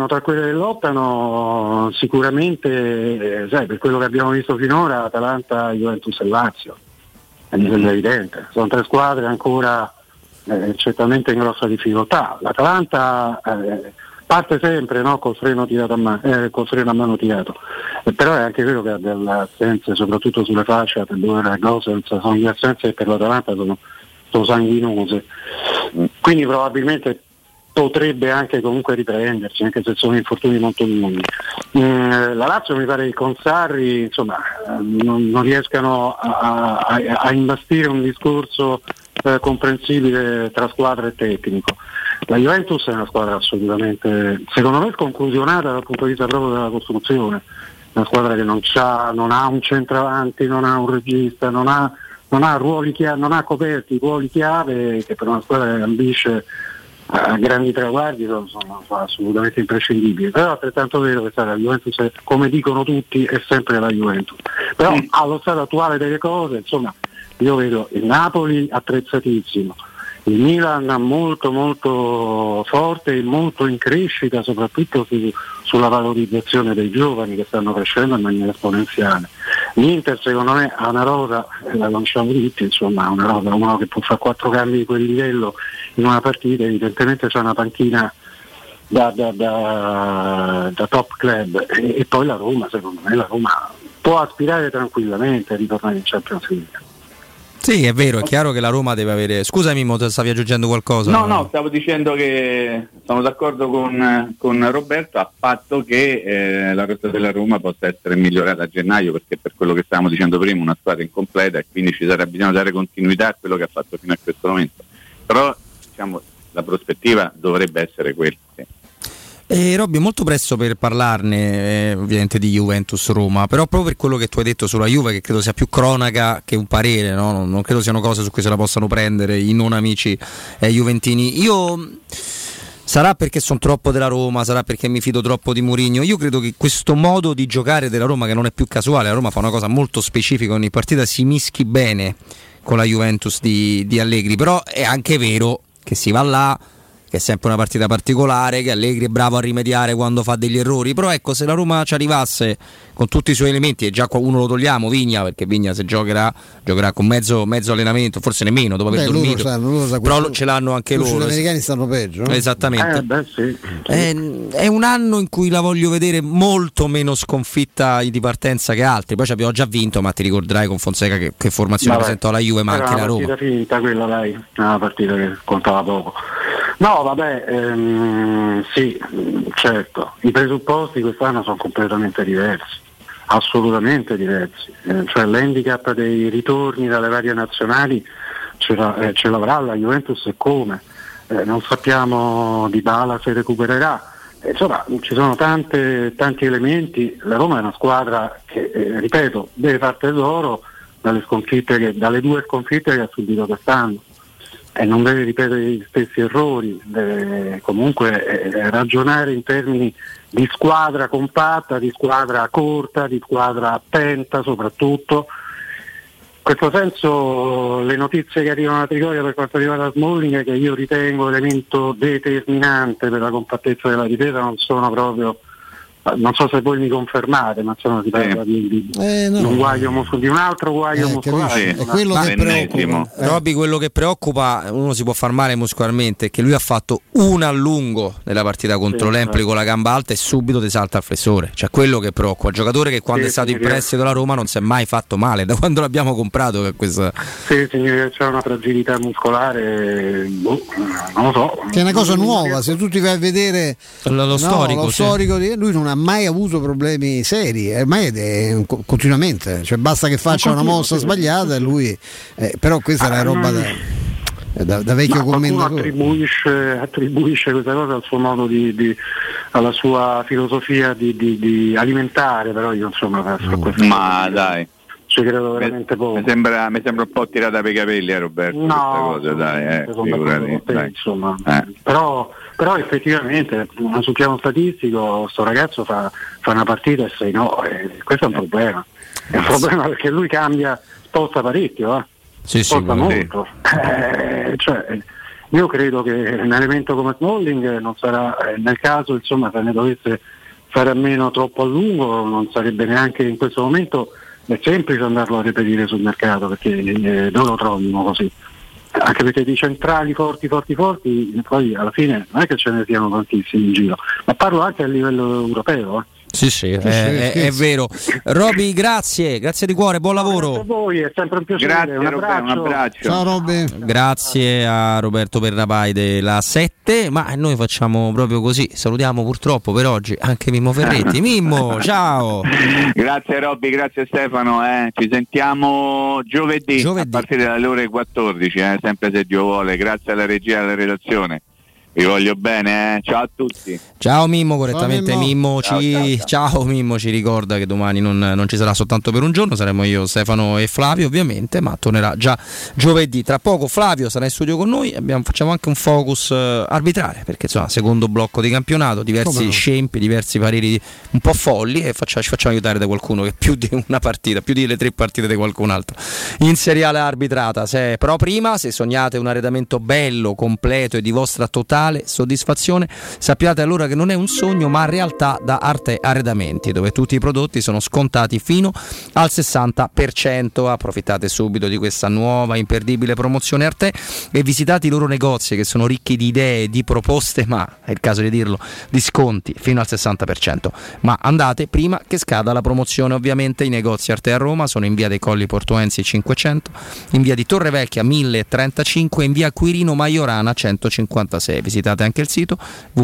lottano sicuramente, per quello che abbiamo visto finora, Atalanta, Juventus e Lazio, è evidente, sono 3 squadre ancora certamente in grossa difficoltà. L'Atalanta parte sempre, no, col freno a mano tirato, però è anche vero che ha delle assenze, soprattutto sulle fasce, per dove sono le assenze che per l'Atalanta sono sanguinose, quindi probabilmente potrebbe anche comunque riprendersi, anche se sono infortuni molto lunghi. La Lazio mi pare che con Sarri insomma non riescano a imbastire un discorso comprensibile tra squadra e tecnico. La Juventus è una squadra assolutamente, secondo me, conclusionata dal punto di vista proprio della costruzione, una squadra che non ha un centravanti, non ha un regista, non ha ruoli chiave, non ha coperti ruoli chiave, che per una squadra che ambisce a grandi traguardi sono assolutamente imprescindibili. Però altrettanto vero che la Juventus, come dicono tutti, è sempre la Juventus, però allo stato attuale delle cose, insomma, io vedo il Napoli attrezzatissimo, il Milan molto molto forte e molto in crescita, soprattutto sulla valorizzazione dei giovani che stanno crescendo in maniera esponenziale. L'Inter secondo me ha una rosa, la conosciamo tutti, insomma, una rosa, uno che può fare 4 cambi di quel livello in una partita, evidentemente c'è una panchina da top club, e poi la Roma, secondo me la Roma può aspirare tranquillamente a ritornare in Champions League. Sì, è vero, è chiaro che la Roma deve avere. Scusami, stavi aggiungendo qualcosa? No, stavo dicendo che sono d'accordo con Roberto, a patto che la rosa della Roma possa essere migliorata a gennaio, perché per quello che stavamo dicendo prima, una squadra incompleta, e quindi ci sarà bisogno di dare continuità a quello che ha fatto fino a questo momento. Però diciamo la prospettiva dovrebbe essere quella. Sì. Robby, è molto presto per parlarne ovviamente di Juventus-Roma, però proprio per quello che tu hai detto sulla Juve, che credo sia più cronaca che un parere, no? Non credo siano cose su cui se la possano prendere i non amici juventini. Sarà perché sono troppo della Roma, sarà perché mi fido troppo di Mourinho. Io credo che questo modo di giocare della Roma, che non è più casuale, la Roma fa una cosa molto specifica ogni partita, si mischi bene con la Juventus di Allegri. Però è anche vero che si va là, che è sempre una partita particolare, che Allegri è bravo a rimediare quando fa degli errori. Però ecco, se la Roma ci arrivasse con tutti i suoi elementi, e già uno lo togliamo, Vigna, perché Vigna se giocherà con mezzo allenamento, forse nemmeno dopo aver dormito, però ce l'hanno anche loro. Gli americani stanno peggio, no? Esattamente. Sì. È un anno in cui la voglio vedere molto meno sconfitta di partenza che altri. Poi ci abbiamo già vinto, ma ti ricorderai con Fonseca che formazione presentò la Juve, ma anche la Roma. Era una partita finita quella, dai, una partita che contava poco. No, vabbè, sì, certo, i presupposti quest'anno sono completamente diversi. assolutamente diversi, cioè l'handicap dei ritorni dalle varie nazionali ce l'avrà la Juventus, e come non sappiamo Dybala se recupererà, insomma ci sono tanti elementi. La Roma è una squadra che ripeto, deve far tesoro dalle due sconfitte che ha subito quest'anno, e non deve ripetere gli stessi errori, deve comunque ragionare in termini di squadra compatta, di squadra corta, di squadra attenta soprattutto. In questo senso le notizie che arrivano da Trigoria per quanto riguarda Smalling, che io ritengo elemento determinante per la compattezza della difesa, non sono proprio, non so se voi mi confermate, ma insomma si parla di un guaio di un altro guaio muscolare. È quello che preoccupa. Robby, quello che preoccupa, uno si può far male muscolarmente, è che lui ha fatto un allungo nella partita contro l'Empoli con la gamba alta e subito ti salta il flessore, cioè quello che preoccupa. Il giocatore che quando è stato in prestito alla Roma non si è mai fatto male da quando l'abbiamo comprato, che questa... Sì, significa che c'è una fragilità muscolare, non lo so, che è una cosa nuova. Se tu ti vai a vedere lo storico di lui, non ha mai avuto problemi seri, ormai è continuamente, cioè basta che faccia una mossa sbagliata e lui però questa è una roba da vecchio commentatore. Attribuisce questa cosa al suo modo alla sua filosofia di alimentare, però io insomma ma dai, ci credo veramente poco. Mi sembra un po' tirata per i capelli, Roberto, no, questa cosa, dai, insomma. Però effettivamente sul piano statistico sto ragazzo fa una partita e 6-9, questo è un problema. È un problema perché lui sposta parecchio, sposta molto. Cioè, io credo che un elemento come Smalling non sarà, nel caso insomma se ne dovesse fare a meno troppo a lungo, non sarebbe neanche in questo momento è semplice andarlo a reperire sul mercato, perché non lo trovino così. Anche perché di centrali forti poi alla fine non è che ce ne siano tantissimi in giro, ma parlo anche a livello europeo. Sì, è vero. Robby, grazie di cuore, buon lavoro. Grazie a voi, è sempre un piacere. Grazie, un abbraccio. Ciao Robby. Grazie a Roberto Pernapai della 7, ma noi facciamo proprio così, salutiamo purtroppo per oggi anche Mimmo Ferretti. Mimmo, ciao. Grazie Robby, grazie Stefano, ci sentiamo giovedì a partire dalle ore 14, sempre se Dio vuole. Grazie alla regia e alla redazione. Vi voglio bene, ciao a tutti. Ciao Mimmo, correttamente Mimmo. Ciao Mimmo, ci ricorda che domani non ci sarà soltanto per un giorno, saremo io, Stefano e Flavio ovviamente, ma tornerà già giovedì. Tra poco Flavio sarà in studio con noi, facciamo anche un focus arbitrale, perché insomma secondo blocco di campionato, diversi scempi, diversi pareri un po' folli, e ci facciamo aiutare da qualcuno che più di una partita, più delle 3 partite di qualcun altro in seriale arbitrata. Però prima, se sognate un arredamento bello, completo e di vostra totale soddisfazione, sappiate allora che non è un sogno ma realtà da Arte Arredamenti, dove tutti i prodotti sono scontati fino al 60%. Approfittate subito di questa nuova imperdibile promozione Arte e visitate i loro negozi, che sono ricchi di idee, di proposte, ma è il caso di dirlo, di sconti fino al 60%. Ma andate prima che scada la promozione. Ovviamente i negozi Arte a Roma sono in via dei Colli Portuensi 500, in via di Torrevecchia 1035 e in via Quirino Maiorana 156. Visitate anche il sito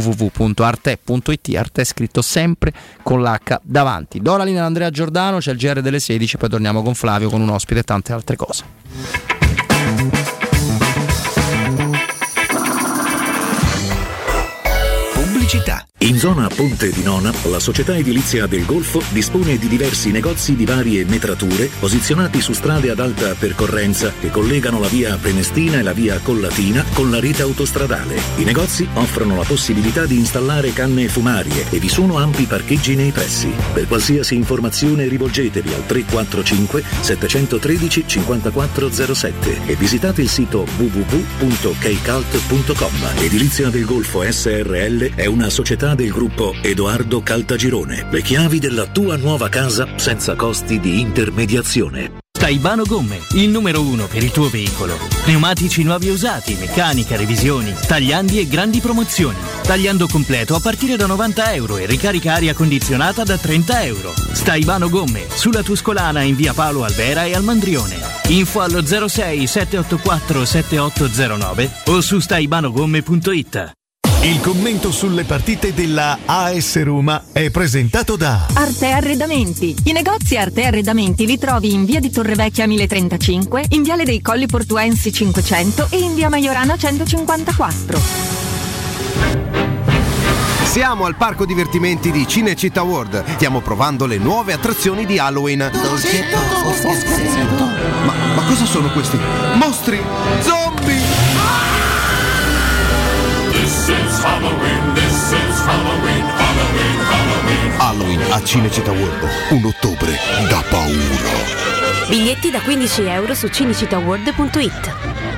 www.arte.it, Arte è scritto sempre con l'H davanti. Do la linea ad Andrea Giordano, c'è il GR delle 16, poi torniamo con Flavio con un ospite e tante altre cose. Pubblicità. In zona Ponte di Nona, la società edilizia del Golfo dispone di diversi negozi di varie metrature posizionati su strade ad alta percorrenza che collegano la via Prenestina e la via Collatina con la rete autostradale. I negozi offrono la possibilità di installare canne fumarie e vi sono ampi parcheggi nei pressi. Per qualsiasi informazione rivolgetevi al 345 713 5407 e visitate il sito www.keicalt.com. Edilizia del Golfo SRL è una società del gruppo Edoardo Caltagirone. Le chiavi della tua nuova casa senza costi di intermediazione. Staibano Gomme, il numero 1 per il tuo veicolo. Pneumatici nuovi e usati, meccanica, revisioni, tagliandi e grandi promozioni. Tagliando completo a partire da €90 e ricarica aria condizionata da €30. Staibano Gomme, sulla Tuscolana in via Paolo Albera e al Mandrione. Info allo 06 784 7809 o su staibanogomme.it. Il commento sulle partite della AS Roma è presentato da Arte Arredamenti. I negozi Arte Arredamenti li trovi in via di Torrevecchia 1035, in viale dei Colli Portuensi 500 e in via Maiorana 154. Siamo al parco divertimenti di Cinecittà World. Stiamo provando le nuove attrazioni di Halloween. Ma cosa sono questi? Mostri? Zombie? This is Halloween, this is Halloween, Halloween, Halloween. Halloween a Cinecittà World. Un ottobre da paura. Biglietti da €15 su cinecittàworld.it.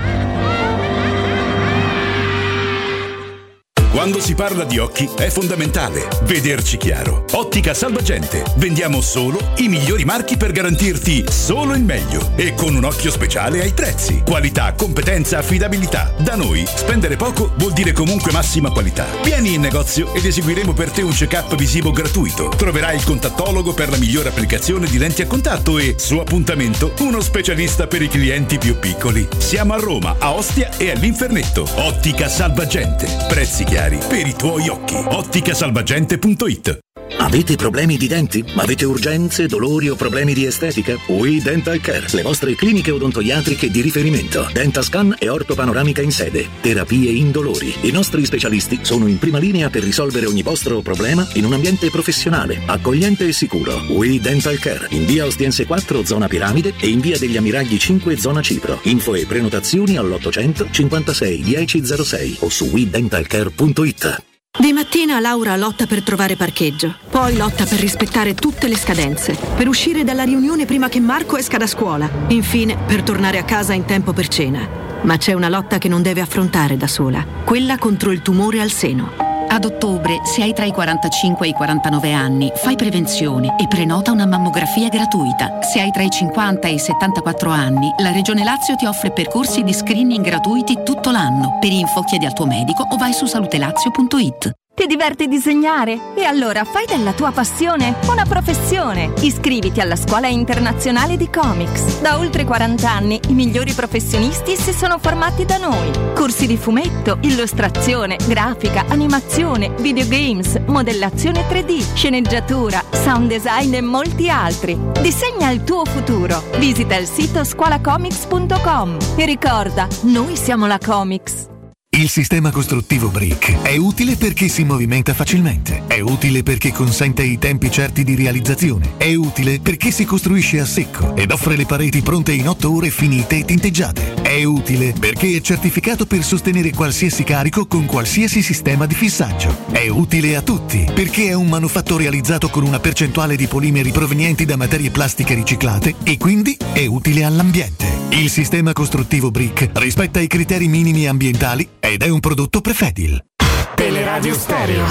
Quando si parla di occhi è fondamentale vederci chiaro. Ottica Salvagente. Vendiamo solo i migliori marchi per garantirti solo il meglio e con un occhio speciale ai prezzi. Qualità, competenza, affidabilità. Da noi spendere poco vuol dire comunque massima qualità. Vieni in negozio ed eseguiremo per te un check-up visivo gratuito. Troverai il contattologo per la migliore applicazione di lenti a contatto e, su appuntamento, uno specialista per i clienti più piccoli. Siamo a Roma, a Ostia e all'Infernetto. Ottica Salvagente. Prezzi chiari per i tuoi occhi. Otticasalvagente.it. Avete problemi di denti? Avete urgenze, dolori o problemi di estetica? We Dental Care, le vostre cliniche odontoiatriche di riferimento. Dentascan e ortopanoramica in sede. Terapie indolori. I nostri specialisti sono in prima linea per risolvere ogni vostro problema in un ambiente professionale, accogliente e sicuro. We Dental Care, in via Ostiense 4, zona Piramide, e in via degli Ammiragli 5, zona Cipro. Info e prenotazioni all'800 56 1006 o su wedentalcare.it. Di mattina Laura lotta per trovare parcheggio, poi lotta per rispettare tutte le scadenze, per uscire dalla riunione prima che Marco esca da scuola, infine per tornare a casa in tempo per cena. Ma c'è una lotta che non deve affrontare da sola, quella contro il tumore al seno. Ad ottobre, se hai tra i 45 e i 49 anni, fai prevenzione e prenota una mammografia gratuita. Se hai tra i 50 e i 74 anni, la Regione Lazio ti offre percorsi di screening gratuiti tutto l'anno. Per info chiedi al tuo medico o vai su salutelazio.it. Ti diverti disegnare? E allora fai della tua passione una professione. Iscriviti alla Scuola Internazionale di Comics. Da oltre 40 anni i migliori professionisti si sono formati da noi. Corsi di fumetto, illustrazione, grafica, animazione, videogames, modellazione 3D, sceneggiatura, sound design e molti altri. Disegna il tuo futuro. Visita il sito scuolacomics.com e ricorda, noi siamo la Comics. Il sistema costruttivo Brick è utile perché si movimenta facilmente, è utile perché consente i tempi certi di realizzazione, è utile perché si costruisce a secco ed offre le pareti pronte in 8 ore finite e tinteggiate, è utile perché è certificato per sostenere qualsiasi carico con qualsiasi sistema di fissaggio, è utile a tutti perché è un manufatto realizzato con una percentuale di polimeri provenienti da materie plastiche riciclate e quindi è utile all'ambiente. Il sistema costruttivo Brick rispetta i criteri minimi ambientali ed è un prodotto Prefedil. Teleradio Stereo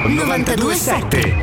92.7.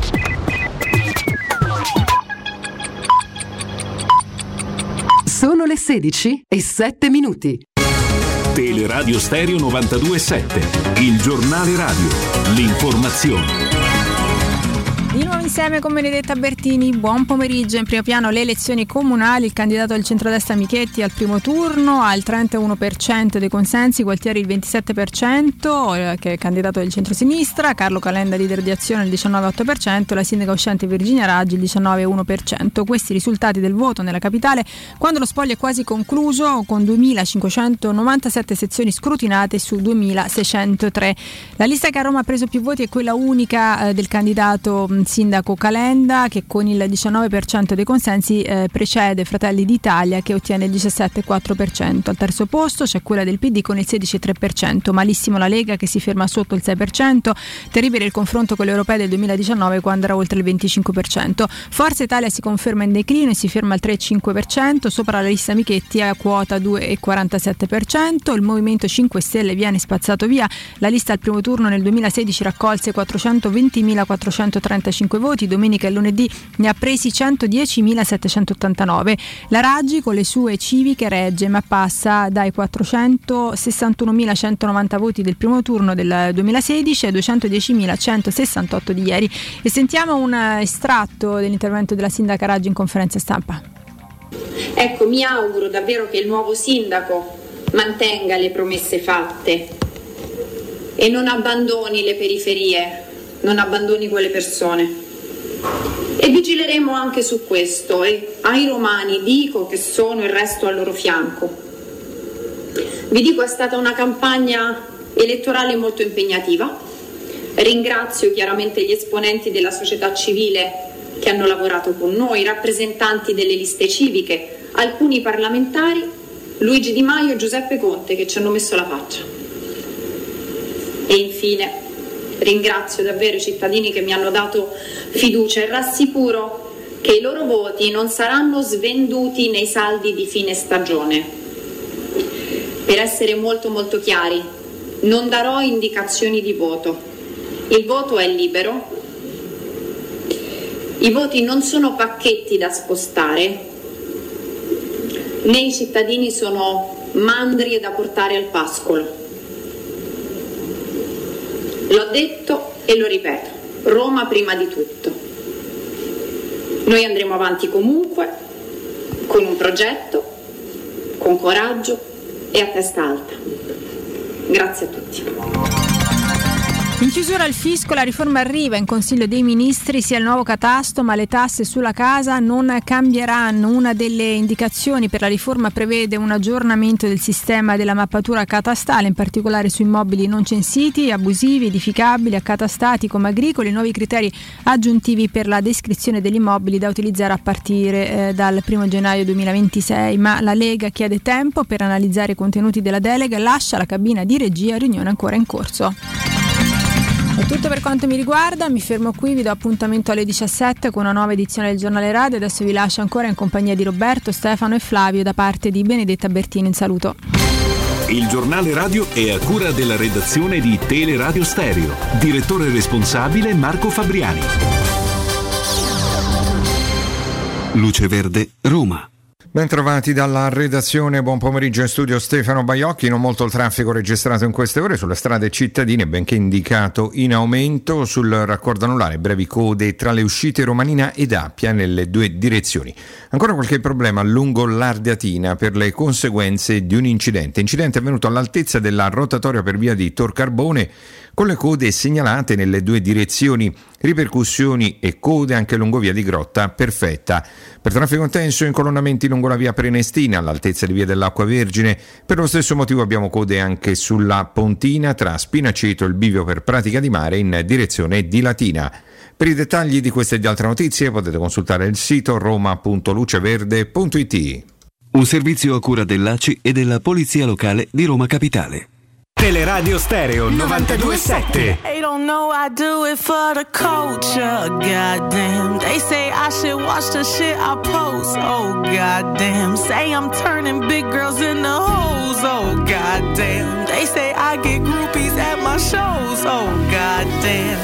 Sono le 16:07. Teleradio Stereo 92.7, il giornale radio, l'informazione. Di nuovo insieme con Benedetta Bertini, buon pomeriggio. In primo piano le elezioni comunali, il candidato del centrodestra Michetti al primo turno ha il 31% dei consensi, Gualtieri il 27%, che è il candidato del centrosinistra, Carlo Calenda leader di Azione il 19,8%, la sindaca uscente Virginia Raggi il 19,1%. Questi risultati del voto nella capitale quando lo spoglio è quasi concluso con 2.597 sezioni scrutinate su 2.603. La lista che a Roma ha preso più voti è quella unica del candidato sindaco Calenda, che con il 19% dei consensi precede Fratelli d'Italia, che ottiene il 17,4%. Al terzo posto c'è quella del PD con il 16,3%, malissimo la Lega che si ferma sotto il 6%, terribile il confronto con le europee del 2019 quando era oltre il 25%. Forza Italia si conferma in declino e si ferma al 3,5%, sopra la lista Michetti a quota 2,47%. Il Movimento 5 Stelle viene spazzato via, la lista al primo turno nel 2016 raccolse 420.435 voti, domenica e lunedì ne ha presi 110.789. La Raggi con le sue civiche regge, ma passa dai 461.190 voti del primo turno del 2016 ai 210.168 di ieri. E sentiamo un estratto dell'intervento della sindaca Raggi in conferenza stampa. Ecco, mi auguro davvero che il nuovo sindaco mantenga le promesse fatte e non abbandoni le periferie, non abbandoni quelle persone. E vigileremo anche su questo e ai romani dico che sono il resto al loro fianco. Vi dico, è stata una campagna elettorale molto impegnativa. Ringrazio chiaramente gli esponenti della società civile che hanno lavorato con noi, i rappresentanti delle liste civiche, alcuni parlamentari, Luigi Di Maio e Giuseppe Conte, che ci hanno messo la faccia. E infine ringrazio davvero i cittadini che mi hanno dato fiducia e rassicuro che i loro voti non saranno svenduti nei saldi di fine stagione. Per essere molto molto chiari, non darò indicazioni di voto. Il voto è libero. I voti non sono pacchetti da spostare, né i cittadini sono mandrie da portare al pascolo. L'ho detto e lo ripeto, Roma prima di tutto. Noi andremo avanti comunque, con un progetto, con coraggio e a testa alta. Grazie a tutti. In chiusura al fisco, la riforma arriva in Consiglio dei Ministri, sia il nuovo catasto, ma le tasse sulla casa non cambieranno. Una delle indicazioni per la riforma prevede un aggiornamento del sistema della mappatura catastale, in particolare su immobili non censiti, abusivi, edificabili, accatastati come agricoli, nuovi criteri aggiuntivi per la descrizione degli immobili da utilizzare a partire dal 1 gennaio 2026. Ma la Lega chiede tempo per analizzare i contenuti della delega e lascia la cabina di regia, riunione ancora in corso. È tutto per quanto mi riguarda, mi fermo qui, vi do appuntamento alle 17 con una nuova edizione del Giornale Radio. Adesso vi lascio ancora in compagnia di Roberto, Stefano e Flavio da parte di Benedetta Bertini. Un saluto. Il Giornale Radio è a cura della redazione di Teleradio Stereo. Direttore responsabile Marco Fabriani. Luce Verde, Roma. Ben trovati dalla redazione, buon pomeriggio in studio Stefano Baiocchi. Non molto il traffico registrato in queste ore sulle strade cittadine, benché indicato in aumento. Sul raccordo anulare brevi code tra le uscite Romanina ed Appia nelle due direzioni. Ancora qualche problema lungo l'Ardeatina per le conseguenze di un incidente avvenuto all'altezza della rotatoria per via di Tor Carbone, con le code segnalate nelle due direzioni, ripercussioni e code anche lungo via di Grotta Perfetta. Per traffico intenso, incolonnamenti lungo la via Prenestina all'altezza di via dell'Acqua Vergine. Per lo stesso motivo abbiamo code anche sulla Pontina tra Spinaceto e il bivio per Pratica di Mare in direzione di Latina. Per i dettagli di queste e di altre notizie potete consultare il sito roma.luceverde.it. Un servizio a cura dell'ACI e della Polizia Locale di Roma Capitale. Teleradio Stereo 92.7. They don't know I do it for the culture, goddamn. They say I should watch the shit I post, oh goddamn. Say I'm turning big girls into hoes, oh goddamn. They say I get groupies at my shows, oh goddamn.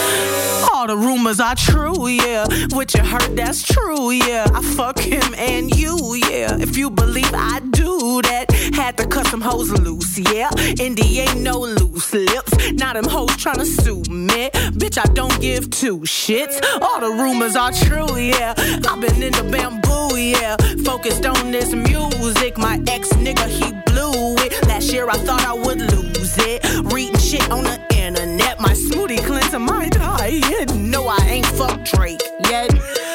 All the rumors are true, yeah. What you heard, that's true, yeah. I fuck him and you, yeah. If you believe I do that, had to cut some hoes loose, yeah. Indy ain't no loose lips. Now them hoes tryna sue me. Bitch, I don't give two shits. All the rumors are true, yeah. I've been in the bamboo, yeah. Focused on this music. My ex nigga, he blew it. Last year I thought I would lose it. Reading shit on the internet. My smoothie cleanser might die. No, I ain't fucked Drake yet.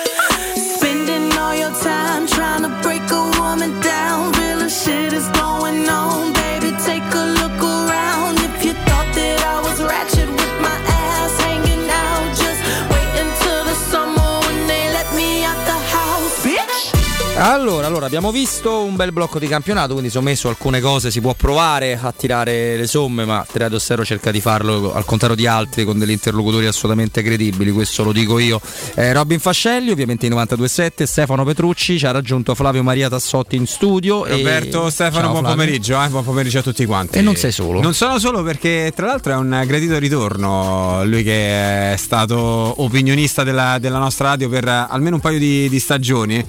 Spending all your time trying to break a woman down. Real shit is going on, baby. Take a look around. If you thought that I was ratchet with my ass hanging out, just wait until the summer when they let me out the house, bitch. Allora, abbiamo visto un bel blocco di campionato, quindi sono messo alcune cose, si può provare a tirare le somme, ma Teleradio Stereo cerca di farlo al contrario di altri con degli interlocutori assolutamente credibili, questo lo dico io. Robin Fascelli, ovviamente in 92.7, Stefano Petrucci, ci ha raggiunto Flavio Maria Tassotti in studio. Roberto, Stefano, buon pomeriggio, buon pomeriggio a tutti quanti. E non sei solo. Non sono solo perché tra l'altro è un gradito ritorno, lui che è stato opinionista della nostra radio per almeno un paio di stagioni.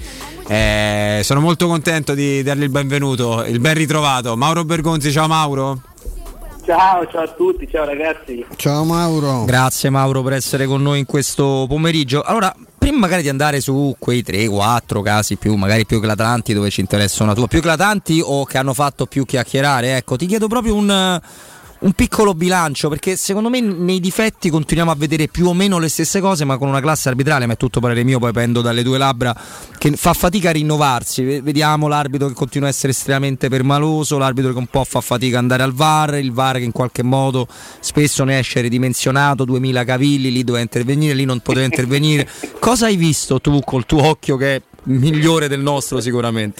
Sono molto contento di dargli il benvenuto, il ben ritrovato Mauro Bergonzi. Ciao Mauro. Ciao a tutti, ciao ragazzi. Ciao Mauro. Grazie Mauro per essere con noi in questo pomeriggio. Allora, prima magari di andare su quei 3-4 casi magari più eclatanti dove ci interessa una tua, più eclatanti o che hanno fatto più chiacchierare, ecco, ti chiedo proprio un un piccolo bilancio, perché secondo me nei difetti continuiamo a vedere più o meno le stesse cose, ma con una classe arbitrale, ma è tutto parere mio, poi pendo dalle tue labbra, che fa fatica a rinnovarsi. Vediamo l'arbitro che continua a essere estremamente permaloso, l'arbitro che un po' fa fatica ad andare al VAR, il VAR che in qualche modo spesso ne esce ridimensionato, 2000 cavilli, lì doveva intervenire, lì non poteva intervenire. Cosa hai visto tu col tuo occhio, che è migliore del nostro sicuramente?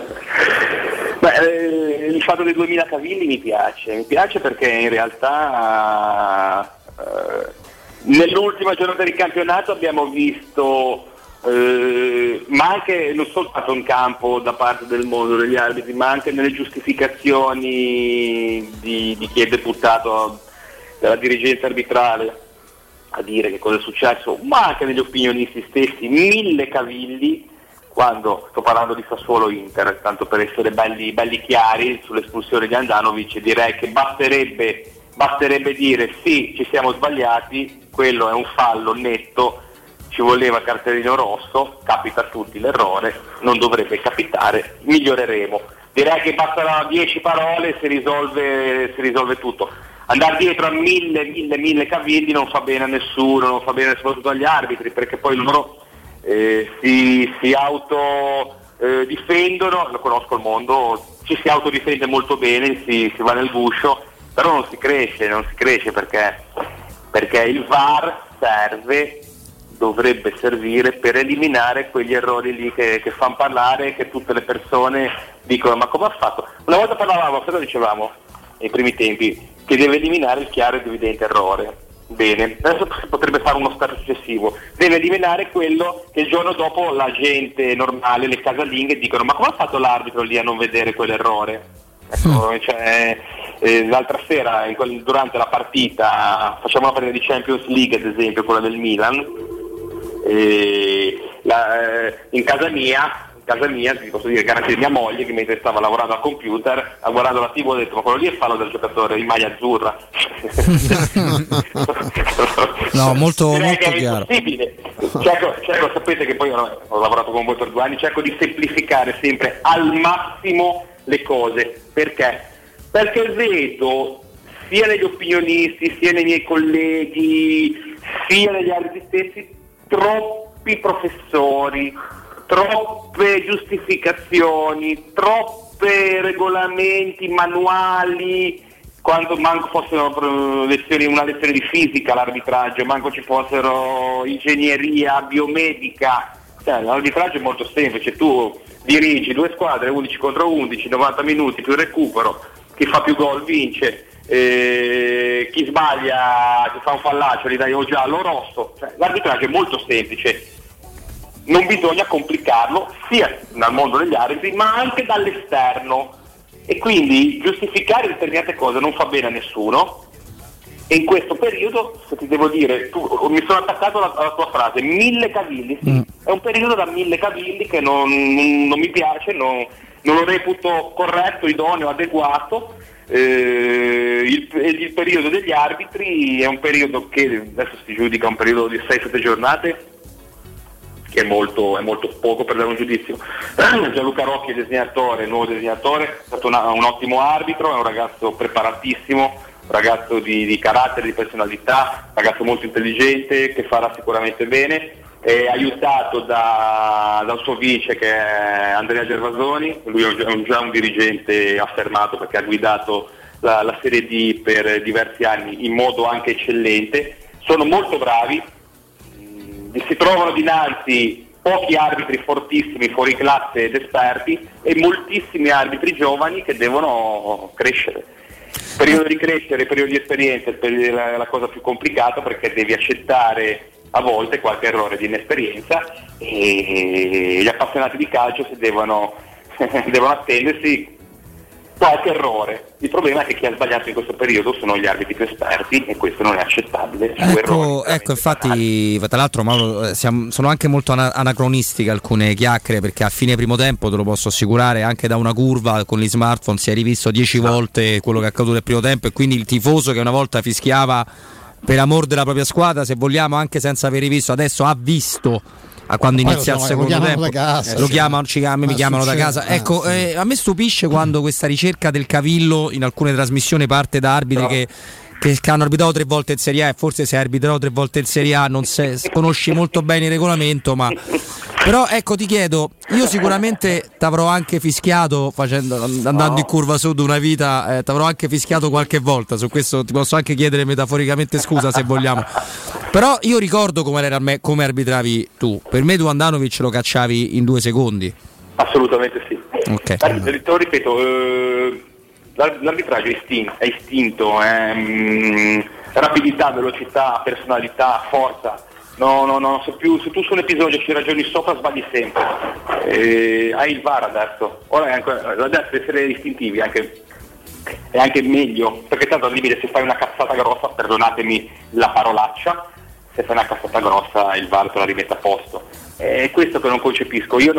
Il fatto dei 2000 cavilli mi piace perché in realtà nell'ultima giornata di campionato abbiamo visto ma anche non soltanto in campo da parte del mondo degli arbitri, ma anche nelle giustificazioni di chi è deputato dalla dirigenza arbitrale a dire che cosa è successo, ma anche negli opinionisti stessi, 1000 cavilli. Quando sto parlando di Sassuolo Inter, tanto per essere belli chiari sull'espulsione di Andanovic, direi che basterebbe dire sì, ci siamo sbagliati, quello è un fallo netto, ci voleva cartellino rosso, capita a tutti l'errore, non dovrebbe capitare, miglioreremo. Direi che bastano 10 parole e si risolve tutto. Andare dietro a 1000 cavilli non fa bene a nessuno, non fa bene soprattutto agli arbitri, perché poi loro si auto difendono. Lo conosco il mondo, ci si autodifende molto bene, si va nel guscio, però non si cresce perché il VAR dovrebbe servire per eliminare quegli errori lì che fanno parlare, che tutte le persone dicono ma come ha fatto? Una volta parlavamo, cosa dicevamo nei primi tempi? Che deve eliminare il chiaro ed evidente errore. Bene, adesso si potrebbe fare uno step successivo, deve eliminare quello che il giorno dopo la gente normale, le casalinghe dicono ma come ha fatto l'arbitro lì a non vedere quell'errore? Ecco, l'altra sera durante la partita, facciamo una partita di Champions League ad esempio, quella del Milan, in casa mia ti posso dire, garantire mia moglie che mentre stava lavorando al computer ha guardato la TV e ha detto ma quello lì è fallo del giocatore in maglia azzurra. No, molto chiaro. Cerco, sapete che poi ho lavorato con voi per 2 anni, cerco di semplificare sempre al massimo le cose. Perché vedo sia negli opinionisti, sia nei miei colleghi, sia negli arbitri stessi, troppi professori, troppe giustificazioni, troppe regolamenti, manuali, quando manco fossero una lezione di fisica l'arbitraggio, manco ci fossero ingegneria biomedica. L'arbitraggio è molto semplice, tu dirigi 2 squadre 11 contro 11, 90 minuti più recupero, chi fa più gol vince, chi sbaglia, chi fa un fallaccio gli dai o giallo o rosso. L'arbitraggio è molto semplice, non bisogna complicarlo sia dal mondo degli arbitri ma anche dall'esterno, e quindi giustificare determinate cose non fa bene a nessuno. E in questo periodo, se ti devo dire, mi sono attaccato alla tua frase, 1000 cavilli, sì, è un periodo da 1000 cavilli che non mi piace, non lo reputo corretto, idoneo, adeguato. Il periodo degli arbitri è un periodo che adesso si giudica un periodo di 6-7 giornate, che è molto poco per dare un giudizio. Gianluca Rocchi è il nuovo disegnatore, è stato un ottimo arbitro, è un ragazzo preparatissimo, un ragazzo di carattere, di personalità, un ragazzo molto intelligente che farà sicuramente bene, è aiutato dal suo vice che è Andrea Gervasoni. Lui è già un dirigente affermato perché ha guidato la Serie D per diversi anni in modo anche eccellente. Sono molto bravi, si trovano dinanzi pochi arbitri fortissimi, fuori classe ed esperti, e moltissimi arbitri giovani che devono crescere. Periodo di crescere, periodo di esperienza è la cosa più complicata, perché devi accettare a volte qualche errore di inesperienza, e gli appassionati di calcio devono attendersi qualche errore. Il problema è che chi ha sbagliato in questo periodo sono gli arbitri più esperti, e questo non è accettabile. Ecco, infatti, tra l'altro, Mauro, sono anche molto anacronistiche alcune chiacchiere, perché a fine primo tempo, te lo posso assicurare, anche da una curva con gli smartphone si è rivisto 10 volte quello che è accaduto nel primo tempo, e quindi il tifoso che una volta fischiava per amor della propria squadra, se vogliamo, anche senza aver rivisto, adesso ha visto a quando inizia il secondo tempo, mi chiamano da casa. Ecco, a me stupisce quando questa ricerca del cavillo in alcune trasmissioni parte da arbitri che hanno arbitrato 3 volte in Serie A, e forse se hai arbitrato 3 volte in Serie A non conosci molto bene il regolamento, ma però ecco, ti chiedo, io sicuramente t'avrò anche fischiato andando in curva sud una vita, t'avrò anche fischiato qualche volta, su questo ti posso anche chiedere metaforicamente scusa se vogliamo, però io ricordo come arbitravi tu. Per me tu Andanovic lo cacciavi in 2 secondi. Assolutamente sì. Okay. Te lo ripeto, l'arbitraggio è istinto, rapidità, velocità, personalità, forza. No, se tu su un episodio ci ragioni sopra sbagli sempre. Hai il VAR adesso. Ora adesso essere istintivi è anche meglio, perché tanto al limite se fai una cazzata grossa, perdonatemi la parolaccia, se fai una cazzata grossa il VAR te la rimette a posto. È questo che non concepisco. Io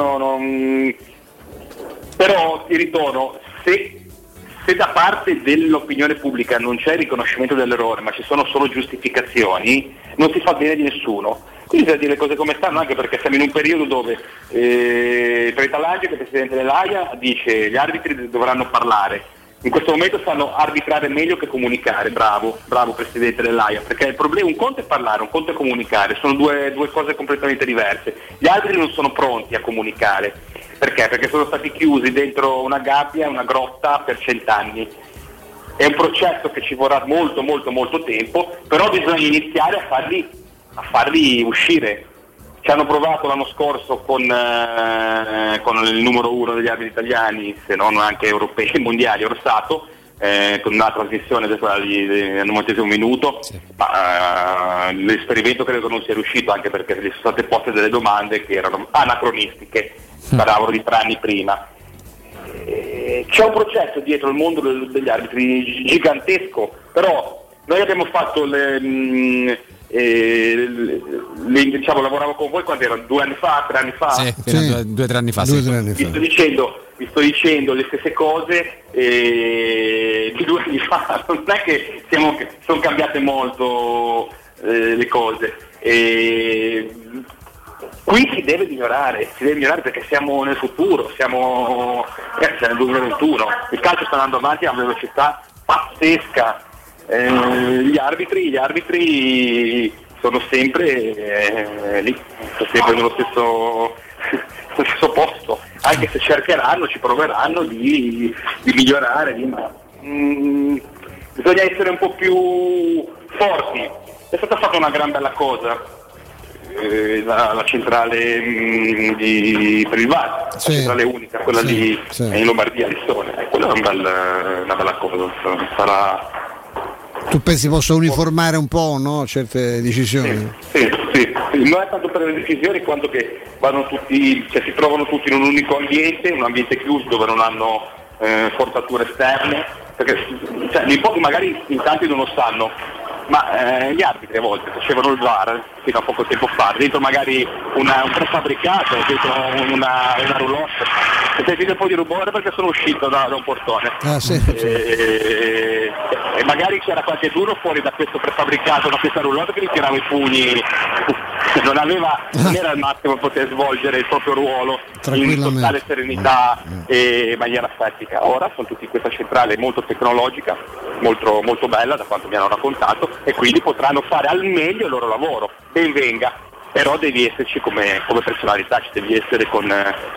però ti ritorno, se da parte dell'opinione pubblica non c'è il riconoscimento dell'errore, ma ci sono solo giustificazioni, non si fa bene di nessuno. Quindi bisogna dire le cose come stanno, anche perché siamo in un periodo dove Pretalagio, che è il presidente dell'AIA, dice gli arbitri dovranno parlare. In questo momento sanno arbitrare meglio che comunicare. Bravo presidente dell'AIA, perché il problema, un conto è parlare, un conto è comunicare, sono due cose completamente diverse. Gli arbitri non sono pronti a comunicare. Perché? Perché sono stati chiusi dentro una gabbia, una grotta per 100 anni. È un processo che ci vorrà molto tempo, però bisogna iniziare a farli uscire. Ci hanno provato l'anno scorso con il numero 1 degli arbitri italiani, se non anche europei e mondiali, Orsato, con una trasmissione al 90° minuto, sì. Ma l'esperimento credo che non sia riuscito, anche perché gli sono state poste delle domande che erano anacronistiche, parlavano di 3 anni prima. C'è un processo dietro il mondo degli arbitri gigantesco, però noi abbiamo fatto lavoravo con voi quando erano 2 anni fa, 3 anni fa? Sì, 2 o 3 anni fa. Vi sto dicendo le stesse cose di 2 anni fa, non è che sono cambiate molto le cose. Qui si deve migliorare perché siamo nel futuro, siamo nel 2021, il calcio sta andando avanti a una velocità pazzesca. Gli arbitri sono sempre lì, sono sempre nello stesso posto, anche se cercheranno, ci proveranno di migliorare, bisogna essere un po' più forti. È stata fatta una gran bella cosa, la centrale per il VAR, la centrale unica, quella lì in Lombardia, Lissone, quella è una bella cosa, sarà. Tu pensi possa uniformare un po', no? Certe decisioni? Sì. Non è tanto per le decisioni quanto che vanno tutti, si trovano tutti in un unico ambiente, un ambiente chiuso dove non hanno forzature esterne, perché gli pochi magari in tanti non lo sanno, ma gli arbitri a volte facevano il VAR fino a poco tempo fa, dentro magari un prefabbricato, dentro una roulotte, e sentite un po' di rumore perché sono uscito da un portone. E magari c'era qualche duro fuori da questo prefabbricato, da questa roulotte, che gli tirava i pugni, non era al massimo poter svolgere il proprio ruolo in totale serenità e maniera statica. Ora sono tutti in questa centrale molto tecnologica, molto, molto bella da quanto mi hanno raccontato, e quindi potranno fare al meglio il loro lavoro. Ben venga, però devi esserci come personalità, ci devi essere con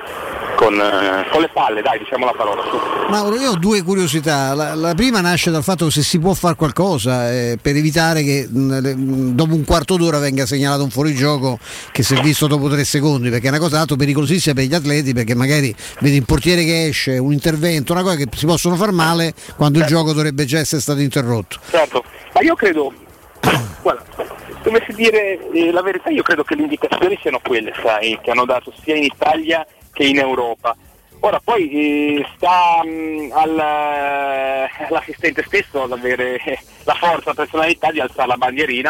le palle, dai, diciamo la parola. Mauro, io ho 2 curiosità. La prima nasce dal fatto se si può fare qualcosa per evitare che dopo un quarto d'ora venga segnalato un fuorigioco che si è visto dopo 3 secondi, perché è una cosa tanto pericolosissima per gli atleti, perché magari vedi un portiere che esce, un intervento, una cosa che si possono far male quando il gioco dovrebbe già essere stato interrotto. Certo, ma io credo, guarda, dovessi dire la verità, io credo che le indicazioni siano quelle, sai, che hanno dato sia in Italia che in Europa. Ora poi sta all'assistente stesso ad avere la forza, la personalità di alzare la bandierina,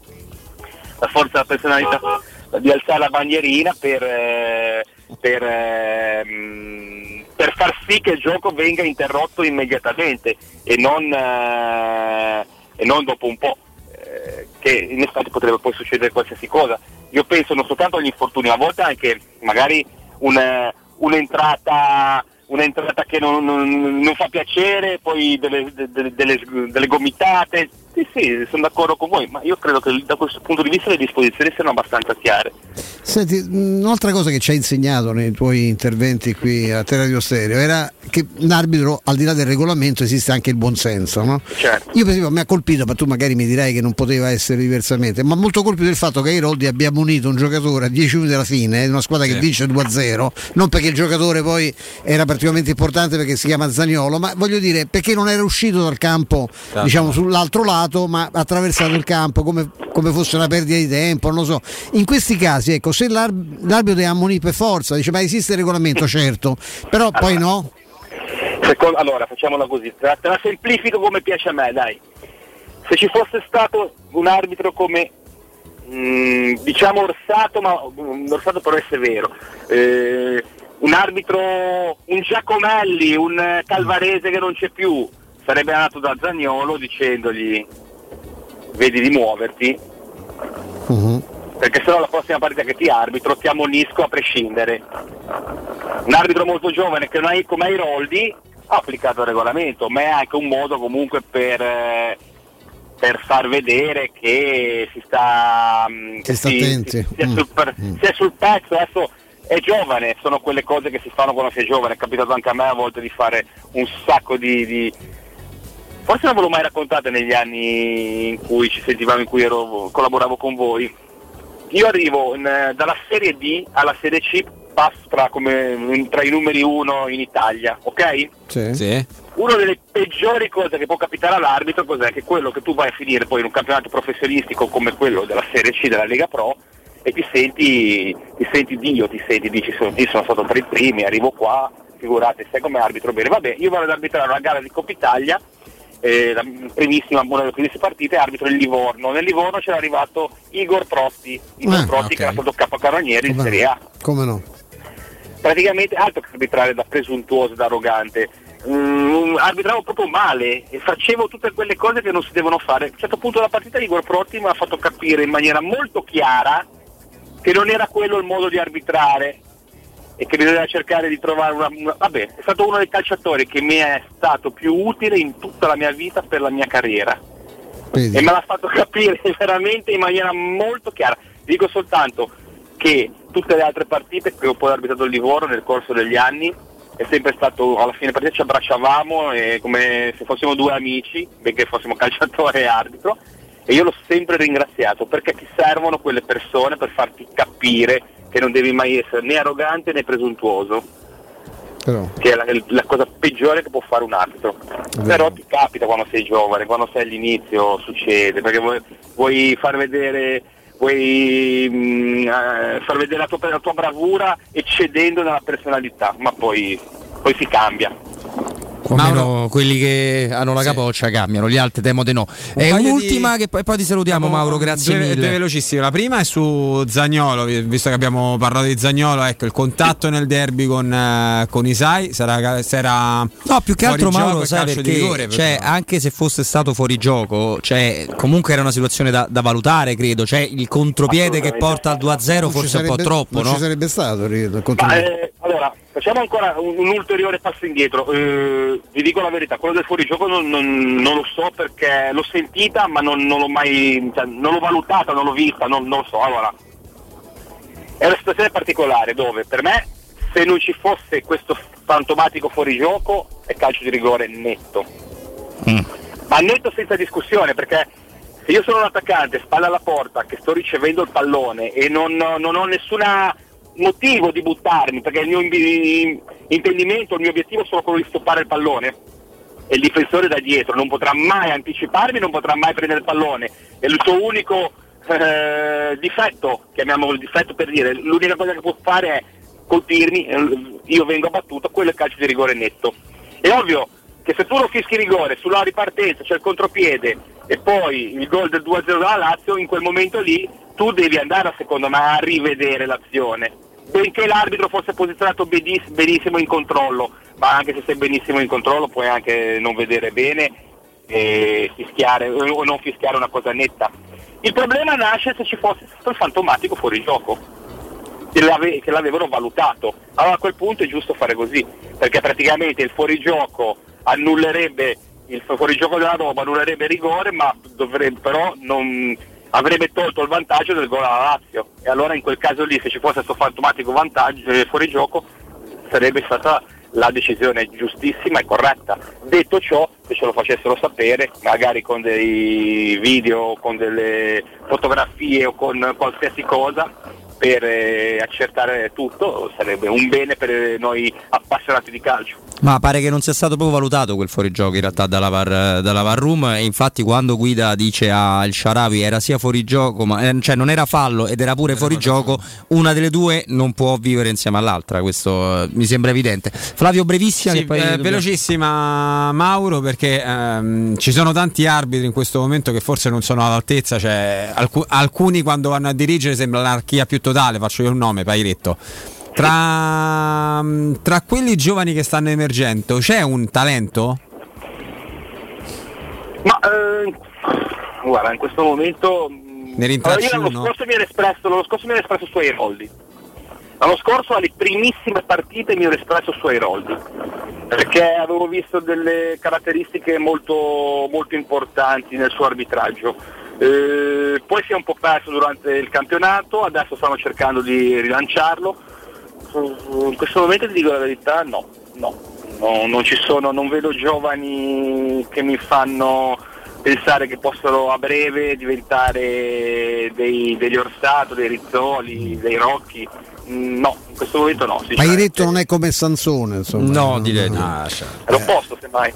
per far sì che il gioco venga interrotto immediatamente e non dopo un po', che in estate potrebbe poi succedere qualsiasi cosa. io penso non soltanto agli infortuni, a volte anche magari un'entrata che non fa piacere, poi delle gomitate. Sì, sono d'accordo con voi, ma io credo che da questo punto di vista le disposizioni siano abbastanza chiare. Senti, un'altra cosa che ci hai insegnato nei tuoi interventi qui a Teleradio Stereo era che un arbitro, al di là del regolamento, esiste anche il buonsenso, no? Certo. Io per esempio mi ha colpito, ma tu magari mi dirai che non poteva essere diversamente, ma molto colpito del fatto che ai Roldi abbia munito un giocatore a 10 minuti dalla fine di una squadra che vince 2-0, non perché il giocatore poi era particolarmente importante perché si chiama Zaniolo, ma voglio dire perché non era uscito dal campo, diciamo sull'altro lato, ma ha attraversato il campo come fosse una perdita di tempo, non lo so. In questi casi, ecco, se l'arbitro deve ammonire per forza, dice ma esiste il regolamento, certo, però allora, poi no. Allora facciamola così, te la semplifico come piace a me, dai. Se ci fosse stato un arbitro come diciamo Orsato, ma Orsato però è severo, un arbitro, un Giacomelli, un Calvarese che non c'è più, sarebbe andato da Zaniolo dicendogli vedi di muoverti, perché sennò la prossima partita che ti arbitro ti ammonisco a prescindere. Un arbitro molto giovane che non è come Airoldi ha applicato il regolamento, ma è anche un modo comunque per far vedere che si sta attenti, si è sul pezzo. Adesso è giovane, sono quelle cose che si fanno quando si è giovane. È capitato anche a me a volte di fare un sacco di forse non ve l'ho mai raccontate negli anni in cui ci sentivamo, in cui collaboravo con voi. Io arrivo dalla Serie D alla Serie C, passo tra i numeri 1 in Italia, ok? Sì. Una delle peggiori cose che può capitare all'arbitro cos'è? Che quello che tu vai a finire poi in un campionato professionistico come quello della Serie C della Lega Pro e ti senti Dio, dici io sono stato tra i primi, arrivo qua, figurate, sai come arbitro bene. Vabbè, io vado ad arbitrare una gara di Coppa Italia, una delle primissime partite, arbitro il Livorno. Nel Livorno c'era arrivato Igor Prosti, okay, che era stato capocannoniere in Serie A. Come no? Praticamente altro che arbitrare da presuntuoso, da arrogante. Arbitravo proprio male e facevo tutte quelle cose che non si devono fare. A un certo punto della partita Igor Prosti mi ha fatto capire in maniera molto chiara che non era quello il modo di arbitrare e che bisognava cercare di trovare vabbè, è stato uno dei calciatori che mi è stato più utile in tutta la mia vita per la mia carriera. Vedi. E me l'ha fatto capire veramente in maniera molto chiara. Dico soltanto che tutte le altre partite che ho poi arbitrato il Livorno nel corso degli anni è sempre stato, alla fine partita ci abbracciavamo come se fossimo due amici, benché fossimo calciatore e arbitro, e io l'ho sempre ringraziato perché ti servono quelle persone per farti capire che non devi mai essere né arrogante né presuntuoso, che è la cosa peggiore che può fare un arbitro. Però ti capita quando sei giovane, quando sei all'inizio succede, perché vuoi far vedere la tua bravura eccedendo nella personalità, ma poi si cambia. Mauro, quelli che hanno la capoccia cambiano, gli altri temo di no. E un'ultima che poi ti salutiamo, Mauro, grazie mille. Due velocissime. La prima è su Zaniolo, visto che abbiamo parlato di Zaniolo, ecco, il contatto nel derby con Isai sarà no, più che altro Mauro, sai perché rigore, anche se fosse stato fuori gioco, comunque era una situazione da valutare, credo, il contropiede che porta al 2-0 forse un po' troppo, no? Ci sarebbe stato il contropiede. Allora, facciamo ancora un ulteriore passo indietro. Vi dico la verità, quello del fuorigioco non lo so perché l'ho sentita, ma non l'ho mai, non l'ho valutata, non l'ho vista, non lo so. Allora, è una situazione particolare dove per me, se non ci fosse questo fantomatico fuorigioco, è calcio di rigore netto. Ma netto senza discussione, perché se io sono un attaccante, spalla alla porta, che sto ricevendo il pallone e non ho nessuna motivo di buttarmi, perché il mio intendimento, il mio obiettivo è solo quello di stoppare il pallone e il difensore da dietro non potrà mai anticiparmi, non potrà mai prendere il pallone, e il suo unico difetto, chiamiamolo il difetto per dire, l'unica cosa che può fare è colpirmi, io vengo abbattuto, quello è il calcio di rigore netto. È ovvio che se tu lo fischi rigore sulla ripartenza, c'è il contropiede e poi il gol del 2-0 della Lazio, in quel momento lì tu devi andare, secondo me, a rivedere l'azione, benché l'arbitro fosse posizionato benissimo in controllo, ma anche se sei benissimo in controllo puoi anche non vedere bene e fischiare o non fischiare una cosa netta. Il problema nasce se ci fosse stato il fantomatico fuorigioco, che l'avevano valutato. Allora a quel punto è giusto fare così, perché praticamente il fuorigioco annullerebbe il fuorigioco della Roma, annullerebbe il rigore, ma però non avrebbe tolto il vantaggio del gol alla Lazio, e allora in quel caso lì, se ci fosse questo fantomatico vantaggio fuorigioco, sarebbe stata la decisione giustissima e corretta. Detto ciò, se ce lo facessero sapere, magari con dei video, con delle fotografie o con qualsiasi cosa, per accertare tutto, sarebbe un bene per noi appassionati di calcio. Ma pare che non sia stato proprio valutato quel fuorigioco in realtà dalla VAR room, e infatti quando Guida dice al Shaarawy era sia fuorigioco, cioè non era fallo ed era pure fuorigioco, una delle due non può vivere insieme all'altra, questo mi sembra evidente. Flavio, brevissima, sì, che poi velocissima Mauro, perché ci sono tanti arbitri in questo momento che forse non sono all'altezza, cioè alcuni quando vanno a dirigere sembra l'anarchia più totale. Faccio io un nome, Pairetto. Tra quelli giovani che stanno emergendo c'è un talento? Ma guarda, in questo momento ne rintracci io l'anno scorso mi ero espresso su Airoldi. L'anno scorso alle primissime partite mi ero espresso su Airoldi, perché avevo visto delle caratteristiche molto, molto importanti nel suo arbitraggio. Poi si è un po' perso durante il campionato, adesso stanno cercando di rilanciarlo. In questo momento ti dico la verità, no, non ci sono, non vedo giovani che mi fanno pensare che possano a breve diventare degli Orsato, dei Rizzoli, dei Rocchi. No, in questo momento no. Pairetto non è come Sansone, insomma. No, direi di è l'opposto, semmai.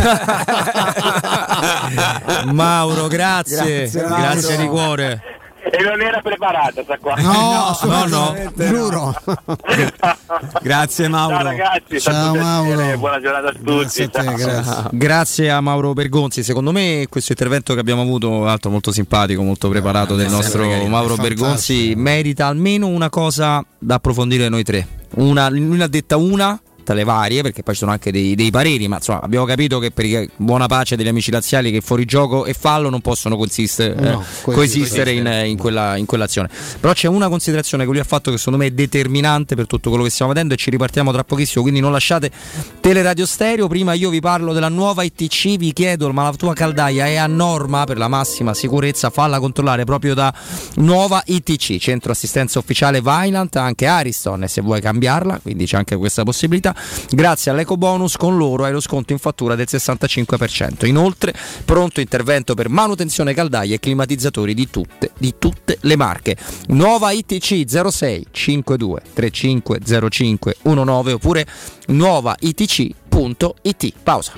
Mauro, grazie di cuore. E non era preparata sta qua. No, giuro. Grazie Mauro. Ciao ragazzi, ciao Mauro. Buona giornata a tutti. Grazie a Mauro Bergonzi. Secondo me questo intervento che abbiamo avuto, altro molto simpatico, molto preparato del nostro Mauro Bergonzi, merita almeno una cosa da approfondire noi tre. Lui ne ha detta una tra le varie, perché poi ci sono anche dei pareri, ma insomma abbiamo capito che per buona pace degli amici laziali che fuorigioco e fallo non possono coesistere in quell'azione. Però c'è una considerazione che lui ha fatto che secondo me è determinante per tutto quello che stiamo vedendo, e ci ripartiamo tra pochissimo, quindi non lasciate Teleradio Stereo. Prima io vi parlo della nuova ITC, vi chiedo, ma la tua caldaia è a norma per la massima sicurezza? Falla controllare proprio da Nuova ITC, centro assistenza ufficiale Vaillant, anche Ariston, e se vuoi cambiarla, quindi c'è anche questa possibilità. Grazie all'eco bonus, con loro hai lo sconto in fattura del 65%. Inoltre pronto intervento per manutenzione caldaie e climatizzatori di tutte le marche. Nuova ITC 06 52 35 05 19 oppure nuovaitc.it. Pausa.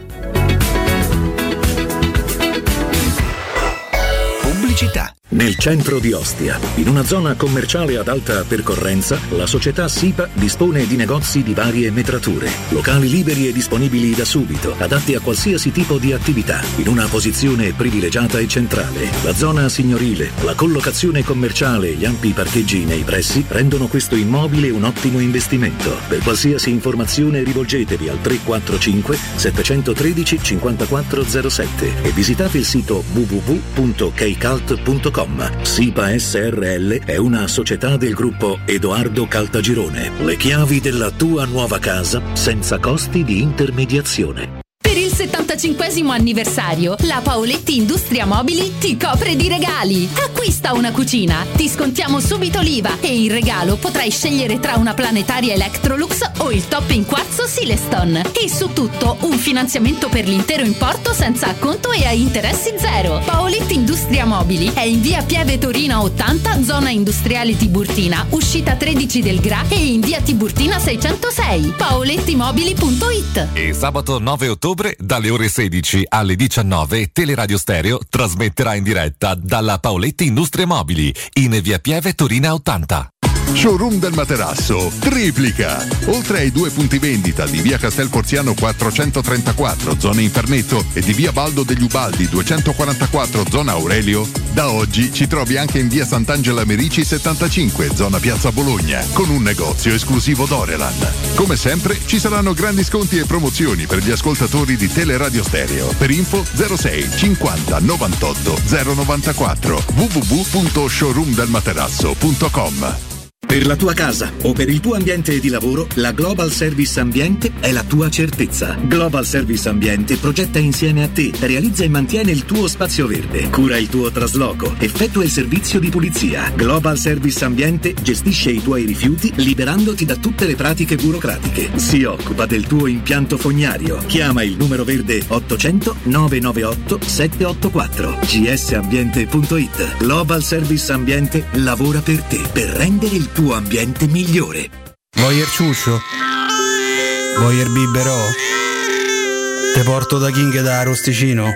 Pubblicità. Nel centro di Ostia, in una zona commerciale ad alta percorrenza, la società SIPA dispone di negozi di varie metrature, locali liberi e disponibili da subito, adatti a qualsiasi tipo di attività, in una posizione privilegiata e centrale. La zona signorile, la collocazione commerciale e gli ampi parcheggi nei pressi rendono questo immobile un ottimo investimento. Per qualsiasi informazione rivolgetevi al 345 713 5407 e visitate il sito www.kcalt.com. SIPA SRL è una società del gruppo Edoardo Caltagirone. Le chiavi della tua nuova casa senza costi di intermediazione. Per il 75° anniversario, la Paoletti Industria Mobili ti copre di regali. Acquista una cucina, ti scontiamo subito l'IVA e in regalo potrai scegliere tra una planetaria Electrolux o il top in quarzo Sileston. E su tutto un finanziamento per l'intero importo senza acconto e a interessi zero. Paoletti Industria Mobili è in via Pieve Torino 80, zona industriale Tiburtina, uscita 13 del Gra, e in via Tiburtina 606. paolettimobili.it. E sabato 9 ottobre dalle ore 16 alle 19 Teleradio Stereo trasmetterà in diretta dalla Paoletti Industrie Mobili in via Pieve Torina 80. Showroom del Materasso triplica. Oltre ai 2 punti vendita di via Castel Porziano 434, zona Infernetto, e di via Baldo degli Ubaldi 244, zona Aurelio, da oggi ci trovi anche in via Sant'Angela Merici 75, zona Piazza Bologna, con un negozio esclusivo Dorelan. Come sempre ci saranno grandi sconti e promozioni per gli ascoltatori di Teleradio Stereo. Per info 06 50 98 094 www.showroomdelmaterasso.com. Per la tua casa o per il tuo ambiente di lavoro, la Global Service Ambiente è la tua certezza. Global Service Ambiente progetta insieme a te, realizza e mantiene il tuo spazio verde, cura il tuo trasloco, effettua il servizio di pulizia. Global Service Ambiente gestisce i tuoi rifiuti liberandoti da tutte le pratiche burocratiche. Si occupa del tuo impianto fognario. Chiama il numero verde 800 998 784. gsambiente.it. Global Service Ambiente lavora per te, per rendere il tuo ambiente migliore. Voyer ciuscio? Voyer biberò? Te porto da King da Arosticino?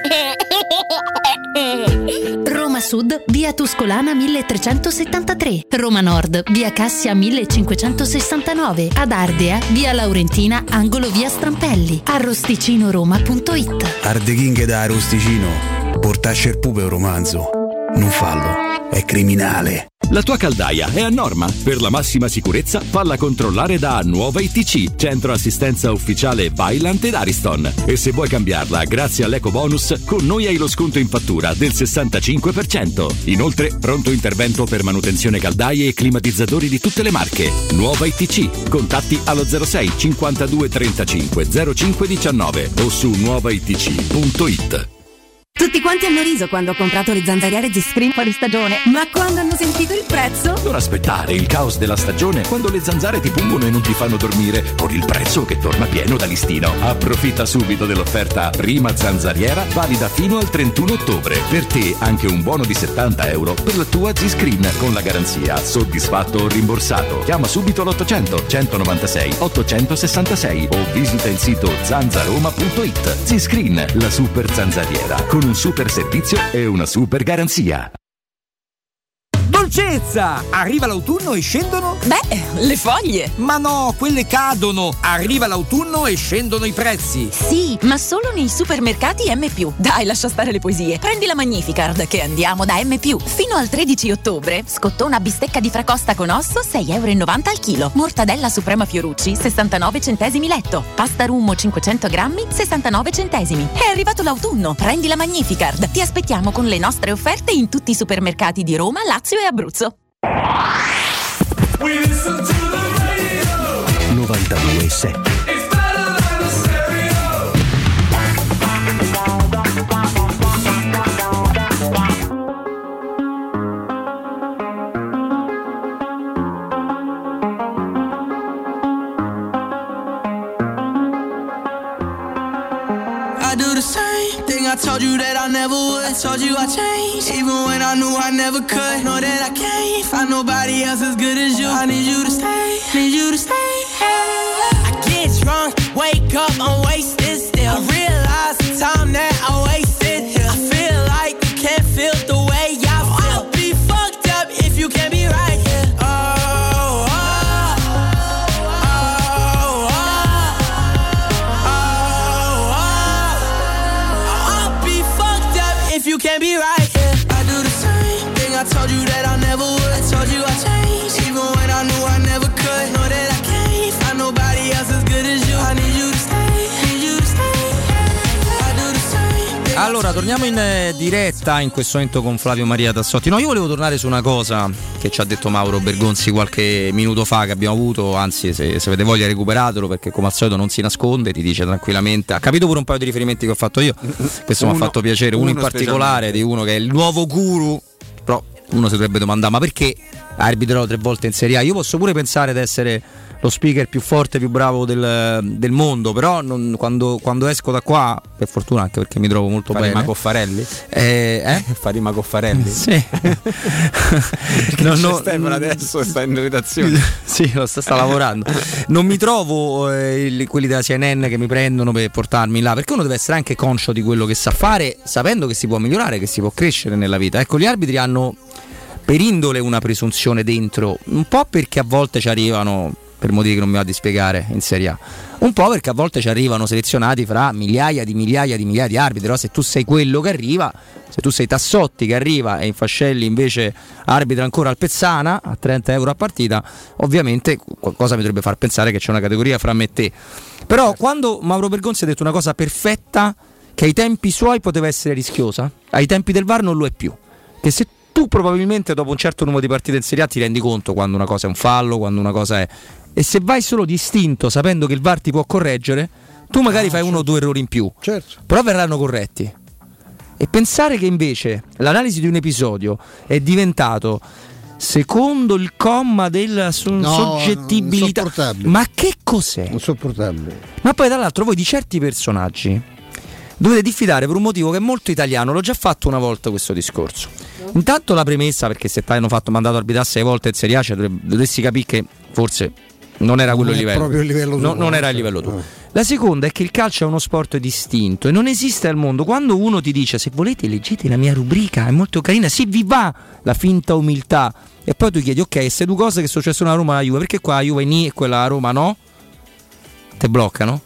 Roma Sud, via Tuscolana 1373. Roma Nord, via Cassia 1569. Ad Ardea, via Laurentina, angolo via Strampelli. Arrosticinoroma.it. Arde King da Arosticino. Portasce il pupe un romanzo. Non fallo, è criminale. La tua caldaia è a norma. Per la massima sicurezza, falla controllare da Nuova ITC, centro assistenza ufficiale Vaillant ed Ariston. E se vuoi cambiarla grazie all'eco bonus, con noi hai lo sconto in fattura del 65%. Inoltre, pronto intervento per manutenzione caldaie e climatizzatori di tutte le marche. Nuova ITC. Contatti allo 06 52 35 05 19 o su nuovaitc.it. Tutti quanti hanno riso quando ho comprato le zanzariere Z-Screen fuori stagione, ma quando hanno sentito il prezzo? Non aspettare il caos della stagione quando le zanzare ti pungono e non ti fanno dormire con il prezzo che torna pieno da listino. Approfitta subito dell'offerta prima zanzariera valida fino al 31 ottobre. Per te anche un buono di €70 per la tua Z-Screen con la garanzia soddisfatto o rimborsato. Chiama subito l'800 196 866 o visita il sito zanzaroma.it. Z-Screen, la super zanzariera con un super servizio e una super garanzia. Dolcezza! Arriva l'autunno e scendono? Beh, le foglie! Ma no, quelle cadono! Arriva l'autunno e scendono i prezzi! Sì, ma solo nei supermercati M+. Dai, lascia stare le poesie. Prendi la Magnificard che andiamo da M+. Fino al 13 ottobre, scottona bistecca di fracosta con osso, €6,90 al chilo. Mortadella Suprema Fiorucci, 69 centesimi letto. Pasta Rummo 500 grammi, 69 centesimi. È arrivato l'autunno! Prendi la Magnificard. Ti aspettiamo con le nostre offerte in tutti i supermercati di Roma, Lazio e Abruzzo. 92.7. I do the same thing I told you that I never would. I told you I changed, even when I knew I never could. Know that I can't find nobody else as good as you. I need you to stay, need you to stay. I get drunk, wake up, I'm wasted still. I realize the time that I wasted here. I feel like you can't feel the way I feel. I'll be fucked up if you can't be right here. You can't be right, yeah. I do the same thing I told you that I never would. I told you I changed, even when I knew I never could. Know that I can't find nobody else as good as you. I need you to stay, need you to stay. I do the same thing. Allora, torniamo in diretta in questo momento con Flavio Maria Tassotti. No, io volevo tornare su una cosa che ci ha detto Mauro Bergonzi qualche minuto fa che abbiamo avuto, anzi se avete voglia recuperatelo perché come al solito non si nasconde, ti dice tranquillamente. Ha capito pure un paio di riferimenti che ho fatto io, questo mi ha fatto piacere, uno in particolare di uno che è il nuovo guru, però uno si dovrebbe domandare ma perché arbitrerò 3 volte in Serie A? Io posso pure pensare di essere lo speaker più forte, più bravo del mondo, però quando esco da qua, per fortuna anche perché mi trovo molto bene. Fare i Macoffarelli? Fare i Macoffarelli? Sì. Stefano adesso sta in redazione. Sì, sta lavorando. Non mi trovo quelli della CNN che mi prendono per portarmi là, perché uno deve essere anche conscio di quello che sa fare, sapendo che si può migliorare, che si può crescere nella vita. Ecco, gli arbitri hanno per indole una presunzione dentro, un po' perché a volte ci arrivano, per motivi che non mi va di spiegare, in Serie A, un po' perché a volte ci arrivano selezionati fra migliaia di arbitri, no? Se tu sei quello che arriva, se tu sei Tassotti che arriva e Infascelli invece arbitra ancora al Pezzana a 30 euro a partita, ovviamente qualcosa mi dovrebbe far pensare che c'è una categoria fra me e te. Però quando Mauro Bergonzi ha detto una cosa perfetta, che ai tempi suoi poteva essere rischiosa, ai tempi del VAR non lo è più, che se tu probabilmente dopo un certo numero di partite in Serie A ti rendi conto quando una cosa è un fallo, quando una cosa è... E se vai solo di istinto sapendo che il VAR ti può correggere, tu magari fai uno o due errori in più, però verranno corretti. E pensare che invece l'analisi di un episodio è diventato secondo il comma della soggettibilità, ma che cos'è? Insopportabile. Ma poi tra l'altro voi di certi personaggi dovete diffidare per un motivo che è molto italiano. L'ho già fatto una volta questo discorso. Intanto la premessa, perché se ti hanno mandato a arbitrare 6 volte in Serie A, cioè dovresti capire che forse non era quello il livello. Proprio il livello tuo, non era il livello tuo. La seconda è che il calcio è uno sport distinto e non esiste al mondo. Quando uno ti dice se volete leggete la mia rubrica, è molto carina, sì, vi va la finta umiltà, e poi tu chiedi ok, queste due cose che sono successe una Roma e la Juve, perché qua la Juve ni e quella a Roma no? Te bloccano?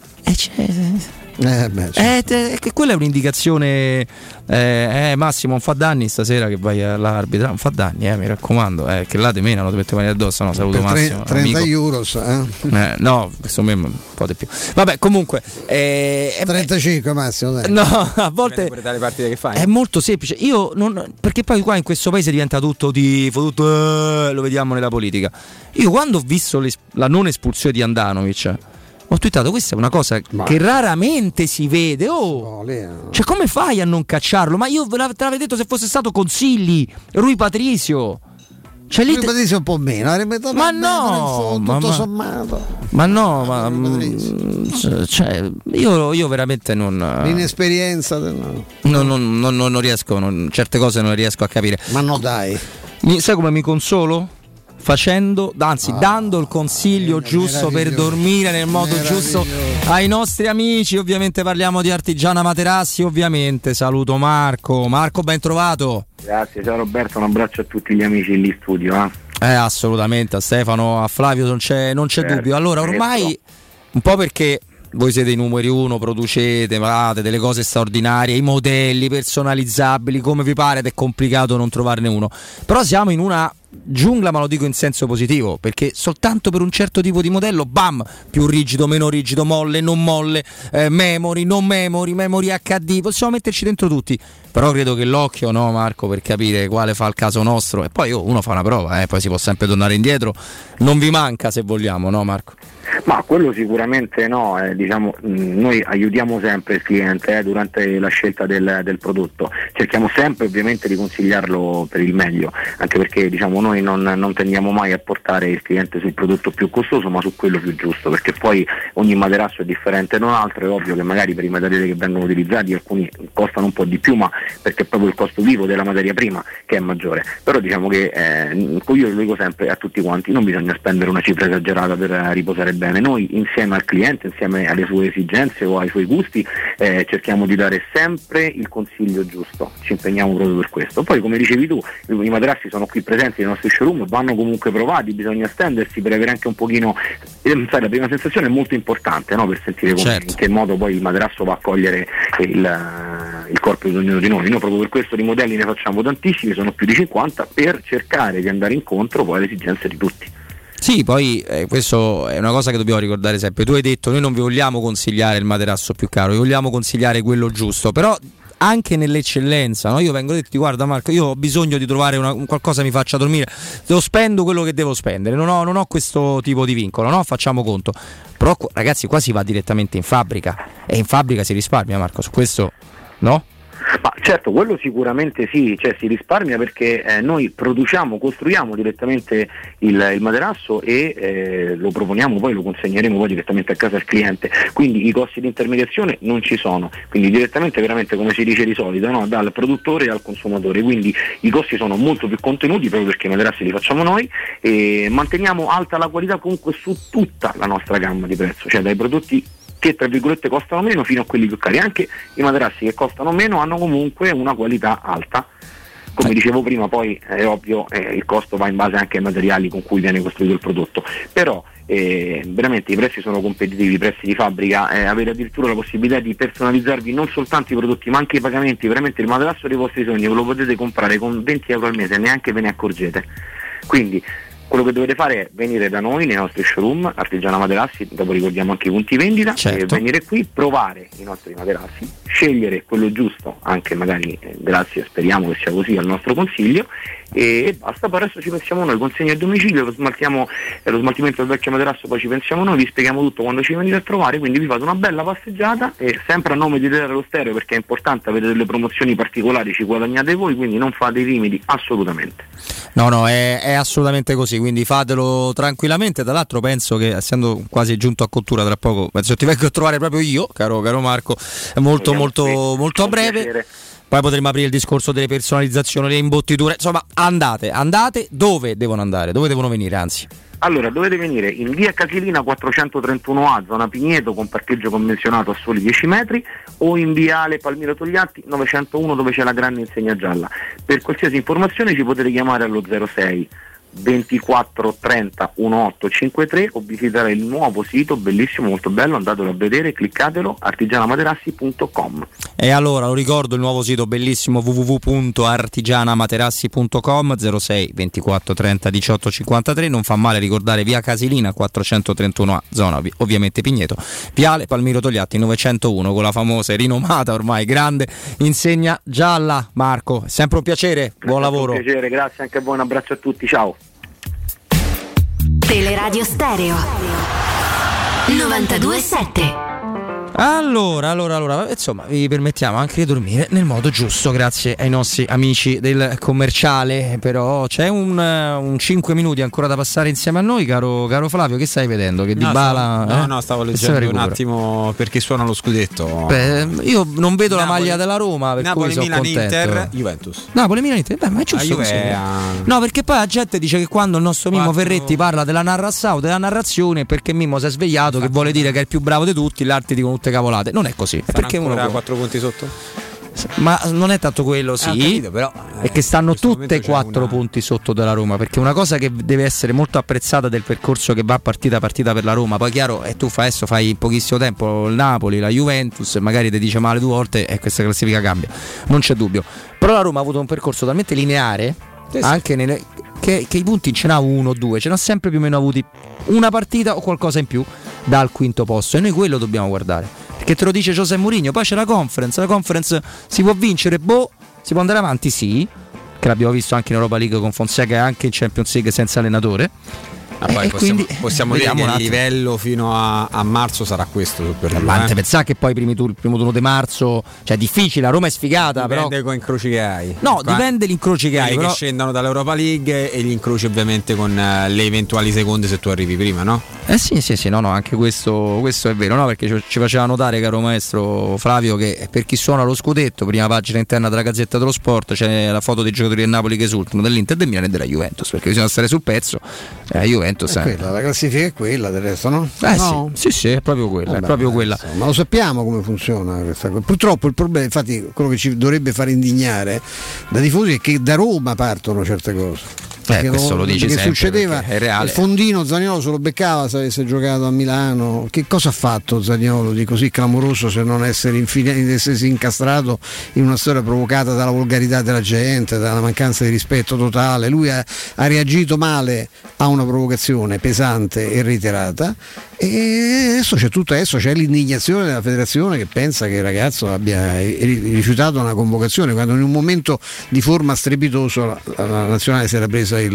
Che quella è un'indicazione. Massimo, non fa danni stasera che vai all'arbitra, non fa danni, mi raccomando, che là te menano, ti mette mani addosso, no, saluto per Massimo 30 amico. euros no, questo me un po' di più, vabbè, comunque 35 Massimo, dai. No, a volte dalle partite che fai è molto semplice, io non, perché poi qua in questo paese diventa tutto tifo, tutto lo vediamo nella politica. Io quando ho visto la non espulsione di Andanovic ho twittato, questa è una cosa che raramente si vede. Cioè, come fai a non cacciarlo? Ma io te l'avevo detto se fosse stato Consigli, Rui Patricio. Cioè, Rui Patricio un po' meno, ma no, tutto sommato. Ma no, cioè, io veramente non. L'inesperienza non riesco, certe cose non riesco a capire. Ma no, dai. Sai come mi consolo? Dando il consiglio giusto per dormire nel modo giusto ai nostri amici. Ovviamente parliamo di Artigiana Materassi, ovviamente saluto Marco, ben trovato. Grazie, ciao Roberto, un abbraccio a tutti gli amici lì in studio. Assolutamente, a Stefano, a Flavio non c'è dubbio. Allora ormai un po' perché voi siete i numeri uno, producete, fate delle cose straordinarie, i modelli personalizzabili come vi pare ed è complicato non trovarne uno, però siamo in una giungla, ma lo dico in senso positivo, perché soltanto per un certo tipo di modello, bam, più rigido, meno rigido, molle, non molle, memory, non memory, memory HD, possiamo metterci dentro tutti, però credo che l'occhio, no Marco, per capire quale fa il caso nostro, e poi uno fa una prova, poi si può sempre tornare indietro, non vi manca se vogliamo, no Marco? Ma quello sicuramente no, diciamo, noi aiutiamo sempre il cliente durante la scelta del prodotto, cerchiamo sempre ovviamente di consigliarlo per il meglio, anche perché diciamo noi non tendiamo mai a portare il cliente sul prodotto più costoso ma su quello più giusto, perché poi ogni materasso è differente da un altro, è ovvio che magari per i materiali che vengono utilizzati alcuni costano un po' di più, ma perché è proprio il costo vivo della materia prima che è maggiore, però diciamo che io lo dico sempre a tutti quanti, non bisogna spendere una cifra esagerata per riposare bene. Noi insieme al cliente, insieme alle sue esigenze o ai suoi gusti, cerchiamo di dare sempre il consiglio giusto, ci impegniamo proprio per questo. Poi come dicevi tu, i materassi sono qui presenti nei nostri showroom, vanno comunque provati, bisogna stendersi per avere anche un pochino, sai, la prima sensazione è molto importante, no? Per sentire in che modo poi il materasso va a cogliere il corpo di ognuno di noi. Noi proprio per questo di modelli ne facciamo tantissimi, sono più di 50, per cercare di andare incontro poi alle esigenze di tutti. Sì, poi questo è una cosa che dobbiamo ricordare sempre. Tu hai detto noi non vi vogliamo consigliare il materasso più caro, vi vogliamo consigliare quello giusto, però anche nell'eccellenza, no? Io vengo detto, guarda Marco, io ho bisogno di trovare qualcosa che mi faccia dormire, devo spendo quello che devo spendere, non ho questo tipo di vincolo, no? Facciamo conto. Però ragazzi, qua si va direttamente in fabbrica e in fabbrica si risparmia, Marco, su questo no? Ma certo, quello sicuramente sì, cioè si risparmia perché noi costruiamo direttamente il materasso e lo proponiamo, poi lo consegneremo poi direttamente a casa al cliente, quindi i costi di intermediazione non ci sono, quindi direttamente veramente come si dice di solito, no? Dal produttore al consumatore, quindi i costi sono molto più contenuti proprio perché i materassi li facciamo noi e manteniamo alta la qualità comunque su tutta la nostra gamma di prezzo, cioè dai prodotti che tra virgolette costano meno fino a quelli più cari. Anche i materassi che costano meno hanno comunque una qualità alta, Come dicevo prima, poi è ovvio, il costo va in base anche ai materiali con cui viene costruito il prodotto, però veramente i prezzi sono competitivi, i prezzi di fabbrica, avete addirittura la possibilità di personalizzarvi non soltanto i prodotti ma anche i pagamenti, veramente il materasso dei vostri sogni ve lo potete comprare con 20 euro al mese e neanche ve ne accorgete. Quindi quello che dovete fare è venire da noi nei nostri showroom Artigiana Materassi, dopo ricordiamo anche i punti vendita, e venire qui, provare i nostri materassi, scegliere quello giusto, anche magari grazie, speriamo che sia così, al nostro consiglio, e basta. Poi adesso ci pensiamo noi, consegna a domicilio, lo smaltimento del vecchio materasso poi ci pensiamo noi, vi spieghiamo tutto quando ci venite a trovare, quindi vi fate una bella passeggiata, e sempre a nome di Teleradio Stereo, perché è importante, avere delle promozioni particolari, ci guadagnate voi, quindi non fate i timidi assolutamente. No, è assolutamente così, quindi fatelo tranquillamente. Tra l'altro penso che, essendo quasi giunto a cottura tra poco, penso ti vengo a trovare proprio io, caro Marco, molto a breve. Piacere. Poi potremo aprire il discorso delle personalizzazioni, le imbottiture, insomma andate, dove devono andare, dove devono venire anzi? Allora, dovete venire in via Casilina 431A, zona Pigneto, con parcheggio convenzionato a soli 10 metri, o in viale Palmiro Togliatti 901, dove c'è la grande insegna gialla. Per qualsiasi informazione ci potete chiamare allo 06 24 30 1853 o visitare il nuovo sito, bellissimo, molto bello, andatelo a vedere, cliccatelo, artigianamaterassi.com. E allora lo ricordo, il nuovo sito bellissimo, www.artigianamaterassi.com, 06 24 30 18 53. Non fa male ricordare via Casilina 431A, zona ovviamente Pigneto, viale Palmiro Togliatti 901, con la famosa e rinomata ormai grande insegna gialla. Marco, è sempre un piacere, buon lavoro. Un piacere, grazie anche a voi, un abbraccio a tutti, ciao. Teleradio Stereo 92.7. Allora, insomma, vi permettiamo anche di dormire nel modo giusto, grazie ai nostri amici del commerciale. Però c'è un 5 minuti ancora da passare insieme a noi, caro Flavio. Che stai vedendo? Che Dybala? No, stavo leggendo un attimo perché suona lo scudetto. Beh, io non vedo la maglia della Roma, per Napoli, cui sono Milan, contento. Inter, Juventus. Napoli, Milan, Inter. Beh, ma è giusto così. No, perché poi la gente dice che quando il nostro Mimmo Ferretti parla della narrazione, perché Mimmo si è svegliato, che vuole dire che è il più bravo di tutti, gli altri dicono tutte cavolate. Non è così. È perché uno 4 punti sotto? Ma non è tanto quello, sì, capito, però, è che stanno tutte 4 punti sotto della Roma, perché una cosa che deve essere molto apprezzata del percorso che va partita per la Roma, poi chiaro, e tu adesso fai in pochissimo tempo il Napoli, la Juventus, magari ti dice male 2 volte e questa classifica cambia, non c'è dubbio. Però la Roma ha avuto un percorso talmente lineare, anche che i punti ce n'ha 1 o 2, ce n'ha sempre più o meno avuti una partita o qualcosa in più dal quinto posto, e noi quello dobbiamo guardare, perché te lo dice José Mourinho. Poi c'è la conference si può vincere, si può andare avanti, sì, che l'abbiamo visto anche in Europa League con Fonseca e anche in Champions League senza allenatore. Poi possiamo dire che il livello fino a marzo sarà questo per lui. Ma pensare che poi il primo turno di marzo, cioè è difficile, la Roma è sfigata, dipende però con incroci che hai. No, dipende gli incroci che hai, però che scendano dall'Europa League e gli incroci ovviamente con le eventuali seconde se tu arrivi prima, no? Sì, no, anche questo è vero, no? Perché ci faceva notare, caro maestro Flavio, che per chi suona lo scudetto, prima pagina interna della Gazzetta dello Sport, c'è la foto dei giocatori del Napoli che esultano, dell'Inter, del Milan e della Juventus, perché bisogna stare sul pezzo. La Juventus la classifica è quella del resto, no? No? Sì, è proprio quella. È proprio quella. Ma lo sappiamo come funziona questa cosa. Purtroppo il problema, infatti, quello che ci dovrebbe fare indignare da tifosi è che da Roma partono certe cose. Questo lo dici sempre, succedeva, è reale. Il fondino Zaniolo se lo beccava se avesse giocato a Milano. Che cosa ha fatto Zaniolo di così clamoroso se non essersi incastrato in una storia provocata dalla volgarità della gente, dalla mancanza di rispetto totale? Lui ha reagito male a una provocazione pesante e reiterata, e adesso c'è l'indignazione della federazione che pensa che il ragazzo abbia rifiutato una convocazione, quando in un momento di forma strepitoso la nazionale si era presa si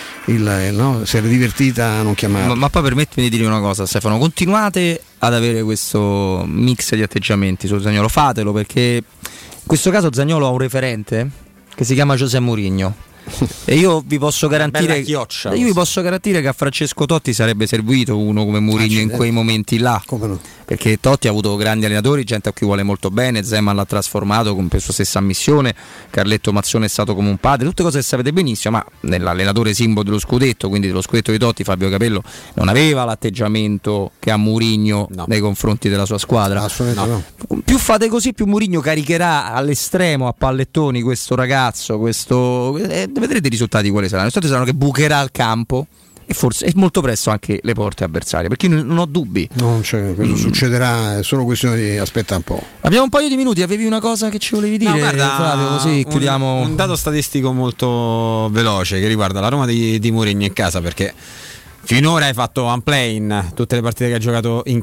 era divertita a non chiamarlo. Ma poi permettimi di dire una cosa, Stefano, continuate ad avere questo mix di atteggiamenti su Zaniolo, fatelo, perché in questo caso Zaniolo ha un referente che si chiama José Mourinho, E io vi posso garantire che a Francesco Totti sarebbe servito uno come Mourinho in quei momenti là. Come no? Perché Totti ha avuto grandi allenatori, gente a cui vuole molto bene, Zeman l'ha trasformato con per sua stessa ammissione, Carletto Mazzone è stato come un padre, tutte cose che sapete benissimo, ma nell'allenatore simbolo dello scudetto, quindi dello scudetto di Totti, Fabio Capello non aveva l'atteggiamento che ha Mourinho nei confronti della sua squadra. Assolutamente no. Più fate così, più Mourinho caricherà all'estremo a pallettoni questo ragazzo, vedrete i risultati quali saranno. I risultati saranno che bucherà il campo e forse è molto presto anche le porte avversarie, perché io non ho dubbi. Non c'è, quello succederà, è solo questione di aspetta un po'. Abbiamo un paio di minuti, avevi una cosa che ci volevi dire? No, guarda, Flavio, così chiudiamo. Un dato statistico molto veloce che riguarda la Roma di Mourinho in casa, perché finora hai fatto one play in tutte le partite che hai giocato in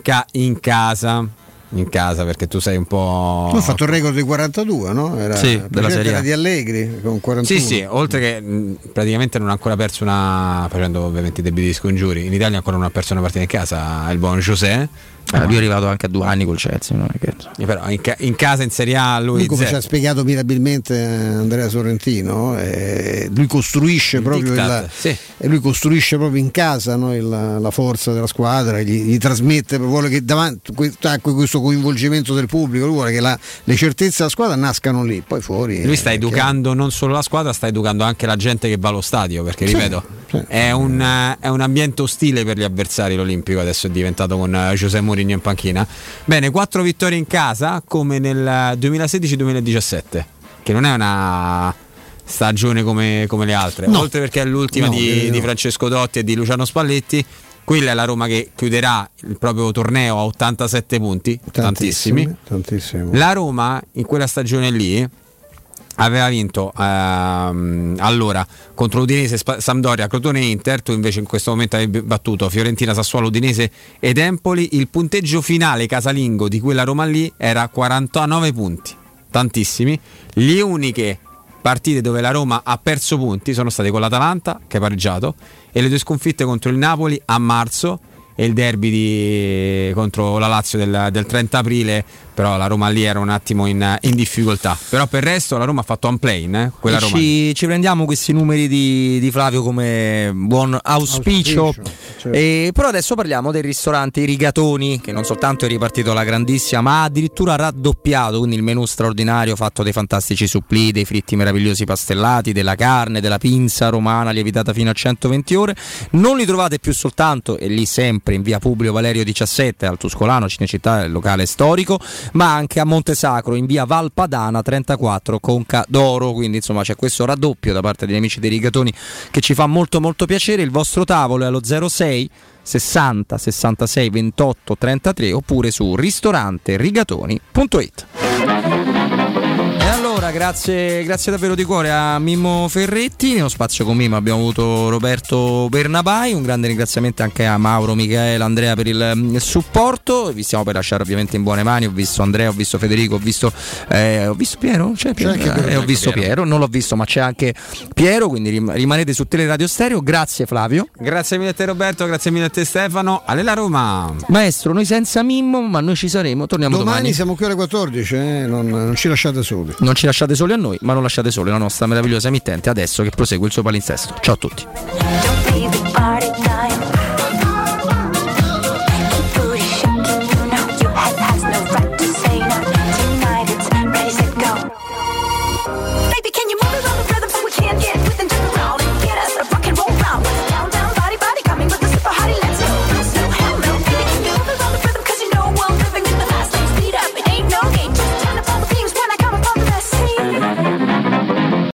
casa, perché tu sei un po'. Tu hai fatto il record di 42, no? Era della Serie A di Allegri con 41. Sì, oltre che praticamente non ha ancora perso facendo ovviamente i debiti di scongiuri. In Italia ancora non ha perso una partita in casa il buon José. Io è arrivato anche a 2 anni col Chelsea, non è che... Però in casa in Serie A lui come ci ha spiegato mirabilmente Andrea Sorrentino, lui costruisce proprio lui costruisce proprio in casa, no, la forza della squadra, gli trasmette, vuole che davanti questo coinvolgimento del pubblico, lui vuole che le certezze della squadra nascano lì, poi fuori. Lui sta educando non solo la squadra, sta educando anche la gente che va allo stadio, perché ripeto, è un ambiente ostile per gli avversari l'Olimpico, adesso è diventato con José Mourinho in panchina. Bene, 4 vittorie in casa come nel 2016-2017, che non è una stagione come le altre, oltre perché è l'ultima di Francesco Totti e di Luciano Spalletti. Quella è la Roma che chiuderà il proprio torneo a 87 punti, tantissimi. La Roma in quella stagione lì aveva vinto allora contro Udinese, Sampdoria, Crotone e Inter. Tu invece in questo momento avevi battuto Fiorentina, Sassuolo, Udinese ed Empoli. Il punteggio finale casalingo di quella Roma lì era 49 punti, tantissimi. Le uniche partite dove la Roma ha perso punti sono state con l'Atalanta, che ha pareggiato, e le 2 sconfitte contro il Napoli a marzo e il derby contro la Lazio del 30 aprile. Però la Roma lì era un attimo in difficoltà. Però per il resto la Roma ha fatto un play, quella Roma. Ci prendiamo questi numeri di Flavio come buon auspicio. Certo. Però adesso parliamo del ristorante I Rigatoni, che non soltanto è ripartito alla grandissima, ma ha addirittura raddoppiato, quindi il menù straordinario fatto dei fantastici supplì, dei fritti meravigliosi pastellati, della carne, della pinza romana lievitata fino a 120 ore. Non li trovate più soltanto, e lì sempre in via Publio Valerio 17 al Tuscolano, Cinecittà, il locale storico, ma anche a Montesacro in via Valpadana 34 Conca d'Oro. Quindi insomma c'è questo raddoppio da parte degli amici dei Rigatoni che ci fa molto molto piacere. Il vostro tavolo è allo 06 60 66 28 33 oppure su ristoranterigatoni.it. E allora grazie davvero di cuore a Mimmo Ferretti. Nello spazio con Mimmo abbiamo avuto Roberto Bernabai, un grande ringraziamento anche a Mauro, Michele, Andrea per il supporto. Vi stiamo per lasciare ovviamente in buone mani. Ho visto Andrea, ho visto Federico, ho visto Piero, ho visto Piero, non l'ho visto ma c'è anche Piero, quindi rimanete su Teleradio Stereo. Grazie Flavio. Grazie mille a te Roberto, grazie mille a te Stefano. Allela Roma. Maestro, noi senza Mimmo, ma noi ci saremo, torniamo domani. Siamo qui alle 14, non ci lasciate soli. Non ci lasciate soli a noi, ma non lasciate soli la nostra meravigliosa emittente adesso che prosegue il suo palinsesto. Ciao a tutti.